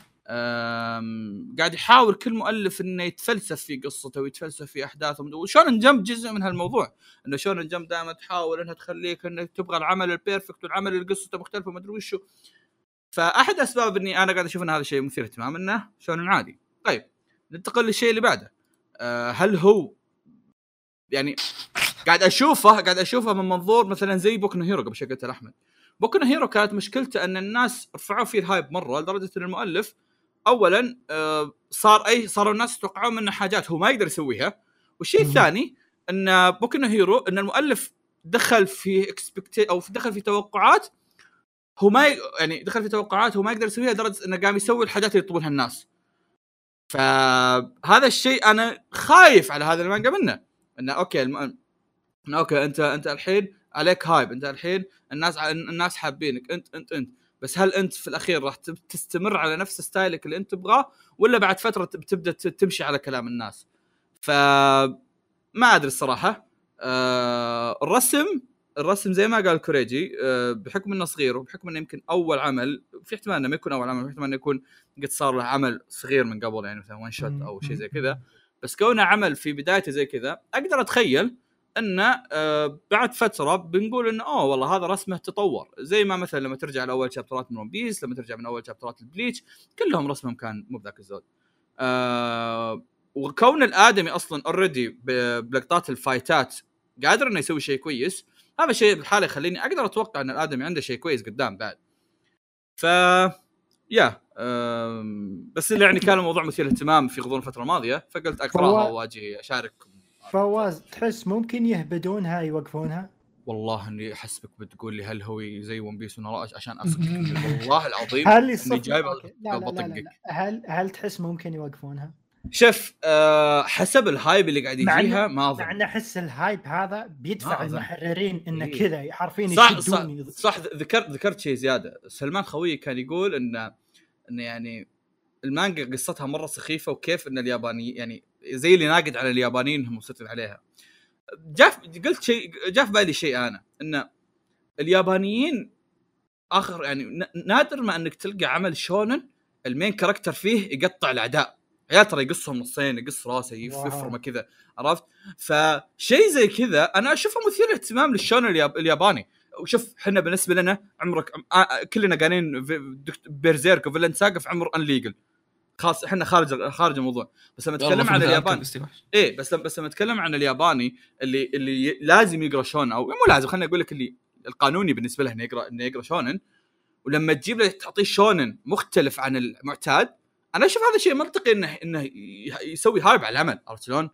قاعد يحاول كل مؤلف انه يتفلسف في قصته ويتفلسف في احداثه. وشونن جمب جزء من هالموضوع، انه شونن جمب دائما تحاول انها تخليك انك تبغى العمل البيرفكت والعمل اللي قصته مختلفه وما ادري وشو. فاحد اسباب اني انا قاعد اشوف ان هذا الشيء مثير اهتمام انه شونن عادي. طيب ننتقل للشيء اللي بعده. هل هو يعني قاعد اشوفه من منظور مثلا زي بوكو نو هيرو. قبل شوي قلت لاحمد بوكو نو هيرو كانت مشكلته ان الناس رفعوا فيه الهايب مره لدرجه ان المؤلف اولا صاروا الناس يتوقعون منه حاجات هو ما يقدر يسويها. والشيء الثاني ان بوكو نو هيرو ان المؤلف دخل في دخل في توقعات هو ما يقدر يسويها لدرجه انه قام يسوي الحاجات اللي يطلبونها الناس. فهذا الشيء انا خايف على هذا المانجا منه. انه اوكي انت الحين عليك هايب، انت الحين الناس حابينك انت بس هل انت في الاخير راح تستمر على نفس ستايلك اللي انت تبغاه ولا بعد فتره بتبدا تمشي على كلام الناس؟ فما ادري الصراحه. الرسم زي ما قال كوريجي بحكم انه صغير وبحكم انه يمكن اول عمل، في احتمال انه ما يكون اول عمل، في احتمال انه يكون قد صار له عمل صغير من قبل يعني مثلا وان شوت او شيء زي كذا. بس كونه عمل في بدايته زي كذا اقدر اتخيل انه بعد فتره بنقول انه والله هذا رسمه تطور. زي ما مثلا لما ترجع لاول شابترات من ون بيس، لما ترجع من اول شابترات البليتش، كلهم رسمهم كان مو بذاك الزود. وكون الادمي اصلا اوريدي بلقطات الفايتات قادر انه يسوي شيء كويس، هذا الشيء بالحاله يخليني اقدر اتوقع ان الادمي عنده شيء كويس قدام بعد. ف بس اللي يعني كان الموضوع مثير اهتمام في غضون الفتره الماضيه، فقلت اقراها واجي اشارككم. فواز تحس ممكن يهبدونها يوقفونها؟ والله اني احسبك بتقول لي هل هو زي ون بيس ولا عشان اصدق. والله العظيم اني جايب بطقك. هل تحس ممكن يوقفونها؟ شوف حسب الهايب اللي قاعد يجيها ما اظن. مع احس الهايب هذا بيدفع المحررين انه كذا حرفيا يشدوني. صح ذكرت شيء زياده. سلمان خويي كان يقول ان يعني المانجا قصتها مره سخيفه، وكيف ان الياباني يعني زي اللي ناقد على اليابانيين هم مسيطرين عليها. قلت شيء جاء في بالي شيء انا ان اليابانيين اخر يعني نادر ما انك تلقى عمل شونن المين كاركتر فيه يقطع الاعداء. عيال ترى يقصهم نصين، يقص راسه يفرمه كذا، عرفت؟ فشيء زي كذا انا اشوفه مثير اهتمام للشونن الياباني. وشوف احنا بالنسبه لنا عمرك كلنا قاعدين بيرزيرك وفيلن ساغا في عمر انليجل، خلاص احنا خارج الموضوع. بس لما نتكلم عن اليابان بس لما نتكلم عن الياباني اللي لازم يقرا شونن، او مو لازم، خليني اقول لك اللي القانوني بالنسبه له انه يقرا شونن، ولما تجيب له تعطيه شونن مختلف عن المعتاد، انا اشوف هذا شيء منطقي انه يسوي هايب على العمل، عرفت شلون؟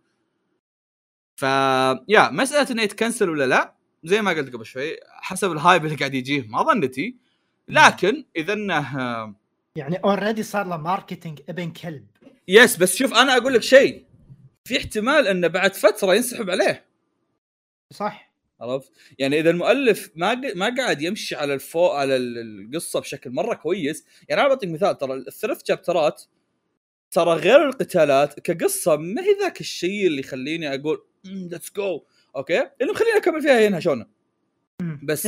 يا مساله انه يتكنسل ولا لا زي ما قلت قبل شوي حسب الهايب اللي قاعد يجيه ما ظنتي. لكن اذا انه يعني اوريدي صار له ماركتينج ابن كلب. يس بس شوف انا اقول لك شيء، في احتمال انه بعد فتره ينسحب عليه. صح. عرفت يعني اذا المؤلف ما قاعد يمشي على على القصه بشكل مره كويس. يعني انا بعطيك مثال، ترى الثلاث شابترات ترى غير القتالات كقصه ما هي ذاك الشيء اللي يخليني اقول ليتس جو اوكي، اللي مخليني اكمل فيها هنا شلون بس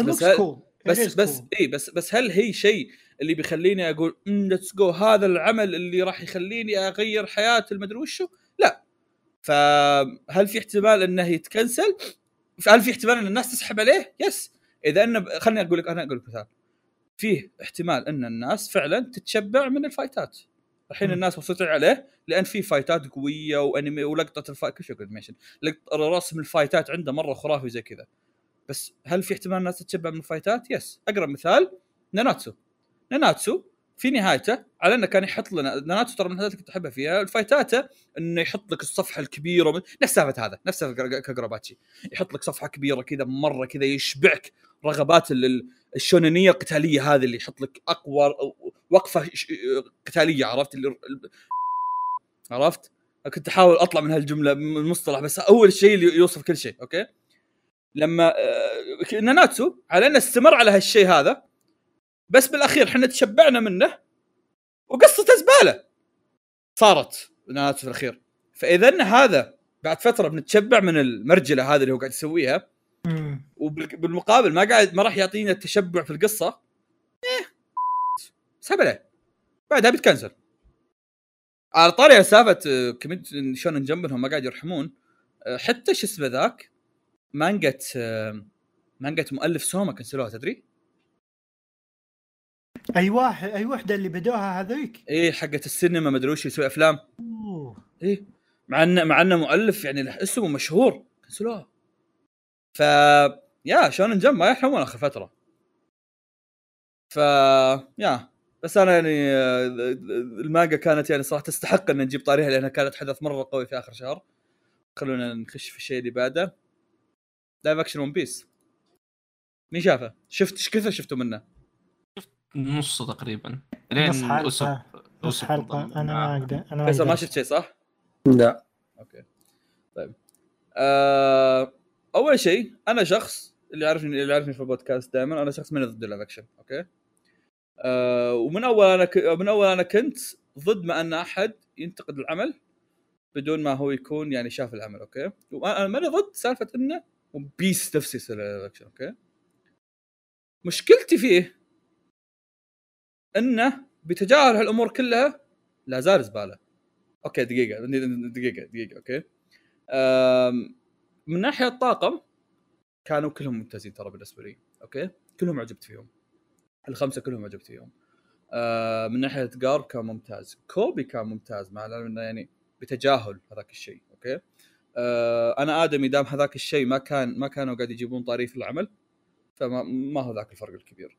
بس هل هي شيء اللي بيخليني اقول ليتس جو هذا العمل اللي راح يخليني اغير حياتي المدري وشو؟ لا. فهل في احتمال انه يتكنسل؟ هل في احتمال ان الناس تسحب عليه؟ يس. اذا انه خلني اقول لك مثال، فيه احتمال ان الناس فعلا تتشبع من الفايتات. الحين الناس وصلت عليه لان في فايتات قويه وانمي ولقطه الفايت كل شيء انيميشن، رسم الفايتات عنده مره خرافي زي كذا. بس هل في احتمال الناس تتشبع من الفايتات؟ يس. اقرب مثال ناناتسو في نهايته على انه كان يحط لنا ناناتسو، ترى من الحاجات اللي كنت احبها فيها الفايتاته انه يحط لك الصفحه الكبيره نفس سالفه هذا، نفس كاغراباتشي، يحط لك صفحه كبيره كذا مره كذا يشبعك رغبات الشونينيه القتاليه هذه، اللي يحط لك اقوى وقفه قتاليه. عرفت كنت احاول اطلع من هالجمله من المصطلح، بس اول شيء اللي يوصف كل شيء اوكي. لما ناناتسو على انه استمر على هالشيء هذا، بس بالاخير احنا تشبعنا منه وقصته زباله صارت ناناتسو في الاخير. فاذا هذا بعد فتره بنتشبع من المرجله هذه اللي هو قاعد يسويها، وبالمقابل ما راح يعطينا التشبع في القصه، سبله بعدها بتكنسل. على طاري سالفه كميت شلون جنبهم ما قاعد يرحمون، حتى شو اسمه ذاك مانجة مؤلف سوما كنسلوها تدري؟ اي وحده اللي بدوها هذيك ايه حقت السينما ما ادري وش يسوي افلام. ايه مع انه مؤلف يعني اسمه مشهور كنسلوها. يا شلون جنب ما يرحمون اخر فتره. يا بس انا يعني المانجا كانت يعني صراحه تستحق ان نجيب طاريها لانها كانت حدث مره قوي في اخر شهر. خلونا نخش في الشيء اللي بعده، لايف اكشن ون بيس. مين شافه؟ شفت ايش كثر شفتوا منه؟ شفت نص تقريبا نص حلقه. انا ما اقدر بس ما شفت شيء صح؟ لا اوكي طيب. اول شيء انا شخص اللي يعرفني في البودكاست دائما انا شخص من ضد اللايف اكشن اوكي. ومن اول انا كنت ضد ما ان احد ينتقد العمل بدون ما هو يكون يعني شاف العمل اوكي. وانا ماني ضد سالفه انه بيس نفسي يصير لايف اكشن اوكي. مشكلتي فيه انه بتجاهل هالامور كلها لا زال زباله. اوكي دقيقه اوكي. من ناحيه الطاقم كانوا كلهم ممتازين ترى بالنسبه لي اوكي، كلهم عجبت فيهم، الخمسه كلهم عجبت فيهم. من ناحيه جارب كان ممتاز، كوبي كان ممتاز مع العلم انه يعني بتجاهل هذاك الشيء اوكي. انا ادمي دام هذاك الشيء ما كانوا قاعد يجيبون طريق في العمل، فما هو ذاك الفرق الكبير.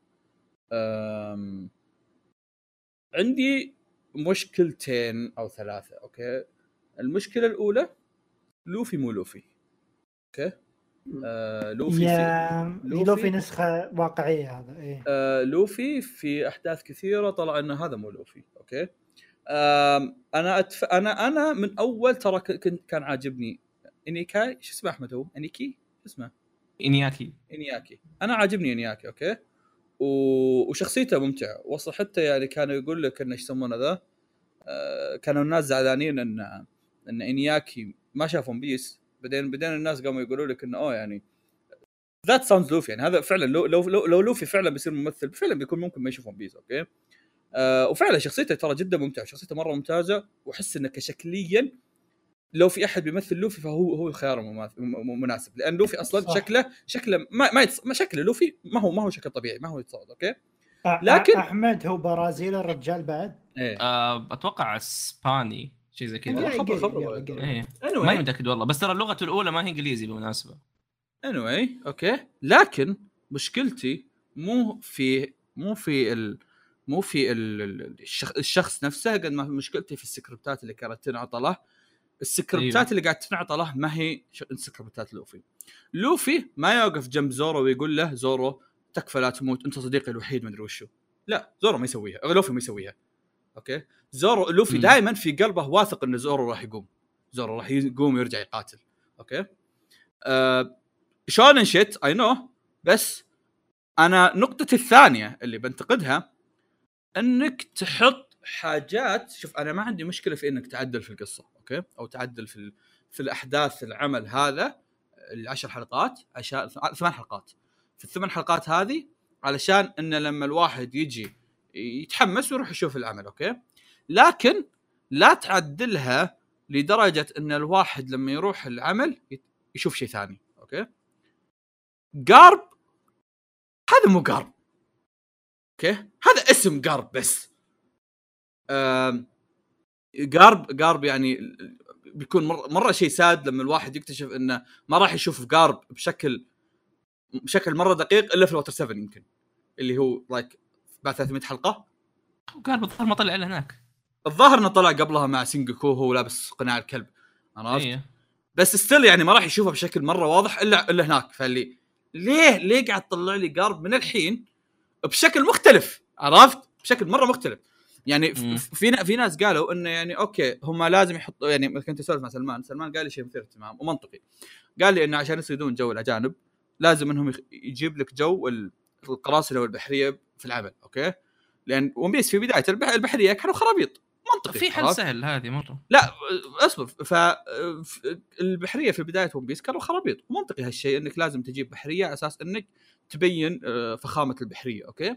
عندي مشكلتين او ثلاثه اوكي. المشكله الاولى لوفي مو لوفي اوكي. لوفي نسخه واقعيه هذا ايه. لوفي في احداث كثيره طلع ان هذا مو لوفي اوكي. انا من اول ترى كان عاجبني انيكاي، شو اسمه احمد هو انيكي اسمه انياكي. انا عاجبني انياكي اوكي. وشخصيته ممتعه، وصل حتى يعني كانوا يقول لك انه ايش يسمونه ذا. كانوا الناس زعلانين ان انياكي ما شافون بيس، بعدين الناس قاموا يقولوا لك انه يعني ذات ساوندز لوفي، يعني هذا فعلا لو لوفي فعلا بيصير ممثل فعلا بيكون ممكن ما يشوفون بيس اوكي. وفعلا شخصيته ترى جدا ممتعه، شخصيته مره ممتازه، واحس انه كشكليا لو في احد بيمثل لوفي فهو الخيار مناسب، لان لوفي اصلا صح. شكله ما شكله لوفي ما هو شكل طبيعي، ما هو يتصور اوكي. لكن احمد هو برازيلي الرجال بعد إيه؟ اتوقع اسباني شيء زي كذا. خبر إيه. ما متاكد والله، بس ترى لغته الاولى ما هي انجليزي بالمناسبه. اوكي. لكن مشكلتي مو في الشخص نفسه قد ما مشكلتي في السكريبتات اللي كانت تنعطى له. السكريبتات أيوه. اللي قاعد تنعطى له ما هي سكريبتات لوفي ما يوقف جنب زورو ويقول له زورو تكفى لا تموت انت صديقي الوحيد ما ادري وشو. لا زورو ما يسويها، لوفي ما يسويها اوكي. لوفي دائما في قلبه واثق ان زورو راح يقوم ويرجع يقاتل اوكي. شونن شيت اي نو، بس انا نقطتي الثانيه اللي بنتقدها انك تحط حاجات. شوف انا ما عندي مشكله في انك تعدل في القصه اوكي، او تعدل في الاحداث العمل هذا 10 حلقات عشان 8 حلقات في ال8 حلقات هذه، علشان ان لما الواحد يجي يتحمس ويروح يشوف العمل اوكي. لكن لا تعدلها لدرجه ان الواحد لما يروح العمل يشوف شيء ثاني اوكي. قارب هذا مو قارب اوكي، هذا اسم قارب بس. قارب يعني بيكون مرة شيء ساد لما الواحد يكتشف انه ما راح يشوف قارب بشكل مرة دقيق الا في الوتر 7 يمكن، اللي هو لايك بعد 300 حلقة. قارب الظاهر ما طلع الا هناك، الظاهر انه طلع قبلها مع سينجوكو هو لابس قناع الكلب، عرفت؟ إيه. بس ستيل يعني ما راح يشوفه بشكل مرة واضح الا هناك. فاللي ليه قاعد تطلع لي قارب من الحين بشكل مختلف، عرفت؟ بشكل مرة مختلف. يعني في ناس قالوا انه يعني اوكي هم لازم يحطوا، يعني كنت اسولف مع سلمان قال لي شيء مثير اهتمام ومنطقي. قال لي انه عشان يصيدون جو الاجانب لازم انهم يجيب لك جو القراصنه والبحريه في العمل اوكي، لان ون بيس في بدايه البحريه كانوا خرابيط. منطقي في حل سهل هذه مره. لا اصبر، فالبحريه في بدايه ون بيس كانوا خرابيط، ومنطقي هالشيء انك لازم تجيب بحريه على اساس انك تبين فخامه البحريه اوكي.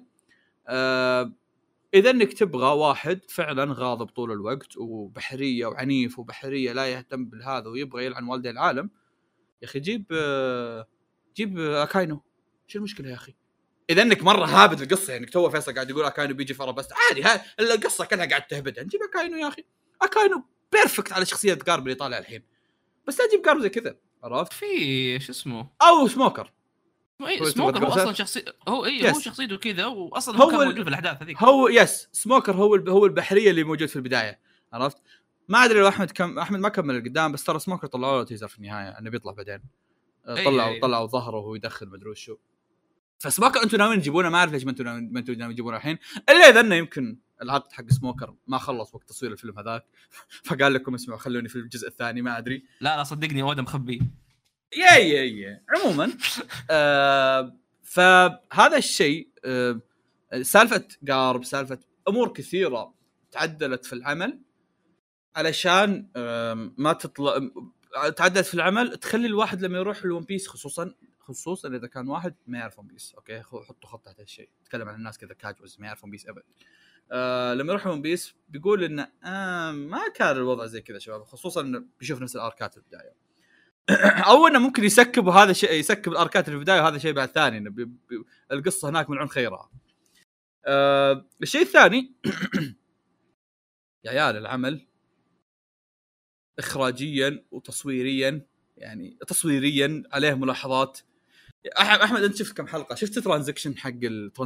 إذا إنك تبغى واحد فعلاً غاضب طول الوقت وبحرية وعنيف وبحرية لا يهتم بالهذا ويبغى يلعن والدي العالم، يا أخي جيب أكاينو. شو المشكلة يا أخي؟ إذا إنك مرة هابد القصة، يعني تو فيصل قاعد يقول أكاينو بيجي فرا بس عادي، القصة كلها قاعد تهبدها، نجيب أكاينو يا أخي. أكاينو بيرفكت على شخصية قارب اللي طالع الحين، بس لا تجيب قارب زي كذا، عرفت؟ في شو اسمه أو سموكر. سموكر هو اصلا شخصي، هو هو شخصيته كذا، واصلا هو كان موجود في الاحداث هذيك. هو سموكر هو البحريه اللي موجود في البدايه، عرفت؟ ما ادري لو احمد ما كمل القدام، بس ترى سموكر طلعوا له تيزر في النهايه انه بيطلع بعدين. طلعوا ظهره وهو يدخل مدري وشو. فسموكر انتم ناويين تجيبونه، ما اعرف ليش ما انتم ناويين تجيبونه الحين، الا اذا انه يمكن العقد حق سموكر ما خلص وقت تصوير الفيلم هذاك فقال لكم اسمعوا خلوني في الجزء الثاني، ما ادري. لا صدقني اودا مخبي. يا عموما فهذا الشيء سالفة قارب، سالفة أمور كثيرة تعدلت في العمل علشان ما تطلع تعدلت في العمل تخلي الواحد لما يروح الون بيس، خصوصا إذا كان واحد ما يعرف ون بيس أوكي، حطوا خط تحت هالشيء. تكلم عن الناس كذا كاجوز ما يعرفون بيس أبد. لما يروح ون بيس بيقول إنه ما كان الوضع زي كذا شباب، خصوصا إنه بيشوف نفس الأركات في البداية او انه ممكن يسكب، وهذا شيء يسكب الاركات اللي في البدايه، وهذا شيء بعد ثاني انه القصه هناك ملعون خيرها. الشيء الثاني يا عيال العمل اخراجيا وتصويريا، يعني تصويريا عليه ملاحظات. احمد انت شفت كم حلقه؟ شفت الترانزيشن حق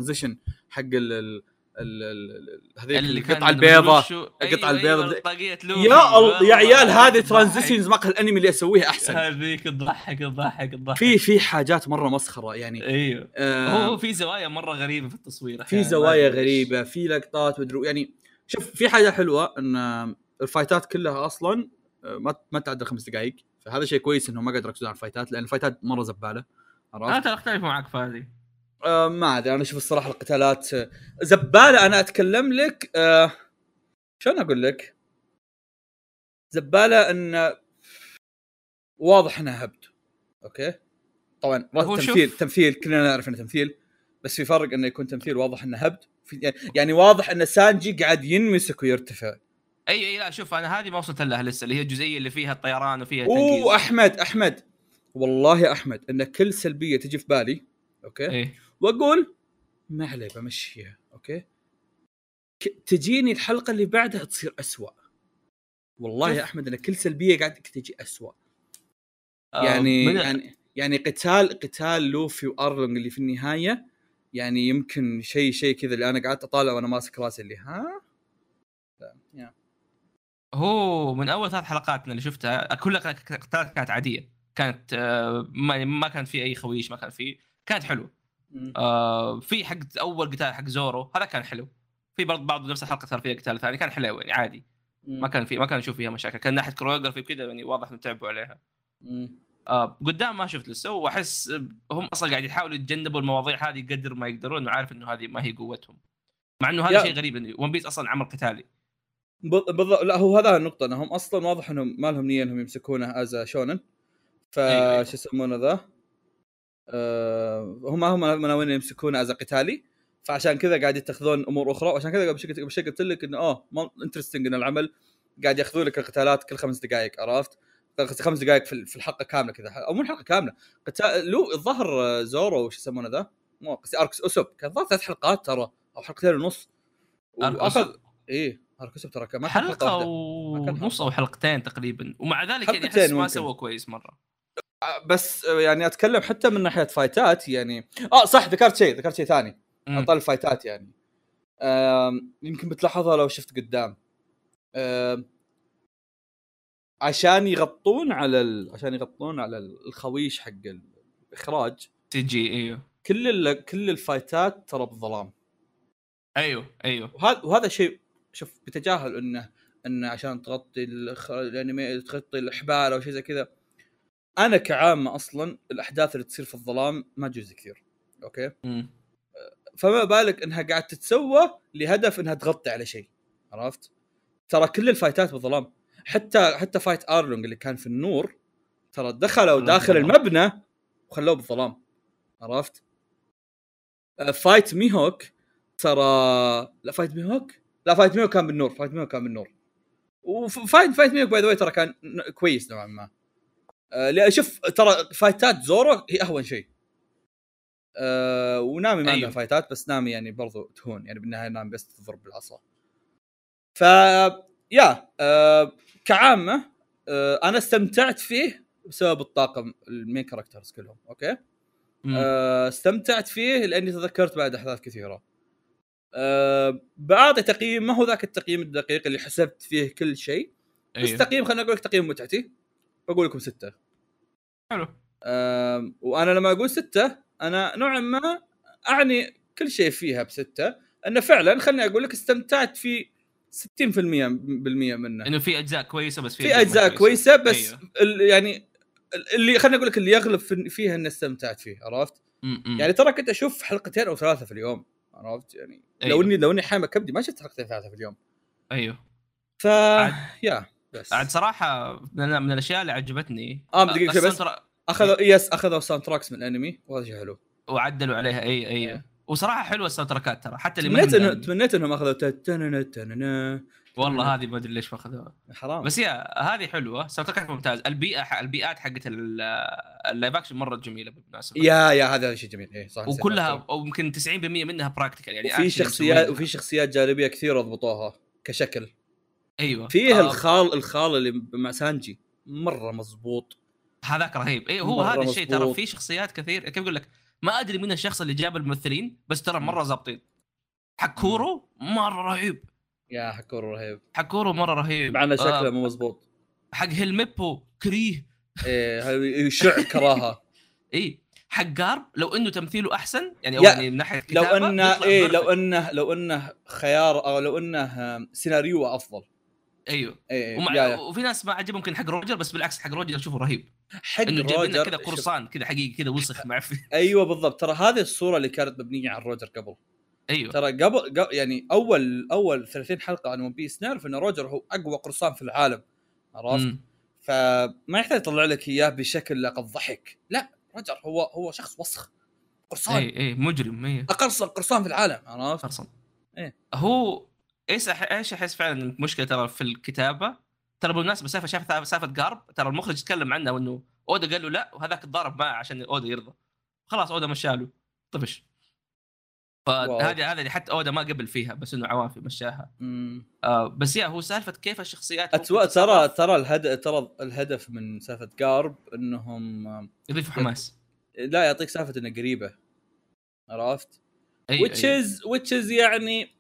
هذيك القطعه البيضاء، القطعه البيضاء يا الله يا عيال، هذه ترانزيشنز مقهى الانمي اللي اسويها احسن. هذيك تضحك في حاجات مره مسخره يعني. ايوه هو في زوايا مره غريبه في التصوير، في زوايا غريبه، في لقطات مدري يعني. شوف في حاجه حلوه ان الفايتات كلها اصلا ما تعدى 5 دقائق، فهذا شيء كويس انهم ما قدروا يركزون على الفايتات، لان الفايتات مره زباله. انا اختلف معك في هذه. ما ادري، انا اشوف الصراحه القتالات زباله. انا اتكلم لك شلون اقول لك زباله، ان واضح انها هبد اوكي. طبعا تمثيل كلنا نعرف انه تمثيل، بس في فرق انه يكون تمثيل واضح انه هبد، يعني واضح ان سانجي قاعد ينمسك ويرتفع. اي لا شوف انا هذه ما وصلت لها لسه، اللي هي الجزئيه اللي فيها الطيران وفيها تنقيز. احمد والله يا احمد ان كل سلبيه تجي في بالي اوكي واقول ما عليه بمشيها اوكي، تجيني الحلقه اللي بعدها تصير أسوأ. والله يا احمد ان كل سلبيه قاعد تجي أسوأ. يعني قتال لوفي وارلونج اللي في النهايه، يعني يمكن شيء كذا اللي انا قعدت اطالع وانا ماسك راسي اللي لا هو من اول 3 حلقات اللي شفتها كلها قتالات كانت عاديه، كانت ما كان في اي خويش، ما كان في، كانت حلوه. في حق اول قتال حق زورو هذا كان حلو، في برضه بعض نفس الحلقه صار فيها قتال ثاني كان حلو يعني عادي. ما كان نشوف فيها مشاكل، كان ناحيه كوريوغرافي كذا يعني واضح انه تعبوا عليها. قدام ما شفت لسه، واحس هم اصلا قاعد يحاولوا يتجنبوا المواضيع هذه قدر ما يقدرون، وعارف انه هذه ما هي قوتهم، مع انه هذا شيء غريب انه ون بيس اصلا عمل قتالي. بالضبط. لا هو هذا النقطه، انهم اصلا واضح انهم ما لهم نيه انهم يمسكونه از شونن، أيوة. شو يسمونه ذا، هم ناويين يمسكونه از قتالي، فعشان كذا قاعد يتخذون امور اخرى، وعشان كذا بشكل قلت لك انه انترستنج ان العمل قاعد ياخذوا لك القتالات كل 5 دقائق، عرفت 5 دقائق في الحلقه كامله كذا، او مو الحلقه كامله قتال. لو الظهر زورو وش يسمونه ذا، مو اركس اسوب كان ظهر 3 حلقات ترى او حلقتين ونص، واخذ اركس اسوب ترى كمان حلقه ونص او حلقتين تقريبا، ومع ذلك يعني احس ما سووا كويس مره. بس يعني اتكلم حتى من ناحيه فايتات يعني صح، ذكرت شيء ثاني اطل الفايتات يعني يمكن بتلاحظها لو شفت قدام، عشان يغطون على الخويش حق الاخراج سي جي. ايوه كل الفايتات ترى بالظلام. ايوه وهذا شيء شوف بتجاهل انه عشان تغطي الانمي، تغطي الاحبال او شيء زي كذا. انا كعامه اصلا الاحداث اللي تصير في الظلام ما تجوز كثير، اوكي فما بالك انها قاعد تتسوى لهدف انها تغطي على شيء، عرفت؟ ترى كل الفايتات بالظلام، حتى فايت ارلونج اللي كان في النور ترى دخلوا داخل المبنى وخلوه بالظلام، عرفت؟ فايت ميهوك ترى فايت ميهوك كان بالنور، وفايت ميهوك باي ذا واي ترى كان كويس نوعا ما. لا شوف ترى فايتات زورو هي اهون شيء، ونامي ما عندها فايتات، بس نامي يعني برضو تهون، يعني بالنهايه نامي بس تضرب بالعصا. ف كعامه انا استمتعت فيه بسبب الطاقم المين كاركترز كلهم، اوكي استمتعت فيه لاني تذكرت بعد احداث كثيره. بعطي تقييم ما هو ذاك التقييم الدقيق اللي حسبت فيه كل شيء، بس تقييم خلينا نقول لك تقييم متعتي، بقول لكم 6. حلو. وانا لما اقول 6 انا نوعا ما اعني كل شيء فيها ب6، انه فعلا خلني اقول لك استمتعت في 60% منه، انه في اجزاء كويسه، بس في اجزاء كويسه بس يعني اللي خلينا اقول لك اللي يغلب فيها ان استمتعت فيه، عرفت؟ يعني ترى كنت اشوف 2 أو 3 في اليوم، عرفت يعني؟ لو اني حامل كبدي ما شفت 2 3 في اليوم. ف بس عاد صراحه من الاشياء اللي عجبتني دقيقه بس اخذوا ساوند تراكس من الانمي، وهذا شيء حلو، وعدلوا عليها. اي وصراحه حلوه الساوند تراكات ترى، حتى اللي تمنيت انهم اخذوا والله هذه ما ادري ليش ما اخذوها، حرام. بس هذه حلوه، الساوند تراكات ممتاز، البيئات حقت اللايف اكشن مره جميله بالمناسبه. يا هذا شيء جميل، صح، وكلها او يمكن 90% منها براكتيكال، يعني وفي شخصيات جانبيه كثيره ضبطوها كشكل. فيه الخال اللي مع سانجي مره مزبوط، هذاك رهيب. هو هذا الشيء ترى، في شخصيات كثير كيف اقول لك، ما ادري من الشخص اللي جاب الممثلين، بس ترى مره ظابطين. حكورو مره رهيب، يا حكورو مره رهيب، مع انه شكله مو مزبوط. حق هيلميبو كريه يشع كراهه. حق جارب لو انه تمثيله احسن يعني، او يعني من ناحيه كتابه، لو انه خيار، او لو انه سيناريو افضل. وفي ناس ما عجبهم ممكن حق روجر، بس بالعكس حق روجر اشوفه رهيب، حق انه روجر كذا قرصان كذا حقيقي كذا وسخ معفن. ايوه بالضبط، ترى هذه الصوره اللي كانت مبنيه على روجر قبل. ترى قبل يعني اول 30 حلقه عن ون بيس نعرف ان روجر هو اقوى قرصان في العالم، عرفت؟ فما يحتاج يطلع لك اياه بشكل لقد ضحك، لا روجر هو شخص وسخ، قرصان مجرم، اقرص قرصان في العالم، عرفت؟ قرصان. هو ايش احس فعلا المشكله ترى في الكتابه، ترى بالناس بس سالفه جارب، ترى المخرج يتكلم عنه وانه اودا قال له لا، وهذاك تضارب معه عشان اودا يرضى، خلاص اودا مشاله طفش. فهذه اللي حتى اودا ما قبل فيها، بس انه عوافي مشاها. بس هو سالفه كيف الشخصيات ترى الهدف من سالفه جارب انهم يضيفوا حماس، لا يعطيك سالفه انه قريبه، عرفت؟ which is يعني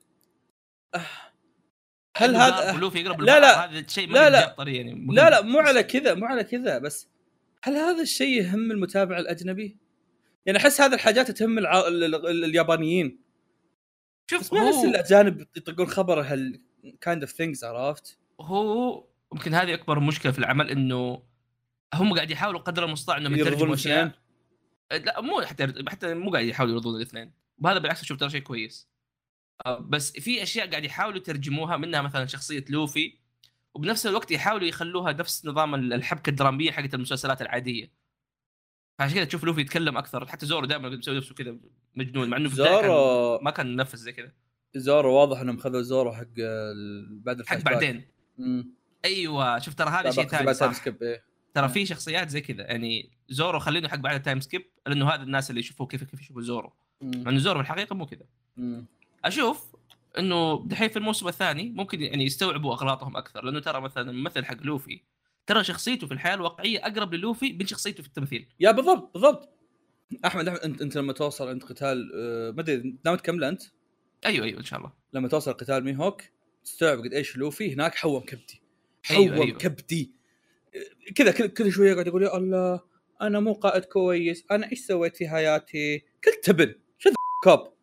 هل هذا لا هذا الشيء ما جاب طريقه يعني لا مو على كذا بس هل هذا الشيء يهم المتابع الاجنبي؟ يعني احس هذه الحاجات تهم اليابانيين. شوف ما احس الاجانب يطقون خبر هال kind of things، عرفت؟ هو ممكن هذه اكبر مشكله في العمل، انه هم قاعد يحاولوا قدر المستطاع انهم يترجموا اشياء. لا مو حتى مو قاعد يحاولوا يرضون الاثنين، وهذا بالعكس اشوف ترى شيء كويس. بس في اشياء قاعد يحاولوا يترجموها، منها مثلا شخصيه لوفي، وبنفس الوقت يحاولوا يخلوها نفس نظام الحبكه الدراميه حقت المسلسلات العاديه. عشان كذا تشوف لوفي يتكلم اكثر. حتى زورو دائما يسوي نفسه كذا مجنون، مع انه في زورو ما كان ينفذ زي كذا. زورو واضح انهم خذوا زورو حق بعد الفلاش بعدين. ايوه شوف ترى هذا شيء ثاني صح. ترى في شخصيات زي كذا يعني زورو خلينه حق بعد التايم سكيب، لانه هذا الناس اللي يشوفوه كيف يشوفوا زورو، مع انه زورو بالحقيقه مو كذا. اشوف انه دحين في الموسم الثاني ممكن يعني يستوعبوا اغلاطهم اكثر، لانه ترى مثلا الممثل حق لوفي ترى شخصيته في الحياه الواقعيه اقرب للوفي من شخصيته في التمثيل. يا بالضبط احمد انت لما توصل عند قتال ما ادري ناوي تكمل انت؟ ايوه ان شاء الله. لما توصل قتال ميهوك تستوعب قد ايش لوفي هناك حوم كبدي. أيوة. كبدي كذا كل شويه قاعد يقول يا الله انا مو قائد كويس، انا ايش سويت في حياتي، كل تبن شو كوب.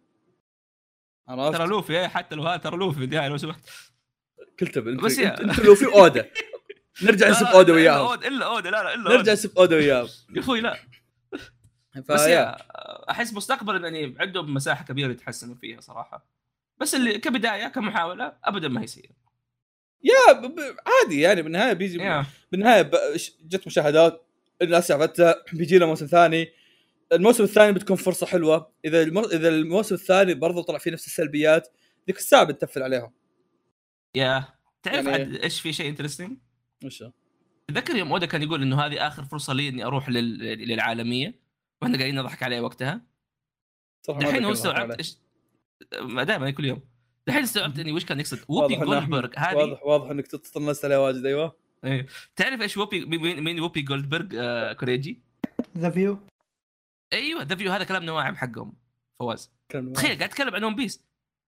ترى لوفي حتى لو هذا ترى لوفي دي لو سمحت كل تبن. بس انت لوفي اودا نرجع نسب اودا وياه الا اودا لا نرجع نسب اودا وياه يا اخوي لا. بس احس مستقبلا يعني عندهم مساحه كبيره يتحسنوا فيها صراحه، بس اللي كبدايه كمحاوله ابدا ما هي سيئه. يا عادي يعني بالنهايه بيجي بالنهايه جت مشاهدات الناس عرفتها، بيجي له موسم ثاني. الموسم الثاني بتكون فرصه حلوه اذا الموسم الثاني برضو طلع فيه نفس السلبيات ذيك الساعه بتتفل عليهم. تعرف يعني ايش في شيء انترستينج؟ وش تذكر يوم اودا كان يقول انه هذه اخر فرصه لي اني اروح للعالميه، واحنا قاعدين نضحك عليه وقتها. الحين هو استوعبت ايش دائما كل يوم. الحين استوعبت اني وش كان يقصد ووبي جولدبرغ. هذه واضح انك تطنست عليه واجد. ايوه تعرف ايش ووبي مين ووبي جولدبرغ كوريجي؟ ذا فيو. ايوه ذا فيو، هذا كلام نواعم حقهم فواز. تخيل قاعد يتكلم عن ون بيس.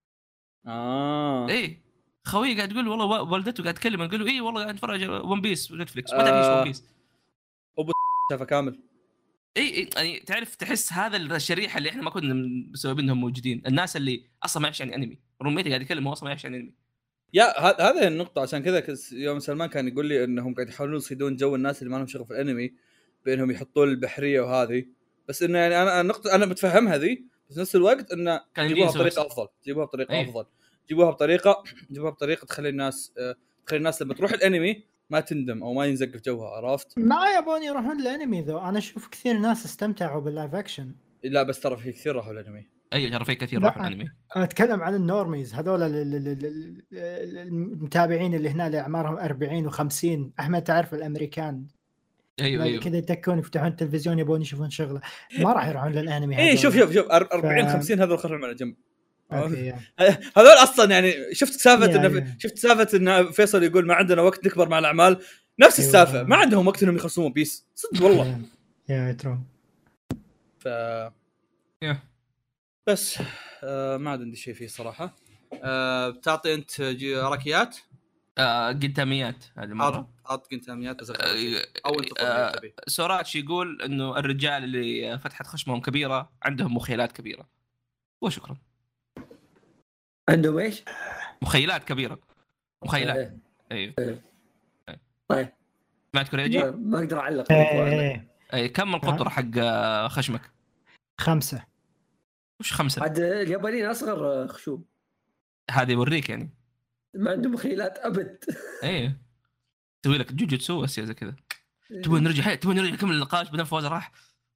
ايه خوي قاعد يقول والله والدته قاعد تكلم نقول له ايه والله قاعد نتفرج ون بيس ونتفليكس. ما تعرف ايش ون بيس ابو شافه كامل. اي يعني تعرف تحس هذا الشريحه اللي احنا ما كنا مسويينهم موجودين، الناس اللي اصلا ما يعرفش عن انمي. روميتي قاعد يتكلم هو اصلا ما يعرفش عن انمي. يا هذه النقطه. عشان كذا يوم سلمان كان يقول لي انهم قاعد يحاولون يصيدون جو الناس اللي ما لهم شغل في الانمي بانهم يحطون البحريه وهذه. بس انه يعني انا النقطه انا متفهم هذه، بس نفس الوقت انه جيبوها بطريقه افضل. جيبوها بطريقه تخلي الناس لما تروح الانمي ما تندم او ما ينزق في جوها. عرفت؟ ما يبون يروحون الانمي ذو. انا اشوف كثير ناس استمتعوا باللايف اكشن. لا بس ترى في كثير راحوا الانمي. ايوه ترى في كثير راحوا الانمي. انا اتكلم عن النورميز هذول المتابعين اللي هنا اللي اعمارهم 40 و50. احمد تعرف الامريكان ايوه كذا يتكون يفتحون التلفزيون يبون يشوفون شغله، ما راح يروحون للانمي. اي شوف 40 50 هذول خلهم على جنب. هذول اصلا يعني شفت سالفه ان فيصل يقول ما عندنا وقت نكبر مع الاعمال. نفس السالفه ما عندهم وقت انهم يخلصون بيس صدق والله. يا ترى بس ما عندي شيء فيه صراحه. بتعطي انت ركيات قنتاميات هذه مره عط قنتاميات بس او انت سوراتشي يقول انه الرجال اللي فتحت خشمهم كبيره عندهم مخيلات كبيره. وشكرا. عندهم ايش؟ مخيلات كبيره. مخيلات. ايوه طيب سمعت كوريجي؟ ما اقدر اعلق. اي كم القطر حق خشمك؟ 5. وش 5؟ عاد اليابانيين اصغر خشوم. هذا يوريك يعني ما عندهم مخيلات ابد. ايه تسوي لك جوجوتسو اشياء زي كذا. تبغى نرجع نكمل النقاش بدل فواز راح.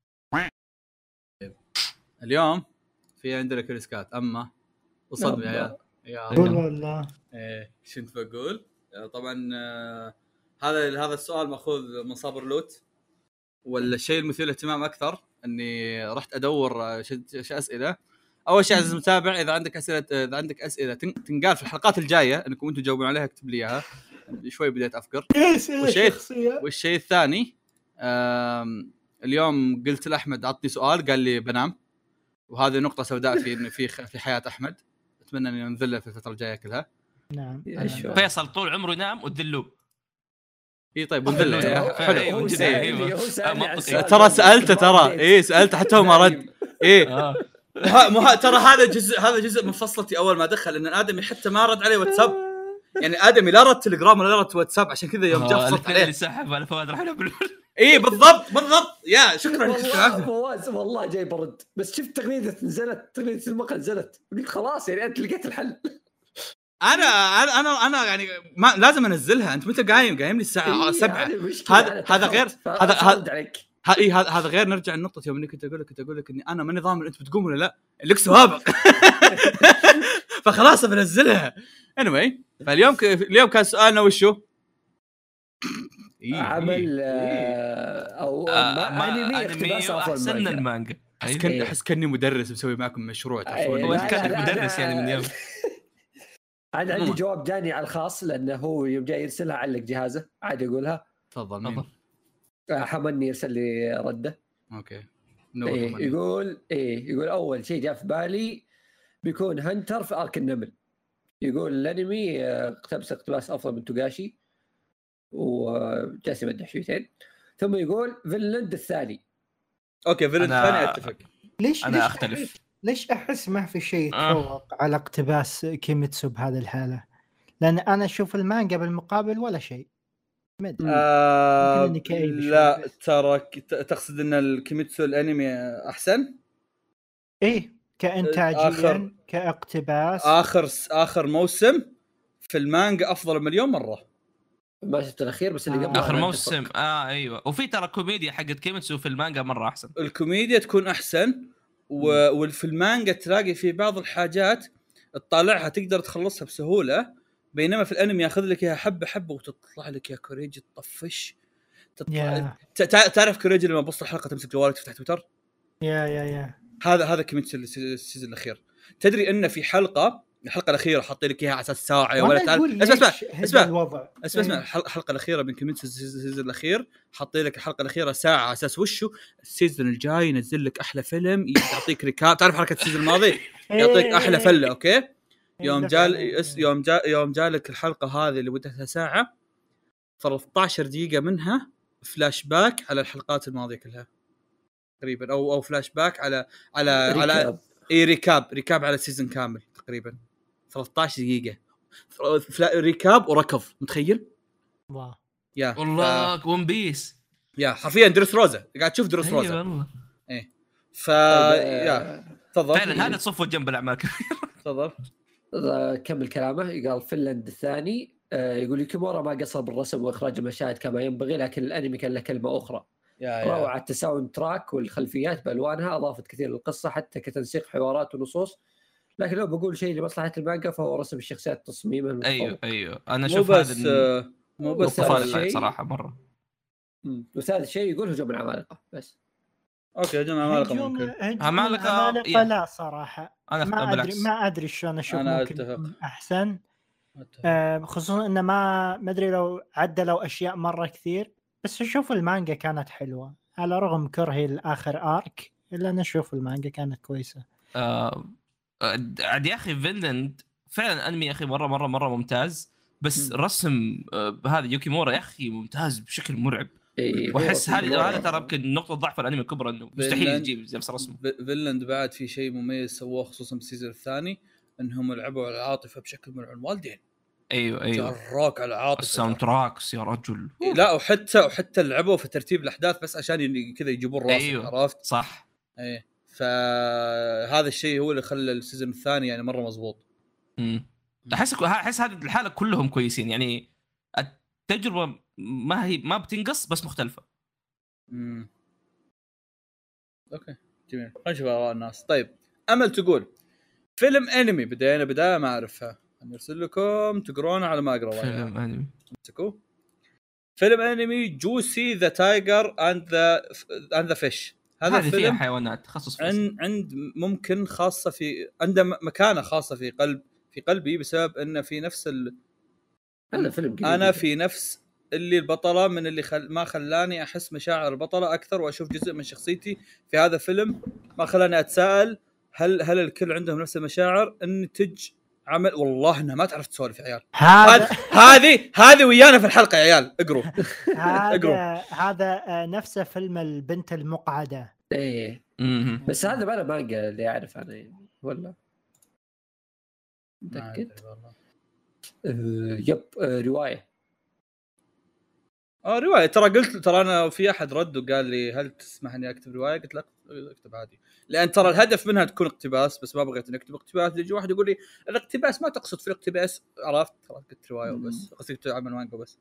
اليوم في عندنا كريسكات اما وصدم يا والله ايه شو انت بقول. طبعا هذا السؤال ماخوذ من صابر لوت. والشيء المثير للاهتمام اكثر اني رحت ادور اسئله. اول شيء عزيزي المتابع اذا عندك اسئله تنقال في الحلقات الجايه انكم انتم تجاوبون عليها اكتب لي اياها. شوي بديت افكر. والشيء الثاني اليوم قلت لاحمد عطني سؤال قال لي بنام، وهذه نقطه سوداء في حياه احمد. اتمنى اني ننزلها في الفتره الجايه كلها. نعم فيصل طول عمره ينام وتدلوه. اي طيب ونذله ترى سالته ترى سالته حتى هو ما رد. ترى هذا جزء من فصلتي اول ما دخل ان الادمي حتى ما رد عليه واتساب. يعني ادمي لا رد تليجرام ولا رد واتساب، عشان كذا يوم جاء صوت عليه اللي سحب على فواز راح نقول اي بالضبط يا شكرا فواز والله جاي برد، بس شفت تغريده نزلت، تغريده المقهى نزلت، قلت خلاص يعني انت لقيت الحل. انا يعني ما لازم انزلها. انت متى قايم لي الساعه 7؟ هذا غير هذا غير. نرجع النقطه يوم اني كنت اقول لك اني انا ما نظام اللي انت بتقوم ولا لا لك سوابق. فخلاص بنزلها anyway. اليوم كان سؤالنا وشو عمل او انمي احسن من المانجا. احس كني مدرس مسوي معكم مشروع هو كان مدرس يعني من يوم. عندي جواب جاني على الخاص، لانه هو يوم جاي يرسلها علق جهازه عادي يقولها. تفضل. حمني يرسل لي رده. اوكي. يقول اول شيء جاء في بالي بيكون هنتر في ارك النمل. يقول الانمي اقتباس افضل من توغاشي وجالس يمدح شويتين. ثم يقول فينلاند الثاني. اوكي فينلاند الثاني اتفق. ليش انا اختلف؟ ليش احس ما في شيء يتفوق على اقتباس كيميتسو بهذه الحاله؟ لان انا اشوف المانجا بالمقابل ولا شيء. لا ترى تقصد ان الكيميتسو الانمي احسن؟ ايه كانتاجيا كاقتباس. اخر موسم في المانجا افضل مليون مره. ما شفت الاخير بس اللي قبل اخر موسم. ايوه. وفي ترى كوميديا حقت كيميتسو في المانجا مره احسن. الكوميديا تكون احسن وفي المانجا تلاقي في بعض الحاجات تطالعها تقدر تخلصها بسهوله، بينما في الانمي ياخذ لك اياها حبه حبه وتطلع لك يا كوريجي تطفش. تعرف كوريجي لما بوصل الحلقه تمسك جوالك تفتح تويتر؟ يا هذا كيميتسو السيزون الاخير. تدري ان في الحلقه الاخيره حاطين لك اياها على اساس ساعه ولا تعرف. اسمع الحلقه الاخيره من كيميتسو السيزون الاخير حاطين لك الحلقه الاخيره ساعه على اساس وشو السيزون الجاي ينزل لك احلى فيلم، يعطيك ريكاب. تعرف حركه السيزون الماضي يعطيك احلى فله. اوكي يوم جالك الحلقه هذه اللي مدتها ساعه 13 دقيقه منها فلاش باك على الحلقات الماضيه كلها تقريبا، او فلاش باك على ريكاب على السيزون كامل تقريبا 13 دقيقه ريكاب وركض. متخيل؟ واو يا والله ون بيس يا حرفيا درس روزا قاعد تشوف درس روزا. والله ايه يا تفضل فعلا هذا تصفوا جنب الاعمال. تفضل كمل كلامه. قال فينلاند الثاني يقول يوكيمورا ما قصر بالرسم واخراج المشاهد كما ينبغي، لكن الانمي كان له كلمه اخرى. روعه الساوند تراك والخلفيات بالوانها اضافت كثير للقصه حتى كتنسيق حوارات ونصوص. لكن لو بقول شيء لمصلحه المانجا فهو رسم الشخصيات تصميمها المتطور. ايوه انا اشوف هذا مو بس هذا صراحه مره. وثالث شيء يقول هجوم العمالقه بس. اوكي هجوم العمالقه ممكن. عمالقه لا صراحه انا ما ادري شلون اشوف ممكن احسن. خصوصا انه ما ادري لو عدلوا اشياء مره كثير، بس اشوف المانجا كانت حلوه على رغم كرهي الاخر ارك، الا انا اشوف المانجا كانت كويسه. عاد يا اخي فينلاند فعلا انمي يا اخي مره ممتاز، بس رسم هذا يوكيمورا يا اخي ممتاز بشكل مرعب. واحس هذا ترى يمكن نقطه ضعف الانمي الكبرى انه مستحيل يجيب نفس رسمه. فينلاند بعد في شيء مميز سووه خصوصا بالسيزون الثاني، انهم لعبوا على العاطفه بشكل من الوالدين. ايوه جراك على العاطفه الساوند تراكس يا رجل. لا وحتى لعبوا في ترتيب الاحداث بس عشان كذا يجيبون راسك. أيوه. عرفت صح. ايه فهذا الشيء هو اللي خلى السيزون الثاني يعني مره مزبوط. احس هذه الحاله كلهم كويسين، يعني التجربه ما بتنقص بس مختلفه. اوكي جميل. خلينا نشوف اراء الناس. طيب امل تقول فيلم انمي بدايه ما اعرفها، نرسل لكم تقرون على ما اقرا. فيلم انمي فيلم انمي جوسي ذا تايجر اند ذا فيش. هذا فيلم حيوانات تخصص عند ممكن خاصه في عنده مكانه خاصه في قلبي بسبب انه في نفس انا في نفس اللي البطله من اللي ما خلاني احس مشاعر البطله اكثر واشوف جزء من شخصيتي في هذا الفيلم. ما خلاني اتساءل هل الكل عندهم نفس المشاعر. انتج عمل والله انها ما تعرف تسولف يا عيال. هذه ويانا في الحلقه يا عيال. اقروا هذا نفسه فيلم البنت المقعده. ايه بس هذا ما مانجا اللي اعرف انا ولا متاكد. يب روايه. روايه. ترى انا في احد رد وقال لي هل تسمح اني اكتب روايه؟ قلت له اكتب عادي، لان ترى الهدف منها تكون اقتباس، بس ما بغيت اني اكتب اقتباس. يجي واحد يقول لي الاقتباس ما تقصد في الاقتباس، عرفت؟ خلاص قلت روايه وبس، قصدي عمل مانجا بس.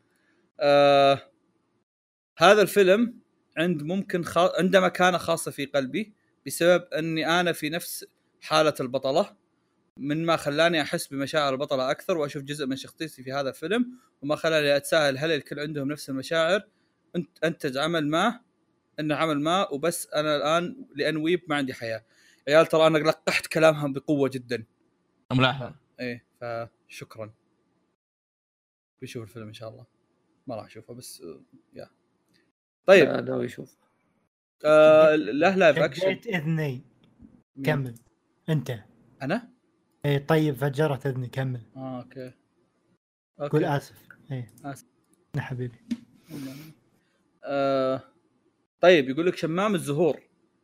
هذا الفيلم عنده مكانه خاصه في قلبي بسبب اني انا في نفس حاله البطله، من ما خلاني احس بمشاعر البطله اكثر واشوف جزء من شخصيتي في هذا الفيلم، وما خلاني اتساءل هل الكل عندهم نفس المشاعر. انتج عمل ما وبس. انا الان لان ويب ما عندي حياه. عيال ترى انا لقحت كلامهم بقوه جدا. ملاحظ. ايه فشكرا. بيشوف الفيلم ان شاء الله. ما راح اشوفه بس يا طيب. لا يشوف. لا باكشن. اذني كمل انت. انا طيب فجرت اذني كمل. اوكي قول اسف. اسف يا حبيبي. طيب يقول لك شمام الزهور.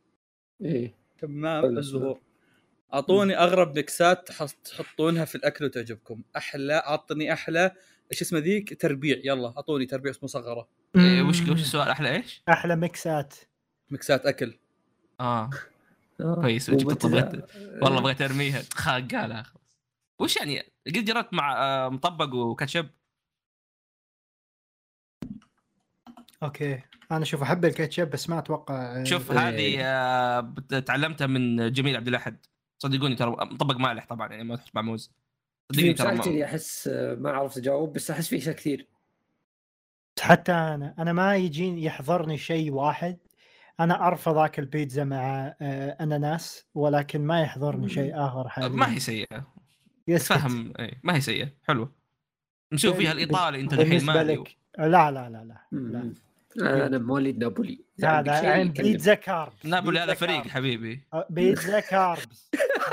شمام حلو. الزهور. اعطوني اغرب ميكسات تحطونها في الاكل وتعجبكم. اعطني احلى ايش اسمه ذيك تربيع. يلا اعطوني تربيع مصغره. وش السؤال؟ احلى ايش؟ احلى ميكسات اكل. كويس. والله بغيت ارميها قالها. وش يعني قد جربت مع مطبق وكاتشب؟ اوكي انا شوف احب الكاتشب بس ما اتوقع. شوف هذه تعلمتها من جميل عبد الاحد. صدقوني ترى مطبق مالح طبعا يعني ما تحط مع موز. صدقني ترى احس ما عرفت اجاوب بس احس في اشياء كثير. حتى انا ما يجيني يحضرني شيء واحد. انا ارفض اكل بيتزا مع اناناس ولكن ما يحضرني شيء اخر حاليا. ما هي سيئه فهم. ما هي سيئه حلوه. نشوف فيها الايطالي انت الحين مالي. لا انا مواليد نابولي. هذا يعني بيتزا كاربس. نابولي هذا فريق حبيبي. بيتزا كاربس.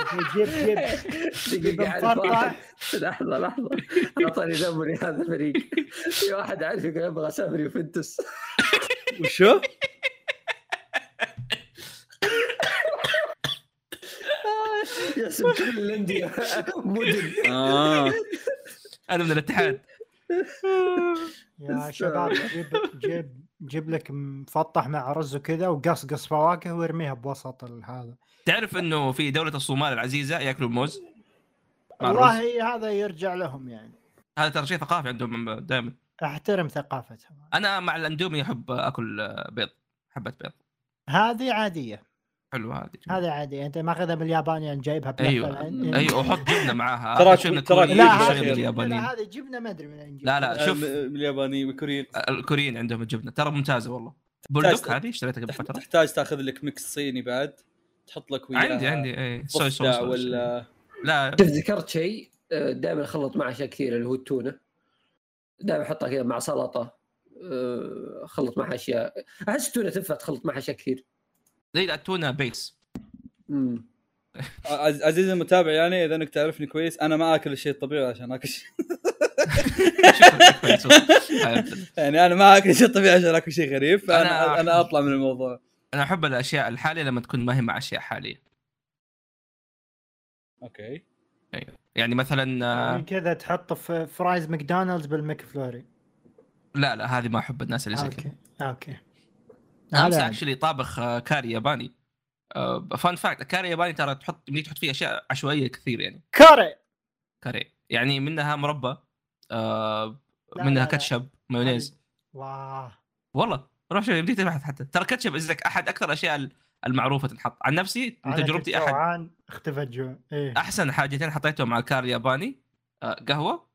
جيب مفرح. لحظه اعطاني نابولي هذا فريق. في واحد عارف يقول ابغى اسافر يوفنتوس. وشو ياسم كل الانديه مدن. انا من الاتحاد. يا شباب جيب لك مفطح مع رز وكذا وقصقص فواكه وارميها بوسط هذا. تعرف انه في دوله الصومال العزيزه ياكلوا موز؟ والله هذا يرجع لهم يعني. هذا ترى شيء ثقافي عندهم دائما. احترم ثقافتهم. انا مع الاندومي احب اكل بيض. حبه بيض هذه عاديه. حلوه هذه عاديه. انت ماخذها من اليابان يعني جايبها ايوه وحط جبنه معاها. ترى اليابانيين هذه جبنه ما ادري من اين. لا شوف من الياباني والكوريين. الكوريين عندهم الجبنه ترى ممتازه والله. بولدوك هذه اشتريتها قبل فتره. تحتاج تاخذ لك ميكس صيني بعد تحط لك وياها. عندي صويا صوص ولا لا. ذكرت شيء دائما اخلط مع اشياء كثيره اللي هو التونه. دائما احطها كذا مع سلطه. خلط معها اشياء. احس التونه تنفع تخلط معها اشياء كثير. زي التونه بيس. عزيزي المتابع يعني اذا انك تعرفني كويس انا ما اكل الشيء الطبيعي عشان اكل يعني انا ما اكل شيء طبيعي عشان اكل شيء غريب. فانا اطلع من الموضوع. انا احب الاشياء الحاليه لما تكون ما هي مع اشياء حاليه. اوكي ايوه يعني مثلا كذا تحط في فرايز ماكدونالدز بالمكفلوري. لا هذه ما احب الناس اللي زي كذا. اوكي هذا اكشلي طابخ كاري ياباني. فان فاكت كاري ياباني ترى تحط فيه اشياء عشوائيه كثير يعني. كاري يعني منها مربى منها كاتشب مايونيز. والله روح شوف بديت ابحث حتى ترى كاتشب ازلك احد اكثر اشياء المعروفه تنحط. عن نفسي من تجربتي احد اختفى الجوع. احسن حاجتين حطيتهم مع الكاري الياباني قهوه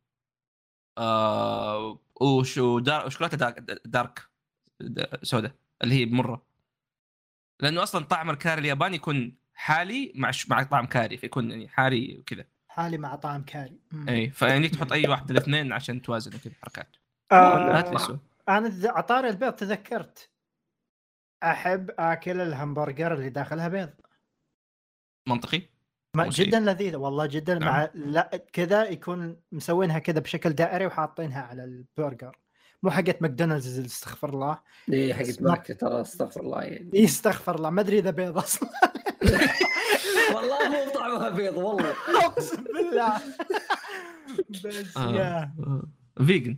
وشوكولاته دارك سودا اللي هي مره. لانه اصلا طعم الكاري الياباني يكون حالي مع طعم كاري فيكون يعني حالي وكذا. حالي مع طعم كاري. اي فيعني تحط اي واحد من الاثنين عشان توازن وكذا حركات. انا عطاري البيض تذكرت احب اكل الهمبرجر اللي داخلها بيض. منطقي جدا لذيذه والله جدا. نعم. مع لا كذا يكون مسوينها كذا بشكل دائري وحاطينها على البرجر مو حقت ماكدونالدز استغفر الله. حقت ماك ترى استغفر الله يعني. استغفر الله ما ادري اذا بيض اصلا. والله مو طعمها بيض والله اقسم بالله. بس يا فيجن.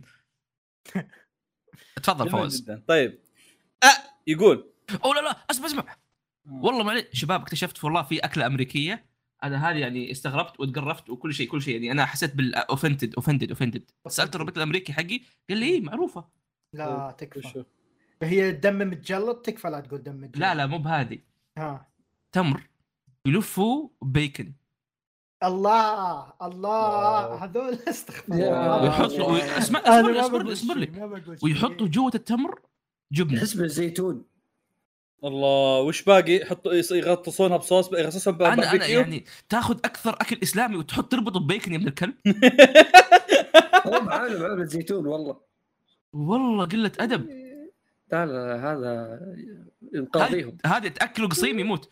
تفضل فوز. طيب يقول او لا اسمع والله معليش شباب، اكتشفت والله في اكله امريكيه انا هذه يعني استغربت وتقرفت وكل شيء يعني انا حسيت اوفندد. سالت الربط الامريكي حقي قال لي معروفه. لا تكفى، هي الدم متجلط، تكفى لا تقول دم متجلط. لا مو بهذه. تمر يلفوا بيكن. الله هذول استغفر الله. ويحطوا اصبر لي ويحطوا جوه التمر جبنه حسب الزيتون. الله وش باقي يحطوا يغطسونها بصوص يغطسونها بباربيكيو. أنا يعني تاخذ اكثر اكل اسلامي وتحط تربطه ببيكن يا ابن الكلب. هو معلم الزيتون والله قله ادب. لا هذا ينقاذيهم. هذا تاكله قصيم يموت.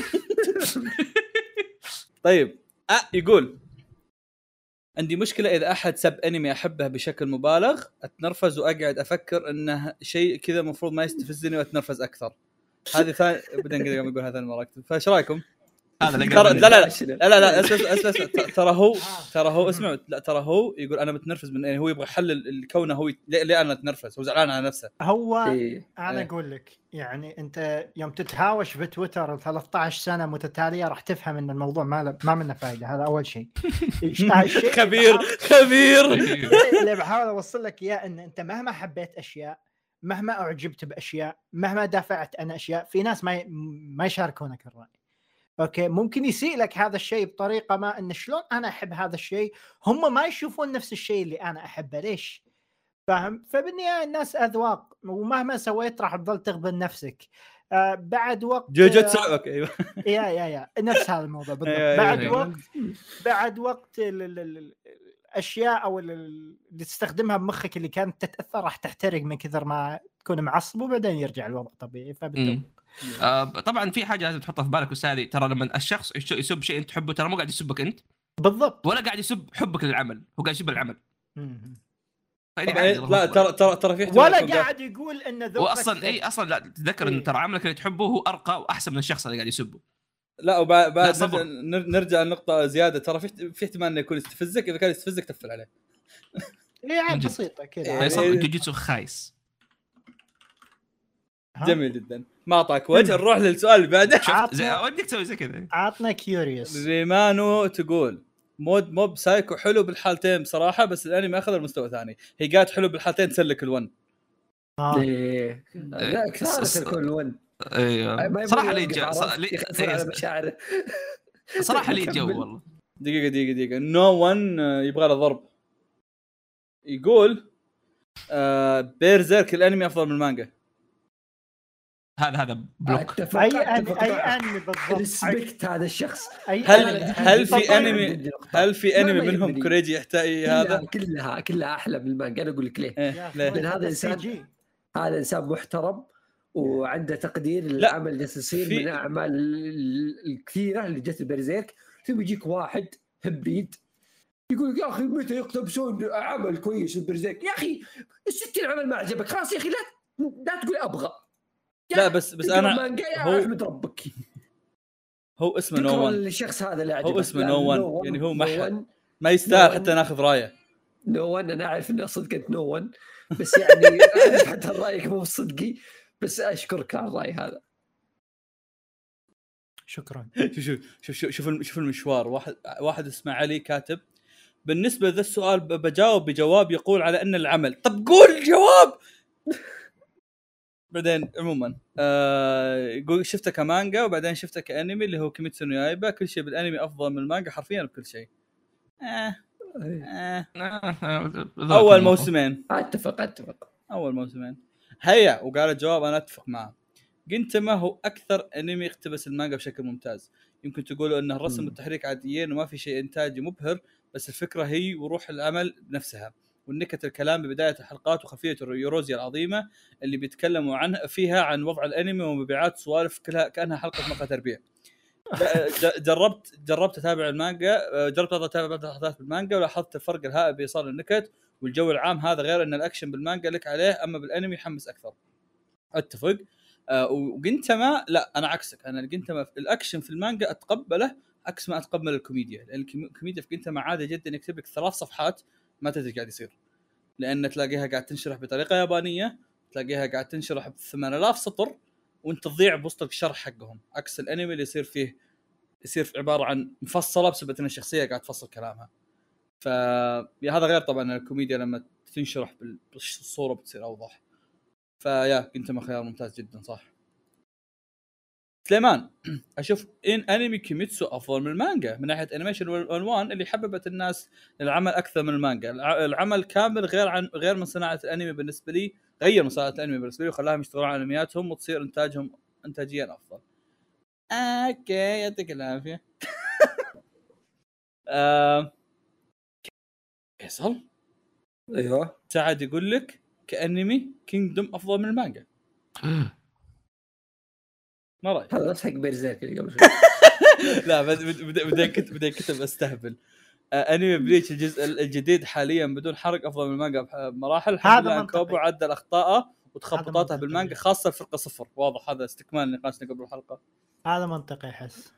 طيب يقول عندي مشكلة إذا أحد سب أنمي أحبه بشكل مبالغ أتنرفز وأقعد أفكر أنه شيء كذا مفروض ما يستفزني وأتنرفز أكثر. هذه ثاني بدنا نقول يقول هذا المرة. فايش رأيكم؟ هذا لا ترى هو اسمع ترى هو يقول أنا متنرفز من هو يبغى يحلل الكونه هو ليه أنا أتنرفز هو زعلان على نفسه. أنا أقول لك يعني أنت يوم تتهاوش بتويتر 13 سنة متتالية راح تفهم إن الموضوع ما منه فائدة. هذا أول شيء. خبير اللي بحاول أوصل لك إياه إن أنت مهما حبيت أشياء، مهما أعجبت بأشياء، مهما دافعت عن أشياء، في ناس ما يشاركونك الرأي. أوكي ممكن يسيء لك هذا الشيء بطريقة ما، إن شلون أنا أحب هذا الشيء هم ما يشوفون نفس الشيء اللي أنا أحبه، ليش؟ فاهم؟ فبالنهاية الناس أذواق ومهما سويت راح تظل تغبن نفسك. بعد وقت جوجوتسو أيوة يا نفس هذا الموضوع بالضبط. بعد وقت الأشياء أو اللي تستخدمها بمخك اللي كانت تتأثر راح تحترق من كثر ما تكون معصب وبعدين يرجع الوضع طبيعي. طبعا في حاجه لازم تحطها في بالك وسالي، ترى لما الشخص يسب شيء انت تحبه ترى مو قاعد يسبك انت بالضبط ولا قاعد يسب حبك للعمل، هو قاعد يسب العمل. لا ترى في ولا قاعد يقول ان ذوقك اصلا لا تذكر ان ترى عملك اللي تحبه هو ارقى واحسن من الشخص اللي قاعد يسبه. لا وبعد نرجع لنقطه زياده، ترى في احتمال انه يكون يستفزك، اذا كان يستفزك تفل عليه. يعني بسيطه كذا جوجيتسو خايس. جميل جدا. ما اعطاك وجه. نروح للسؤال اللي بعده. ودك تسوي زي كذا. عطنا كيوريوس. ريمانو تقول موب سايكو حلو بالحالتين بصراحه، بس الانمي اخذ المستوى ثاني. هيجات حلو بالحالتين تسلك الون. لا كثار تكون الون. ايوه صراحه لي جو صراحه لي جو والله. دقيقه نو ون يبغى له ضرب. يقول بيرزيرك الانمي افضل من المانجا. هذا بلوك. اي انمي بالضبط. ريسبكت هذا الشخص. هل في انمي منهم كوريجي يحتاج هذا؟ كلها احلى من المانجا. انا اقول لك ليه. لان هذا انسان محترم وعنده تقدير للعمل اللي يصير من الاعمال الكثيره اللي جت بيرزيرك. ثم يجيك واحد هبيد يقول يا اخي متى يقتبسون عمل كويس بيرزيرك؟ يا اخي 60 عمل ما عجبك خلاص يا اخي لا تقول ابغى. لا بس انا هو احمد ربك. هو اسمه نو ون. الشخص هذا اللي عجبك هو اسمه نو ون يعني هو ما يستاهل حتى ناخذ رايه. نو ون انا عارف انه صدق انت نو ون بس يعني حتى رايك مو صدقي، بس اشكرك على الراي هذا. شكرا. شوف المشوار. واحد اسمه علي كاتب بالنسبه لذا السؤال بجاوب بجواب يقول على ان العمل. طب قول الجواب. بعدين عموما يقول شفته كمانجا وبعدين شفته كانمي اللي هو كيميتسو نو يايبا. كل شيء بالانمي افضل من المانجا حرفيا بكل شيء. اول موسمين اتفق اول موسمين هيا. وقال الجواب انا اتفق معه. جنتما هو اكثر انمي اقتبس المانجا بشكل ممتاز. يمكن تقولوا ان الرسم والتحريك عاديين وما في شيء انتاجي مبهر، بس الفكره هي وروح العمل نفسها والنكت الكلام ببدايه الحلقات وخلفيه يوروزيا العظيمه اللي بيتكلموا عنها فيها عن وضع الانمي ومبيعات سوالف كلها كانها حلقه مقهى تربيع. جربت اتابع المانجا، جربت اتابع بعض الاحداث بالمانجا ولاحظت الفرق الهائل بايصال النكت والجو العام هذا، غير ان الاكشن بالمانجا لك عليه اما بالانمي يحمس اكثر. اتفق. وجنتما لا انا عكسك. انا الجنتما الاكشن في المانجا اتقبله عكس ما اتقبل الكوميديا، لان الكوميديا في انت عاده جدا يكتب لك 3 صفحات ما تدري قاعد يصير، لان تلاقيها قاعد تنشرح بطريقه يابانيه، تلاقيها قاعد تنشرح ب 8000 سطر وانت تضيع بوسط الشرح حقهم، عكس الانمي اللي يصير عباره عن مفصله بسبب ان الشخصيه قاعد تفصل كلامها. هذا غير طبعا الكوميديا لما تنشرح بالصوره بتصير اوضح. فيا كنت خيار ممتاز جدا صح. سليمان اشوف ان انمي كيميتسو افضل من المانجا من ناحيه انيميشن والالوان اللي حببت الناس للعمل اكثر من المانجا. العمل كامل غير من صناعه الانمي بالنسبه لي، غير من صناعه الانمي بالنسبه لي وخلاهم يشتغلون على انمياتهم وتصير انتاجهم انتاجيا افضل. اوكي يعطيك العافيه. فيصل ايوه سعد يقول لك كانمي كينجدوم افضل من المانجا. ما رايك؟ هذا نفس حق بيرزيرك اللي قبل شوي. لا بدي كتب استهبل. انمي بليتش الجزء الجديد حاليا بدون حرق افضل من المانجا بمراحل. الحمد لله كوبو عدل اخطاءه وتخبطاتها بالمانجا خاصه الفرقه 0. واضح هذا استكمال نقاشنا قبل الحلقه. هذا منطقي احس.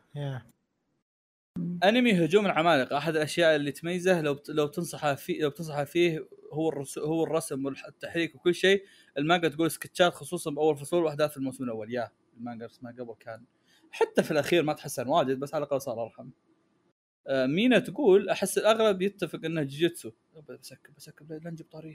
انمي هجوم العمالقه احد الاشياء اللي تميزه لو تنصح فيه هو الرسم والتحريك وكل شيء. المانجا تقول سكتشات خصوصا باول فصول واحداث الموسم الاول. يا المانجا اسمها قبل كان حتى في الاخير ما تحسن واجد بس على الاقل صار ارحم. مينا تقول احس الاغلب يتفق انه جوجيتسو. بسكب لا نجيب طاريه.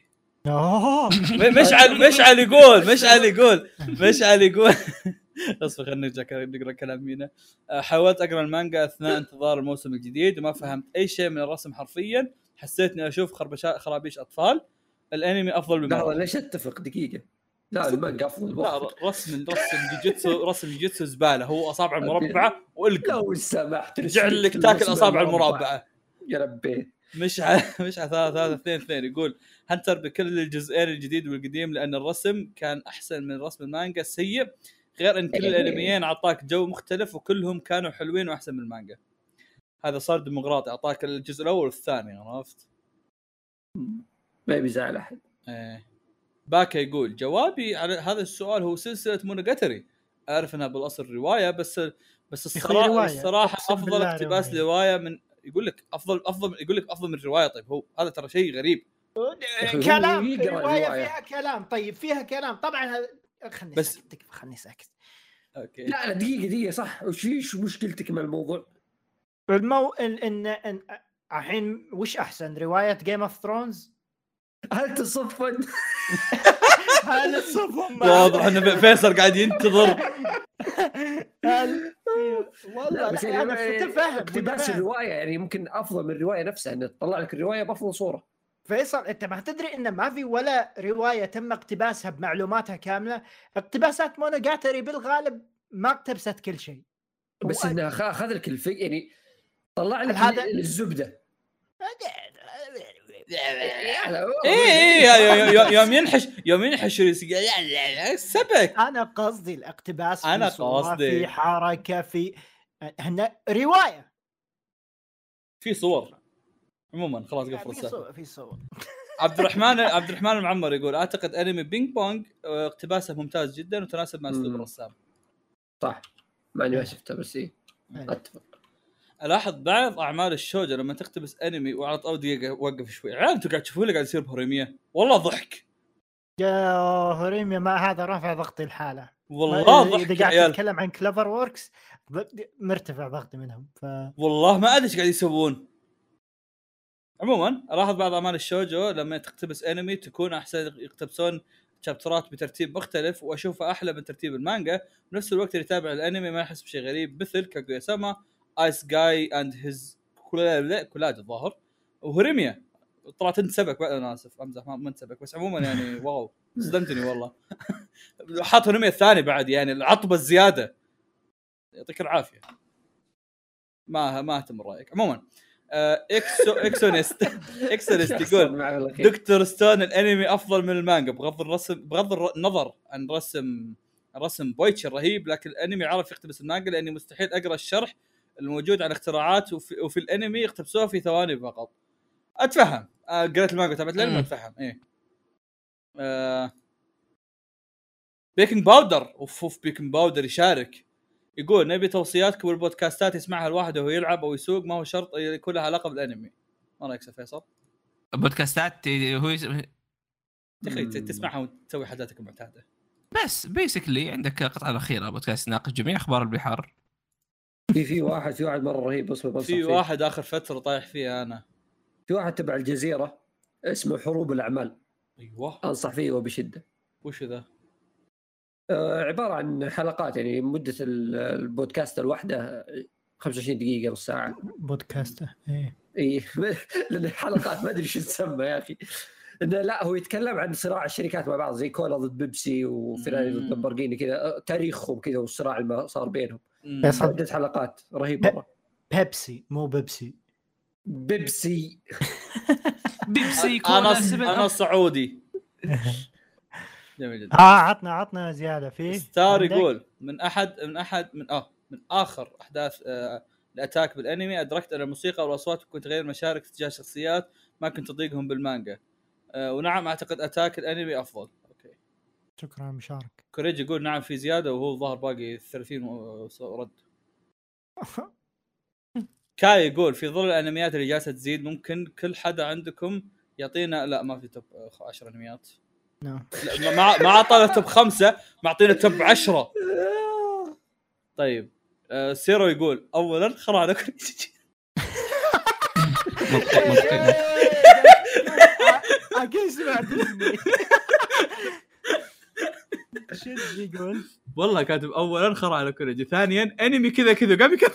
مشعل يقول اصبر خلينا نقرا كلام مينا. حاولت اقرا المانجا اثناء انتظار الموسم الجديد وما فهمت اي شيء من الرسم حرفيا. حسيت اني اشوف خرابيش اطفال. الانمي افضل من لا ليش اتفق دقيقه. لا المانجا افضل. لا رسم جوجيتسو زباله. هو اصابع مربعه والقى لو سمحت رجع لك تاكل اصابع المربعه يا ربي. مش على 3-2-2 يقول هنتر بكل الجزئين الجديد والقديم لان الرسم كان احسن من رسم المانجا السيء، غير ان كل الانميين اعطاك جو مختلف وكلهم كانوا حلوين واحسن من المانجا. هذا صار ديمقراطي اعطاك الجزء الاول والثاني. عرفت ما بيزعل احد. باكا يقول جوابي على هذا السؤال هو سلسله مونوجاتري. اعرف انها بالاصل روايه بس الصراحه افضل اقتباس روايه من يقول لك افضل من الروايه. طيب هو هذا ترى شيء غريب. كلام روايه فيها كلام. طيب فيها كلام طبعا. خلني ساكت. اوكي لا دقيقه صح. وش مشكلتك مع الموضوع؟ ان الحين وش احسن روايه جيم اوف ثرونز؟ هل تصفن؟ واضح ان فيصل قاعد ينتظر. والله بس انا تفهم اقتباس الروايه يعني ممكن افضل من الروايه نفسها ان تطلع لك الروايه بافضل صوره. فيصل انت ما تدري ان ما في ولا روايه تم اقتباسها بمعلوماتها كامله. اقتباسات مونوجاتري بالغالب ما اقتبست كل شيء بس انه اخذ لك يعني طلع لك هذا الزبده. يوم ينحش السبك. انا قصدي الاقتباس انا قصدي في حركه في هنا روايه في صور. عموما خلاص قفل السالفه. في صور. عبد الرحمن المعمر يقول اعتقد انمي بينج بونج اقتباسه ممتاز جدا وتناسب مع اسلوب الرسام. صح ماني ما شفته بس اتفق. الاحظ بعض اعمال الشوجو لما تقتبس انمي وعلى طول دقيقه وقف شوي. عيال انتوا قاعد تشوفوا لي قاعد يصير بهوريمية والله ضحك. يا هوريمية ما هذا رافع ضغطي الحالة والله ضحك. اذا قاعد تتكلم عن كليفر ووركس مرتفع ضغطي منهم والله ما ادري ايش قاعد يسوون. عموما الاحظ بعض اعمال الشوجو لما تقتبس انمي تكون احسن يقتبسون شابترات بترتيب مختلف واشوفها احلى من ترتيب المانجا. بنفس الوقت اللي يتابع الانمي ما يحس بشيء غريب مثل كاغويا ساما ايس جاي اند هيز كولاج الظاهر وهوريميا. طلعت انت سبك بقى. انا اسف امزح ما انت سبك بس عموما يعني واو صدمتني والله. حاط هوريميا الثاني بعد يعني العطبه الزياده. يعطيك العافيه. ما اهتم رايك. عموما اكسونست يقول دكتور ستون الانمي افضل من المانجا بغض النظر عن رسم بويتش الرهيب، لكن الانمي عرف يقتبس المانجا لاني مستحيل اقرا الشرح الموجود عن اختراعات وفي الانمي يقتبسوها في ثواني فقط. اتفهم. قريت المانجا تبعت الانمي اتفهم. ايه بيكنج باودر بيكنج باودر يشارك يقول نبي توصياتكم بالبودكاستات يسمعها الواحد وهو يلعب او يسوق، ما هو شرط يكون لها علاقه بالانمي. ما رايك فيصل؟ بودكاستات هو تسمعها وتسوي حاجاتك المعتاده. بس بيسكلي عندك قطعه الاخيره بودكاست ناقش جميع اخبار البحار. في واحد مره رهيب اسمه في واحد اخر فتره طايح فيه انا. في واحد تبع الجزيره اسمه حروب الاعمال. ايوه انصح فيه وبشده. وش ذا؟ عباره عن حلقات، يعني مده البودكاست الواحده 25 دقيقه نص ساعه. بودكاست اي لان الحلقات ما ادري شو تسمى يا اخي. إنه لا هو يتكلم عن صراع الشركات مع بعض زي كولا ضد بيبسي وفيراري ضد لامبورغيني كذا، تاريخهم كذا والصراع اللي صار بينهم. عدة حلقات رهيبة مرة. بيبسي مو بيبسي. بيبسي كولا. أنا صعودي. جميل جدا. عطنا زيادة فيه. ستار يقول من آخر أحداث الأتاك بالأنمي أدركت أن الموسيقى والأصوات تكون تغير مشاعرك تجاه شخصيات ما كنت تضيقهم بالمانجا. ونعم أعتقد أتاك الأنمي أفضل. أوكي شكرا مشارك. كوريجي يقول نعم في زيادة وهو ظهر باقي 30 ورد. كاي يقول في ظل الأنميات اللي جالسة تزيد ممكن كل حدا عندكم يعطينا. لا ما في توب 10 أنميات. ما عطانا توب 5 معطينا توب 10. طيب سيرو يقول أولا خرعنا كوريجي. أكيد سمعت اسمي. شو يقول؟ والله كاتب أولا خرع على كوريجي، ثانيا أنمي كذا قام يكمل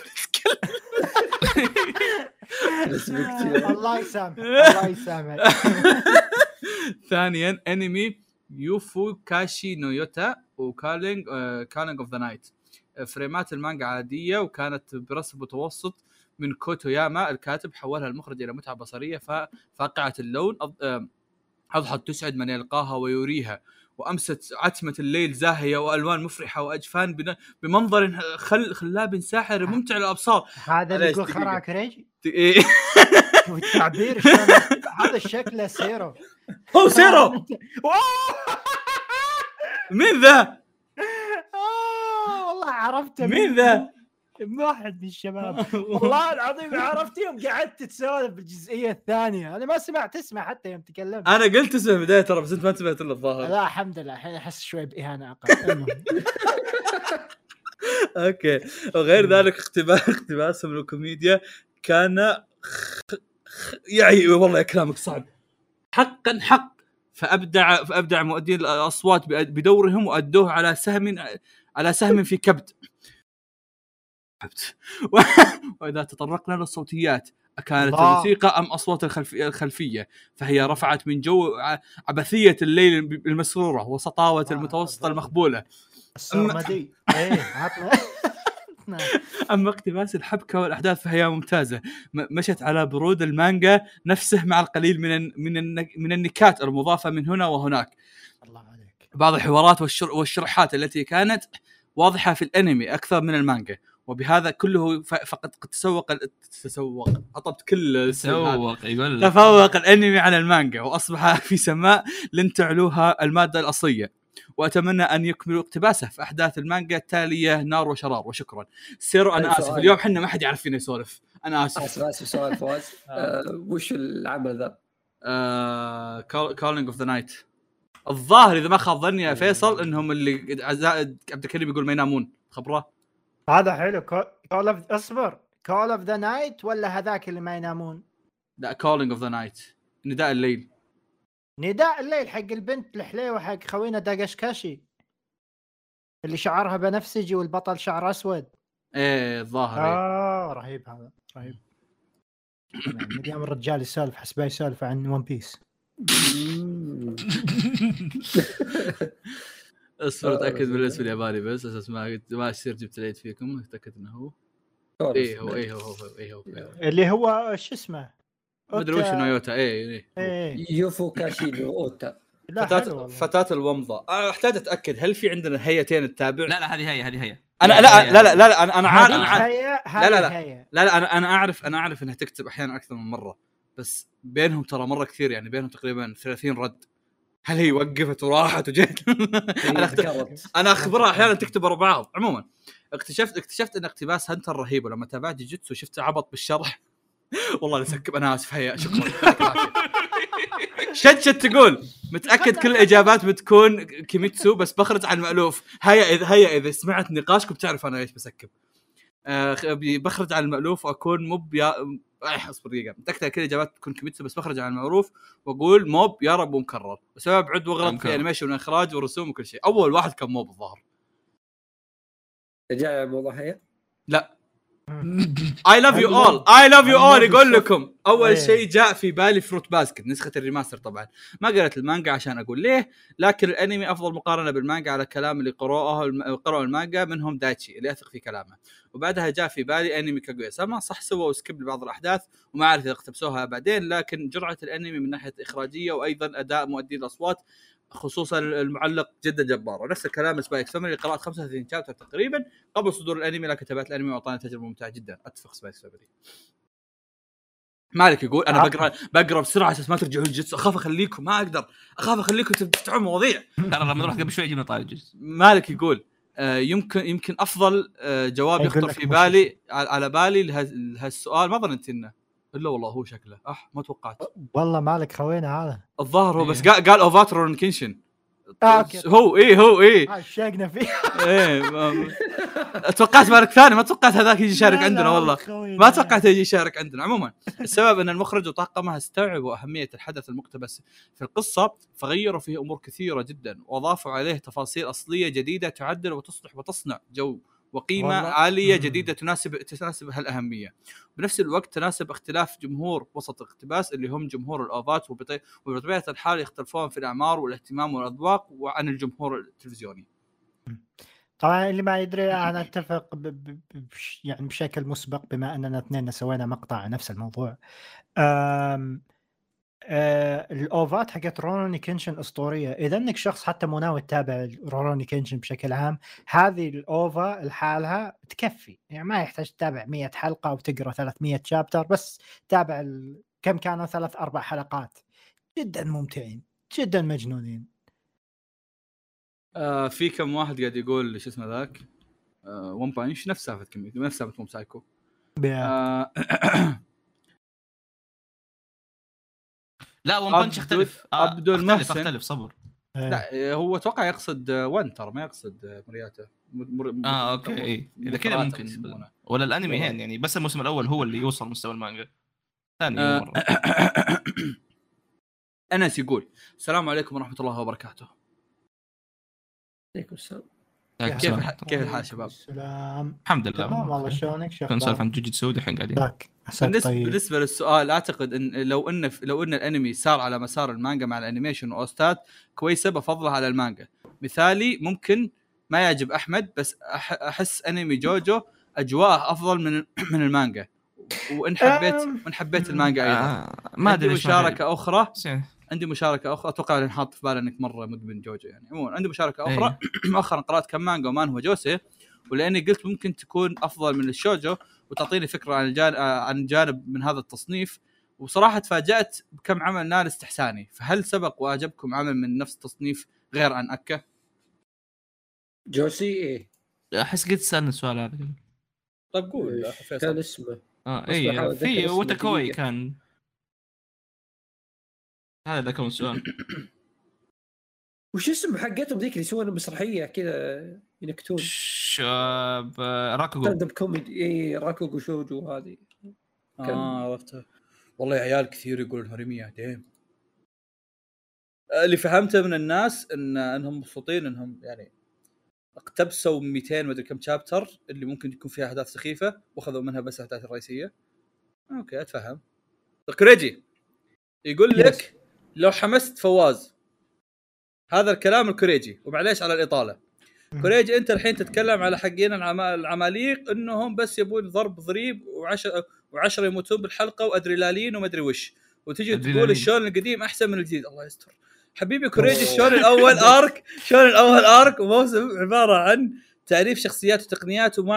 يتكلم. الله يسامح. ثانيا أنمي يوفو كاشي نويوتا وكالينج اوف ذا نايت. فريمات المانجا عادية وكانت برسم متوسط من كوتوياما الكاتب، حولها المخرج إلى متعة بصرية فاقعة اللون أضحت تسعد من يلقاها ويريها، وأمست عتمة الليل زاهية وألوان مفرحة وأجفان بمنظر خلاب ساحر ممتع للأبصار. هذا اللي يقول خرع كريجي والتعبير هذا الشكل سيرو. هو سيرو. مين ذا؟ والله عرفته. مين ذا؟ واحد من الشباب. والله العظيم عرفت يوم قعدت تسولف بالجزئيه الثانيه. انا ما سمعت اسمه حتى يوم تكلمت. انا قلت اسمه بدايه ترى بس انت ما انتبهت له الظاهر. لا الحمد لله الحين احس شوي باهانه اقل. اوكي. وغير ذلك اقتباسهم من الكوميديا كان يعني والله كلامك صعب حقا حق. فابدع مؤدين الاصوات بدورهم وادوه على سهم في كبد. وإذا تطرقنا للصوتيات كانت الموسيقى أم أصوات الخلفية فهي رفعت من جو عبثية الليل المسرورة وسطاوة المتوسطة المخبولة. أما اقتباس الحبكة والأحداث فهي ممتازة، مشت على برود المانجا نفسه مع القليل من النكات المضافة من هنا وهناك. الله عليك. بعض الحوارات والشرحات التي كانت واضحة في الأنمي أكثر من المانجا، وبهذا كله فقد تسوق عطبت كل تفوق الأنمي على المانجا وأصبح في سماء لن تعلوها المادة الأصلية. وأتمنى أن يكملوا اقتباسه في أحداث المانجا التالية نار وشرار. وشكرا سيرو. أنا آسف اليوم حنا ما حد يعرف فينا يسولف. أنا آسف. سؤال فواز. وش العمل ذا؟ Calling of the Night. الظاهر إذا ما خاب ظني يا فيصل إنهم اللي عبد الكريم يقول ما ينامون خبره. هذا حلو. اصبر Call of the Night ولا هذاك اللي ما ينامون؟ لا Calling of the Night نداء الليل. نداء الليل حق البنت الحليوة حق خوينا داغاشكاشي اللي شعرها بنفسجي والبطل شعر أسود. ايه الظاهر. رهيب هذا رهيب. من يوم الرجال يسولف حسبه يسولف عن ون بيس. اصبر اتاكد من الاسم الياباني بس اساس ما يصير جبت العيد فيكم. اتاكد انه هو هو اللي هو شو اسمه ما ادري وش نويوتا. ايه يوفو كاشي اوتا فتاة الومضة. احتاج اتاكد هل في عندنا هيئتين التابع. لا هذه هي انا لا انا عارف. لا انا اعرف انها تكتب احيانا اكثر من مره بس بينهم ترى مره كثير يعني بينهم تقريبا 30 رد. هل هي وقفت وراحت وجت؟ انا اخبرها احيانا تكتب ورا بعض. عموما اكتشفت ان اقتباس هنتر رهيب، ولما تابعت جوجيتسو شفت عبط بالشرح. والله لسكب، انا اسف. هيا شكرا. شت تقول متاكد كل الاجابات بتكون كيميتسو، بس بخرج عن المألوف. هيا اذا سمعت نقاشكم بتعرف انا ايش بسكب. بخرج عن المألوف واكون موب يا اصبر دقيقه. متاكد كل الاجابات بتكون كيميتسو، بس بخرج عن المعروف واقول موب يا رب ومكرر، وسبب عد وغلط في انيميشن واخراج ورسوم وكل شيء. اول واحد كان موب الظاهر. جاء الموضوع هي لا I love you all يقول لكم اول شيء جاء في بالي فروت باسكت نسخه الريماستر. طبعا ما قرأت المانجا عشان اقول ليه، لكن الانمي افضل مقارنه بالمانجا على كلام اللي قرأوا المانجا منهم دايتشي اللي اثق في كلامه. وبعدها جاء في بالي انمي كاغويا ساما، صح سووا سكيب لبعض الاحداث وما اعرف اذا اقتبسوها بعدين، لكن جرعه الانمي من ناحيه اخراجيه وايضا اداء مؤدي الاصوات خصوصا المعلق جدا جبار. ونفس الكلام سبايك فاميلي، قرأت 35 شابتر تقريبا قبل صدور الانمي، لكن تابعت الانمي واعطاني تجربه ممتعه جدا. اتفق سبايك فاميلي. مالك يقول انا بقرا بسرعه عشان ما ترجعون جيتسو، اخاف اخليكم ما اقدر، اخاف اخليكم تفتحون مواضيع. ترى لما نروح قبل شوي جبنا طاري جيتسو. مالك يقول يمكن افضل جواب يخطر في بالي على بالي لهالسؤال. ما ظننت انه الا والله هو شكله ما توقعت والله. مالك خوينا هذا الظاهر هو بس قال اوفاترون كينشن. هو عشقنا فيه. توقعت مالك ثاني، ما توقعت هذاك يجي يشارك عندنا. والله ما توقعت يجي يشارك عندنا. عموما السبب ان المخرج وطاقمه استوعبوا اهميه الحدث المقتبس في القصه، فغيروا فيه امور كثيره جدا واضافوا عليه تفاصيل اصليه جديده تعدل وتصلح وتصنع جو وقيمه عاليه جديده تناسب هالاهميه. بنفس الوقت تناسب اختلاف جمهور وسط الاقتباس اللي هم جمهور الاوفات، وبطبيعه الحال يختلفون في الاعمار والاهتمام والاذواق وعن الجمهور التلفزيوني. طبعا اللي ما يدري انا اتفق يعني بشكل مسبق، بما اننا اثنين سوينا مقطع عن نفس الموضوع. الاوفات حقت روروني كينشن اسطوريه. اذا انك شخص حتى مو ناوي تتابع روروني كينشن بشكل عام، هذه الاوفا لحالها تكفي. يعني ما يحتاج تتابع 100 حلقه وتقرا 300 شابتر، بس تابع كم كانوا 3-4 حلقات جدا ممتعين جدا مجنونين. في كم واحد قاعد يقول شو اسمه ذاك ون بانش نفس سالفه كمية نفس سالفه موم سايكو. لا ون بانش اختلف. اختلف صبر. لا هو اتوقع يقصد وان، ترى ما يقصد مرياته. اوكي اذا كذا ممكن. ولا الانمي يعني بس الموسم الاول هو اللي يوصل مستوى المانجا. ثاني مره. انس يقول السلام عليكم ورحمه الله وبركاته. عليكم السلام. كيف الحال شباب؟ السلام. الحمد لله. تمام والله. شلونك؟ كنا نسولف عن جوجيتسو الحين قاعدين. بالنسبه للسؤال، اعتقد ان لو ان الانمي سار على مسار المانجا مع الانيميشن واوستات كويسه بفضلها على المانجا. مثالي ممكن ما يعجب احمد، بس احس انمي جوجو اجواءه افضل من المانجا، وان حبيت المانجا ايضا. ما ادري مشاركه اخرى. عندي مشاركه اخرى اتوقع ان حاط في بالي انك مره مدمن جوجو يعني. عموما عندي مشاركه اخرى. مؤخرا قرات كم مانجا ومانهوا جوسي، ولاني قلت ممكن تكون افضل من الشوجو وتعطيني فكره عن جانب من هذا التصنيف، وصراحه تفاجات بكم عمل نال استحساني. فهل سبق واعجبكم عمل من نفس التصنيف غير عن اكا؟ جوسي ايه احس قلت سالنا السؤال هذا. طيب قول كان اسمه اي في وتاكوي كان هذا كم سؤال. وش اسم حقتهم ذيك اللي يسوون مسرحيه كذا ينكتون؟ راكوغو ستاند اب كوميدي. اي راكوغو شوجو هذه. عرفته والله. عيال كثير يقولون هرميه ديم. اللي فهمته من الناس انهم مبسوطين انهم يعني اقتبسوا 200 ما ادري كم شابتر اللي ممكن يكون فيها احداث سخيفه واخذوا منها بس الاحداث الرئيسيه. اوكي اتفهم. كوريجي يقول لك لو حمست فواز، هذا الكلام الكوريجي ومعليش على الإطالة. كوريجي أنت الحين تتكلم على حقين العماليق إنهم بس يبون ضريب وعشرة يموتون بالحلقة وأدرينالين وما أدري وش، وتجي تقول الشون القديم أحسن من الجديد. الله يستر حبيبي كوريجي. الشون الأول أرك وموسم عبارة عن تعريف شخصيات وتقنيات، وما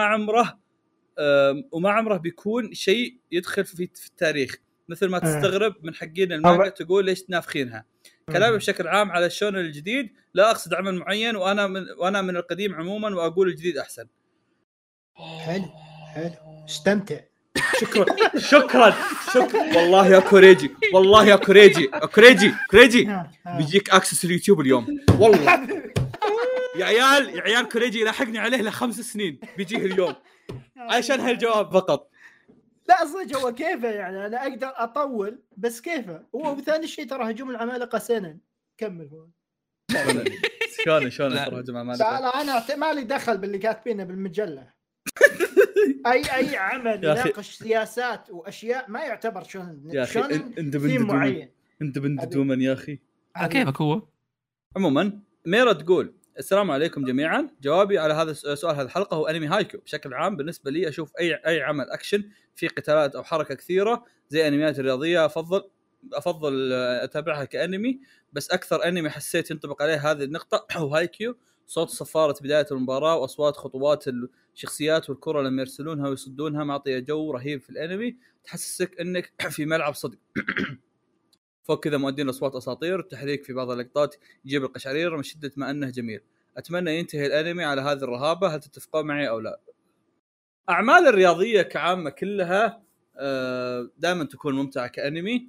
عمره بيكون شيء يدخل في التاريخ، مثل ما تستغرب من حقين المانجا تقول ليش نافخينها. كلامي بشكل عام على الشون الجديد، لا أقصد عمل معين، وأنا من القديم عموما، وأقول الجديد أحسن. حلو استمتع. شكرا والله يا كوريجي، والله يا كوريجي بيجيك اكسس اليوتيوب اليوم والله. يا عيال كوريجي لاحقني عليه ل5 سنين بيجيه اليوم عشان هالجواب فقط. لا صدق هو كيفه يعني انا اقدر اطول بس كيفه هو. وثاني شيء ترى هجوم العمالقه سنن كمل هو شلون ترى هجوم العمالقه. لا انا ما لي دخل باللي كاتبينه بالمجله. اي عمل يناقش سياسات واشياء ما يعتبر شلون انت معين. انت بنت دومن يا اخي كيفك هو. عموما ميرا تقول السلام عليكم جميعا. جوابي على هذا السؤال هذه الحلقه هو انمي هايكيو. بشكل عام بالنسبه لي اشوف اي عمل اكشن في قتالات او حركه كثيره زي انميات الرياضيه افضل اتابعها كانمي. بس اكثر انمي حسيت ينطبق عليه هذه النقطه هو هايكيو. صوت صفاره بدايه المباراه واصوات خطوات الشخصيات والكره لما يرسلونها ويصدونها معطيه جو رهيب في الانمي، تحسسك انك في ملعب صدق. فوق كذا مؤدين اصوات اساطير، التحريك في بعض اللقطات يجيب القشعريره من شده ما انه جميل. اتمنى ينتهي الانمي على هذه الرهابه. هل تتفقون معي او لا؟ اعمال الرياضيه كعامه كلها دائما تكون ممتعه كانمي،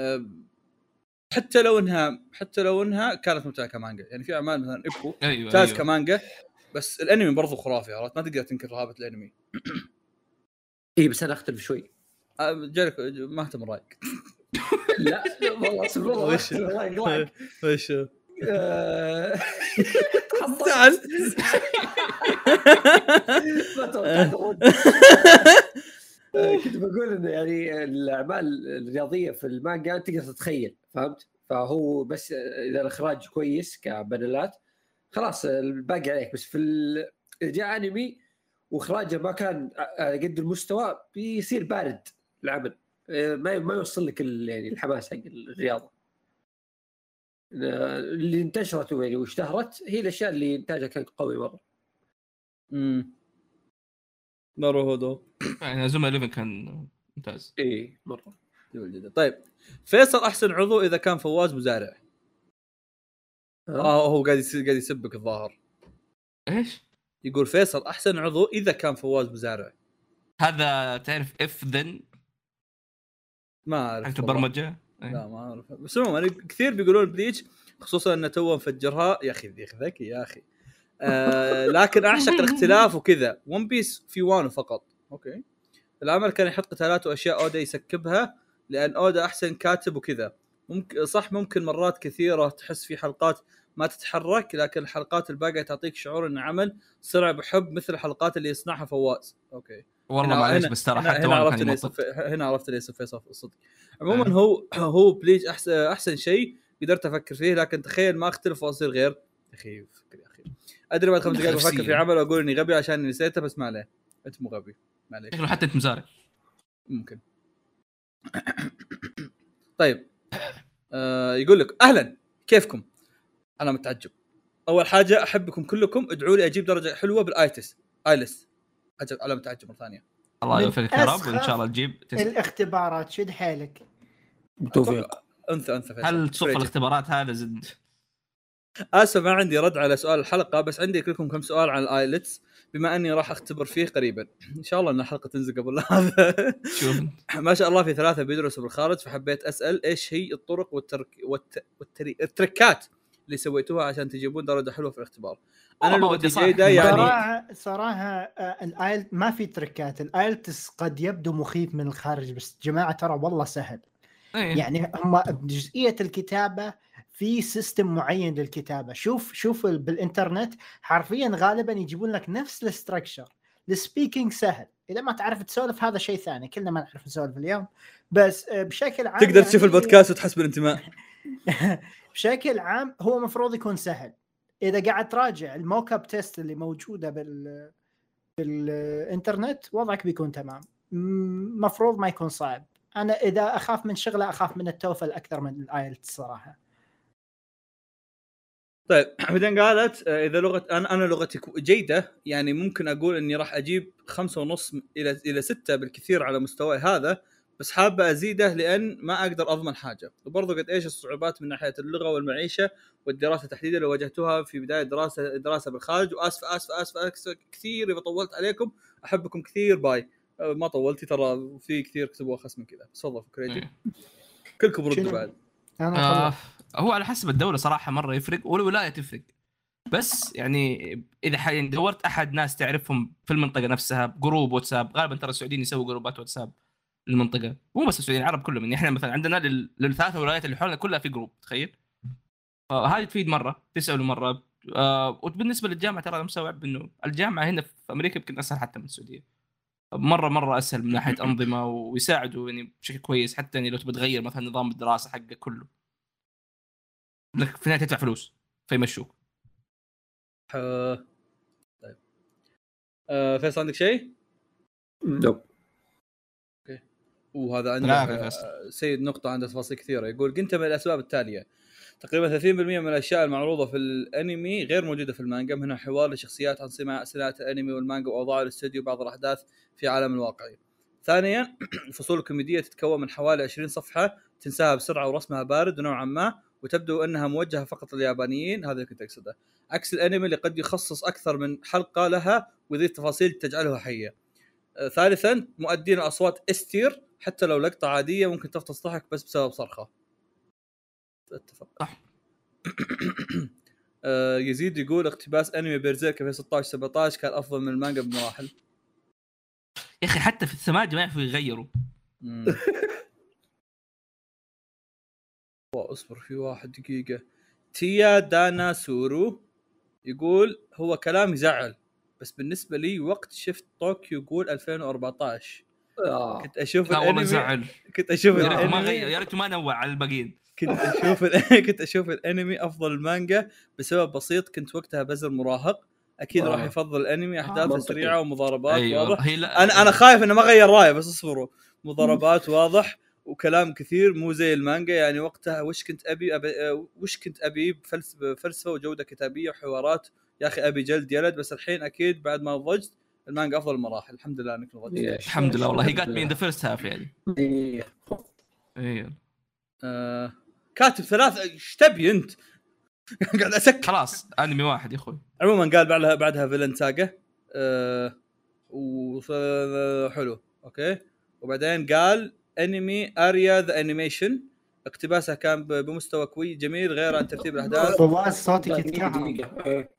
حتى لو انها كانت ممتعه كمانجا. يعني في اعمال مثلا ايبو ممتاز كمانجا بس الانمي برضو خرافي، عرفت؟ ما تقدر تنكر رهابه الانمي. اي بس انا اختلف شوي. جالك ما اهتم رايك. لا والله سبحان الله. وش حصل ما توقعت كنت بقول انه يعني الاعمال الرياضيه في المانجا تقدر تتخيل، فهمت؟ فهو بس اذا الاخراج كويس كبدلات خلاص الباقي عليك. بس في جاء انمي واخراجه ما كان قد المستوى بيصير بارد العمل، ما يوصل لك يعني الحماس حق الرياضه اللي انتشرت يعني واشتهرت. هي الاشياء اللي انتاجها كان قوي مره. ناروهودو يعني زوما 11 كان ممتاز. اي مره. طيب فيصل احسن عضو اذا كان فواز مزارع. هو قاعد يسبك الظاهر. ايش يقول فيصل احسن عضو اذا كان فواز مزارع. هذا تعرف اف ذن؟ ما اعرف حق البرمجه. لا ما اعرف. بس عموما كثير بيقولون بليتش خصوصا انه تو مفجرها. يا اخي ذكي يا اخي. لكن اعشق الاختلاف وكذا. ون بيس في وانو فقط. اوكي العمل كان يحط قتالات واشياء اودا يسكبها لان اودا احسن كاتب وكذا. ممكن صح ممكن مرات كثيره تحس في حلقات ما تتحرك، لكن الحلقات الباقيه تعطيك شعور ان عمل صنع بحب مثل الحلقات اللي يصنعها فواز. اوكي والله معليش بس ترى حتى هنا عرفت ليش فيصل الصدق. عموما هو بليج احسن شيء قدرت افكر فيه، لكن تخيل ما اختلف واصير غير. اخي فكر يا اخي. ادري بعد 5 دقائق بفكر في عمل واقول اني غبي عشان نسيته، بس ما عليه انت مو غبي معليش. شكله حتى انت مزارع ممكن. طيب يقول لك اهلا كيفكم؟ انا متعجب. اول حاجه احبكم كلكم، ادعوا لي اجيب درجه حلوه بالايلتس. عجب على متعجب مره ثانيه. الله يوفقك يا رب وان شاء الله تجيب الاختبارات. شد حيلك بالتوفيق. انثى هل تصف الاختبارات هذا زد؟ اسف ما عندي رد على سؤال الحلقه، بس عندي لكم كم سؤال عن الايلتس بما اني راح اختبر فيه قريبا ان شاء الله ان الحلقه تنزل قبل هذا. شوف ما شاء الله في 3 بيدرسوا بالخارج، فحبيت اسال ايش هي الطرق والتركات اللي سويتوها عشان تجيبون درجه حلوه في الاختبار. انا لغتي جيده يعني صراحه الايلت ما في تركات. الايلتس قد يبدو مخيف من الخارج بس جماعه ترى والله سهل. يعني هم بجزئيه الكتابه في سيستم معين للكتابه. شوف بالانترنت حرفيا غالبا يجيبون لك نفس الاستراكشر. السبيكينج سهل، اذا ما تعرف تسولف هذا شيء ثاني، كلنا ما نعرف نسولف اليوم. بس بشكل عام تقدر تشوف البودكاست وتحس بالانتماء. بشكل عام هو مفروض يكون سهل. اذا قاعد تراجع الموك اب تيست اللي موجوده بالانترنت وضعك بيكون تمام. مفروض ما يكون صعب. انا اذا اخاف من شغله اخاف من التوفل اكثر من الايلتس صراحه. طيب بعدين قالت اذا لغه انا لغتي جيده يعني ممكن اقول اني راح اجيب 5.5 الى 6 بالكثير على مستوى هذا. بس حابه ازيده لان ما اقدر اضمن حاجه، وبرضه قد ايش الصعوبات من ناحيه اللغه والمعيشه والدراسه تحديدا اللي واجهتوها في بدايه دراسه بالخارج. واسف كثير اذا طولت عليكم، احبكم كثير. باي. ما طولتي ترى، في كثير كتبوا اخس من كذا. تفضل كريجي. كلكم ردوا بعد. هو على حسب الدوله صراحه مره يفرق، والولايه تفرق. بس يعني اذا حاليا دورت احد ناس تعرفهم في المنطقه نفسها بجروب واتساب، غالبا ترى السعوديين يسووا جروبات واتساب للمنطقه، مو بس السعوديين، العرب كلهم. يعني احنا مثلا عندنا للثلاث ولايات اللي حولنا كلها في جروب، تخيل. هذه تفيد مره، تسالوا مره. وبالنسبه للجامعه ترى انا مستوعب انه الجامعه هنا في امريكا يمكن اسهل حتى من السعوديه، مره اسهل من ناحيه انظمه، ويساعدوا يعني بشكل كويس. حتى يعني لو تبي تغير مثلا نظام الدراسه حقه كله، لك في النهايه تدفع فلوس فيمشوك. طيب فيصل عندك شيء؟ نو. اوكي. وهذا عنده سيد نقطه عنده تفاصيل كثيره. يقول قلت من الاسباب التاليه: تقريبا 30% من الاشياء المعروضه في الانمي غير موجوده في المانجا، منها حوار لشخصيات عن صناعه الانمي والمانجا واوضاع الاستوديو وبعض الاحداث في عالم الواقعي. ثانيا الفصول الكوميديه تتكون من حوالي 20 صفحه تنساها بسرعه ورسمها بارد ونوعا ما، وتبدو انها موجهه فقط لليابانيين. هذا اللي كنت اقصده، عكس الانمي اللي قد يخصص اكثر من حلقه لها ويضيف تفاصيل تجعلها حيه. ثالثا مؤدين الاصوات استير، حتى لو لقطه عاديه ممكن تفطس ضحك بس بسبب صرخه. اتفق. يزيد يقول اقتباس انمي بيرزيرك في 16-17 كان افضل من المانجا بمراحل. يا اخي حتى في السماج ما يعرفوا يغيروا. اصبر في واحد دقيقه. تيا دانا سورو يقول هو كلام يزعل، بس بالنسبه لي وقت شفت طوكيو يقول 2014 كنت اشوف الانمي، كنت اشوف الانمي ما غير، يا ريت ما نوع على الباقيين. كنت اشوف الانمي افضل المانجا بسبب بسيط، كنت وقتها بزر مراهق، اكيد راح يفضل الانمي، احداث سريعه ومضاربات واضح. انا خايف انه ما غير رايه، بس اصبروا. مضاربات واضح وكلام كثير، مو زي المانجا. يعني وقتها وش كنت ابي فلسفه وجوده كتابيه وحوارات. يا اخي ابي جلد يلد. بس الحين اكيد بعد ما نضجت المانجا افضل المراحل. الحمد لله انك نضجت. الحمد لله والله. هي جات مي ان ذا فيرست هاف يعني. كاتب 3 ايش تبي انت؟ قاعد اسك. خلاص انمي واحد يا اخوي. عموما قال بعدها فيلن ساغا وحلو. اوكي. وبعدين قال انمي اريا ذا انيميشن، اقتباسها كان بمستوى كويس جميل غير عن ترتيب الاحداث. فواز صوتك يتكعب.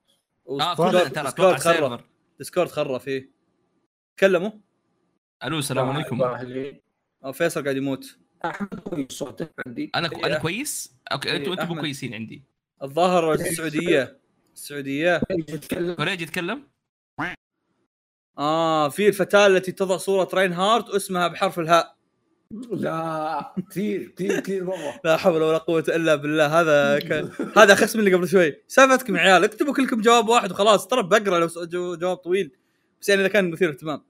ديسكورد خرف فيه. تكلموا. الو السلام عليكم. فيصل قاعد يموت. احمد كويس صوتك عندي. انا كويس. اوكي انتوا كويسين عندي. الظاهر السعوديه كوريجي يتكلم. في الفتاة التي تضع صورة رين هارت واسمها بحرف الهاء. لا كثير مرة. لا حول ولا قوة إلا بالله. هذا خص مني قبل شوي. سالفتكم يا عيال، اكتبوا كلكم جواب واحد وخلاص. ترى بقرأ لو جواب طويل، بس يعني إذا كان مثير اهتمام.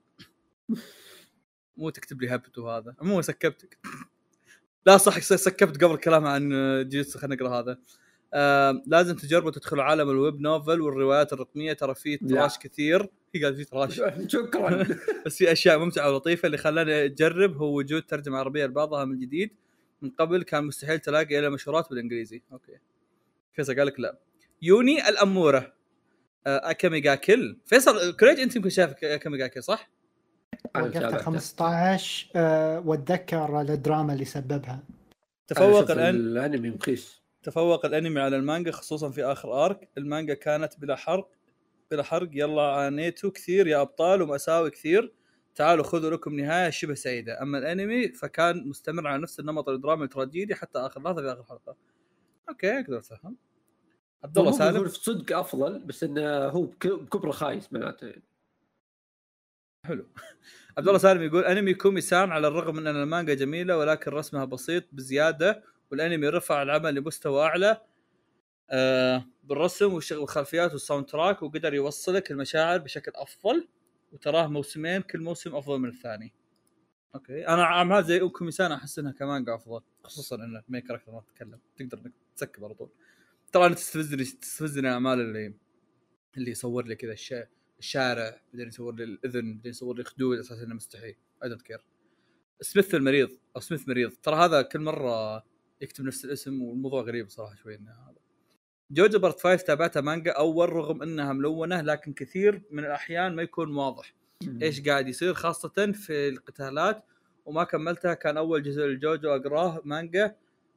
مو تكتب لي هبت وهذا. مو سكبتك. لا صح سكبت قبل الكلام عن جيتسو. خلينا نقرأ هذا. لازم تجربوا تدخلوا عالم الويب نوفل والروايات الرقميه، ترى فيه تراش كثير. هي قال فيه تراش شكرا. بس في اشياء ممتعه ولطيفه. اللي خلاني اجرب هو وجود ترجمه عربيه لبعضها من جديد. من قبل كان مستحيل تلاقي الا مشهورات بالانجليزي. اوكي فيصل قال لك لا. يوني الاموره اكاميغا كيل. فيصل كريج انت يمكن شايف اكاميغا كيل صح؟ وقفت 15 واتذكر الدراما اللي سببها. تفوق الانمي مخيس. تفوق الانمي على المانجا خصوصا في اخر ارك. المانجا كانت بلا حرق. يلا عانيتوا كثير يا ابطال ومساوي كثير، تعالوا خذوا لكم نهايه شبه سعيده. اما الانمي فكان مستمر على نفس النمط الدراما التراجيدي حتى اخر لحظه في اخر حلقه. اوكي اقدر افهم. عبد الله سالم في صدق افضل، بس انه هو بكبره خايس معناته. حلو. عبد الله سالم يقول انمي كومي-سان على الرغم من ان المانجا جميله ولكن رسمها بسيط بزياده، والانمي رفع العمل لمستوى اعلى بالرسم والخلفيات والساوند تراك، وقدر يوصلك المشاعر بشكل افضل. وتراه موسمين كل موسم افضل من الثاني. اوكي انا عام هذا زي كومي-سان احس انها كمان افضل، خصوصا انه ما كاركتر ما تتكلم، تقدر انك تسكب على طول. ترى انت تستفزني الاعمال اللي يصور لي كذا الشارع، بعدين يصور لي الاذن، بعدين يصور لي خدود، اساسا انه مستحيل. I don't care. سميث المريض او سميث مريض، ترى هذا كل مره يكتب نفس الاسم والموضوع غريب صراحه شوي. إنه هذا جوجو بارت 5 تابعتها مانجا اول رغم انها ملونه، لكن كثير من الاحيان ما يكون واضح ايش قاعد يصير خاصه في القتالات، وما كملتها. كان اول جزء الجوجو اقراه مانجا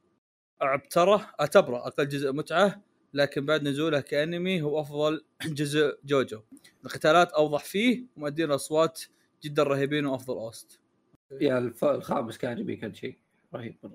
اعتبره اقل جزء متعه، لكن بعد نزوله كانمي هو افضل جزء جوجو. القتالات اوضح فيه ومؤدين الاصوات جدا رهيبين وافضل اوست. يا الخامس كانمي كان شيء رهيب مره.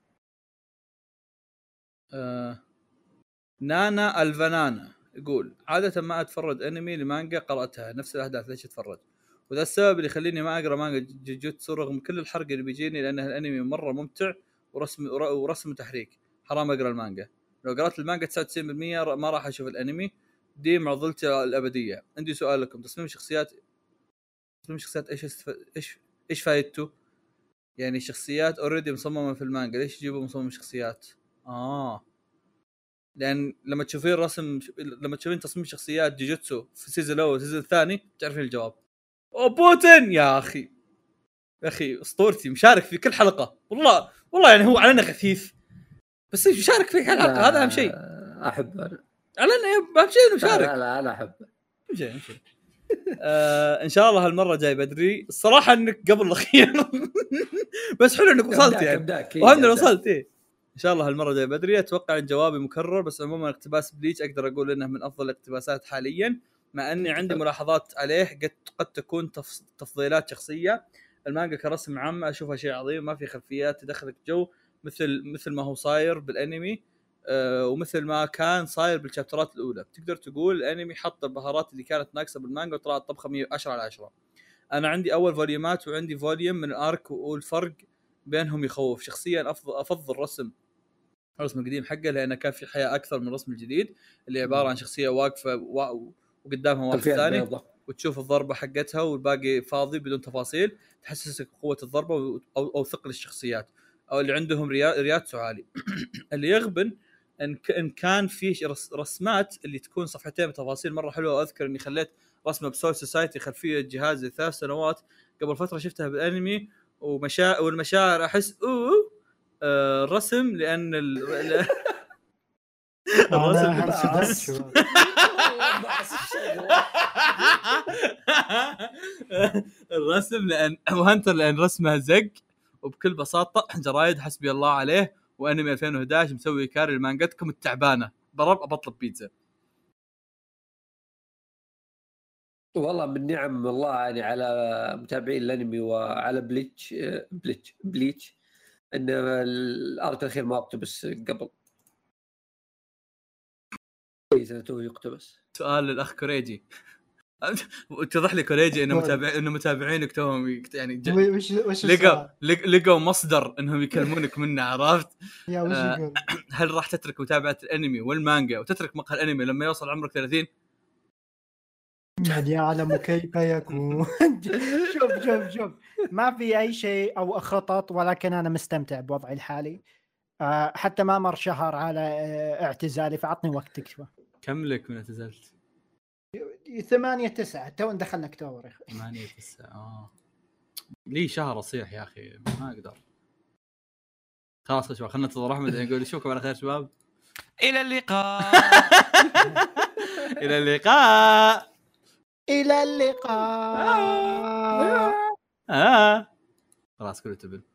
نانا الفنانا يقول عاده ما اتفرج انمي لمانجا قراتها نفس الاحداث، ليش اتفرج؟ وذا السبب اللي يخليني ما اقرا مانجا جوجوتسو رغم كل الحرق اللي بيجيني، لانه الانمي مره ممتع ورسم تحريك. حرام اقرا المانجا. لو قرأت المانجا 99% ما راح اشوف الانمي، دي معضلتي الابديه. عندي سؤال لكم، تصميم شخصيات ايش فايدته؟ يعني شخصيات اوريدي مصممه في المانجا، ليش يجيبوا مصمم شخصيات؟ لان لما تشوفين تصميم شخصيات جوجوتسو في السيزون الاول والسيزون الثاني تعرفين الجواب. بوتين يا اخي اسطورتي، مشارك في كل حلقه. والله يعني هو علينا خفيف بس يشارك في كل حلقه، هذا اهم شيء. احب انا علينا اهم شيء مشارك. لا انا احب شيء ان شاء الله هالمره جاي بدري الصراحه انك قبل الاخير بس حلو انك وصلت يعني وهم وصلت ان شاء الله هالمره جاي بدري. اتوقع ان جوابي مكرر، بس عموما اقتباس بليتش اقدر اقول انه من افضل الاقتباسات حاليا، مع اني عندي ملاحظات عليه قد تكون تفضيلات شخصيه. المانجا كرسم عام اشوفها شيء عظيم، ما في خلفيات تدخلك جو مثل ما هو صاير بالانمي، ومثل ما كان صاير بالشابترات الاولى. تقدر تقول الانمي حط البهارات اللي كانت ناقصه بالمانجا وطلعت طبخه 110/10. انا عندي اول فوليومات وعندي فوليوم من الارك، والفرق بينهم يخوف. شخصيا افضل رسم القديم حقه، لانه كان في حياه اكثر من الرسم الجديد اللي عباره عن شخصيه واقفه وقدامها واحد ثاني وتشوف الضربه حقتها والباقي فاضي بدون تفاصيل، تحسسك بقوه الضربه او ثقل الشخصيات، او اللي عندهم رياتسو عالي. اللي يغبن ان كان في رسمات اللي تكون صفحتين بتفاصيل مره حلوه. اذكر اني خليت رسمه بسول سوسايتي خلفيه جهاز ل3 سنوات قبل فتره، شفتها بالانمي والمشاعر احس الرسم لان الرسم لان وهنتر لان رسمها زق، وبكل بساطه جرايد حسبي الله عليه وانمي 2011 مسوي كاري لمانجتكم التعبانه. بطلب بيتزا. والله من نعم الله يعني على متابعين الانمي وعلى بليتش ان الارك الاخير ما اقتبس قبل سنته يقتبس. سؤال للاخ كوريجي، اتضح لي كوريجي انه متابعينك توهم يعني وش لقوا مصدر انهم يكلمونك منه، عرفت؟ يا وش يقول؟ هل راح تترك متابعه الانمي والمانجا وتترك مقهى الانمي لما يوصل عمرك 30؟ من يعلم كيف يكون. شوف ما في اي شيء او خطط، ولكن انا مستمتع بوضعي الحالي. حتى ما مر شهر على اعتزالي، فعطني وقت تكفى. كم لك من اعتزلت؟ 8/9 تو دخلنا اكتوبر يا اخي. 8/9 لي شهر اصيح يا اخي، ما اقدر. خلاص يا شباب خلنا ننتظر احمد يقول اشوفكم على خير شباب. الى اللقاء. الى اللقاء. الى اللقاء. خلاص كله تبن.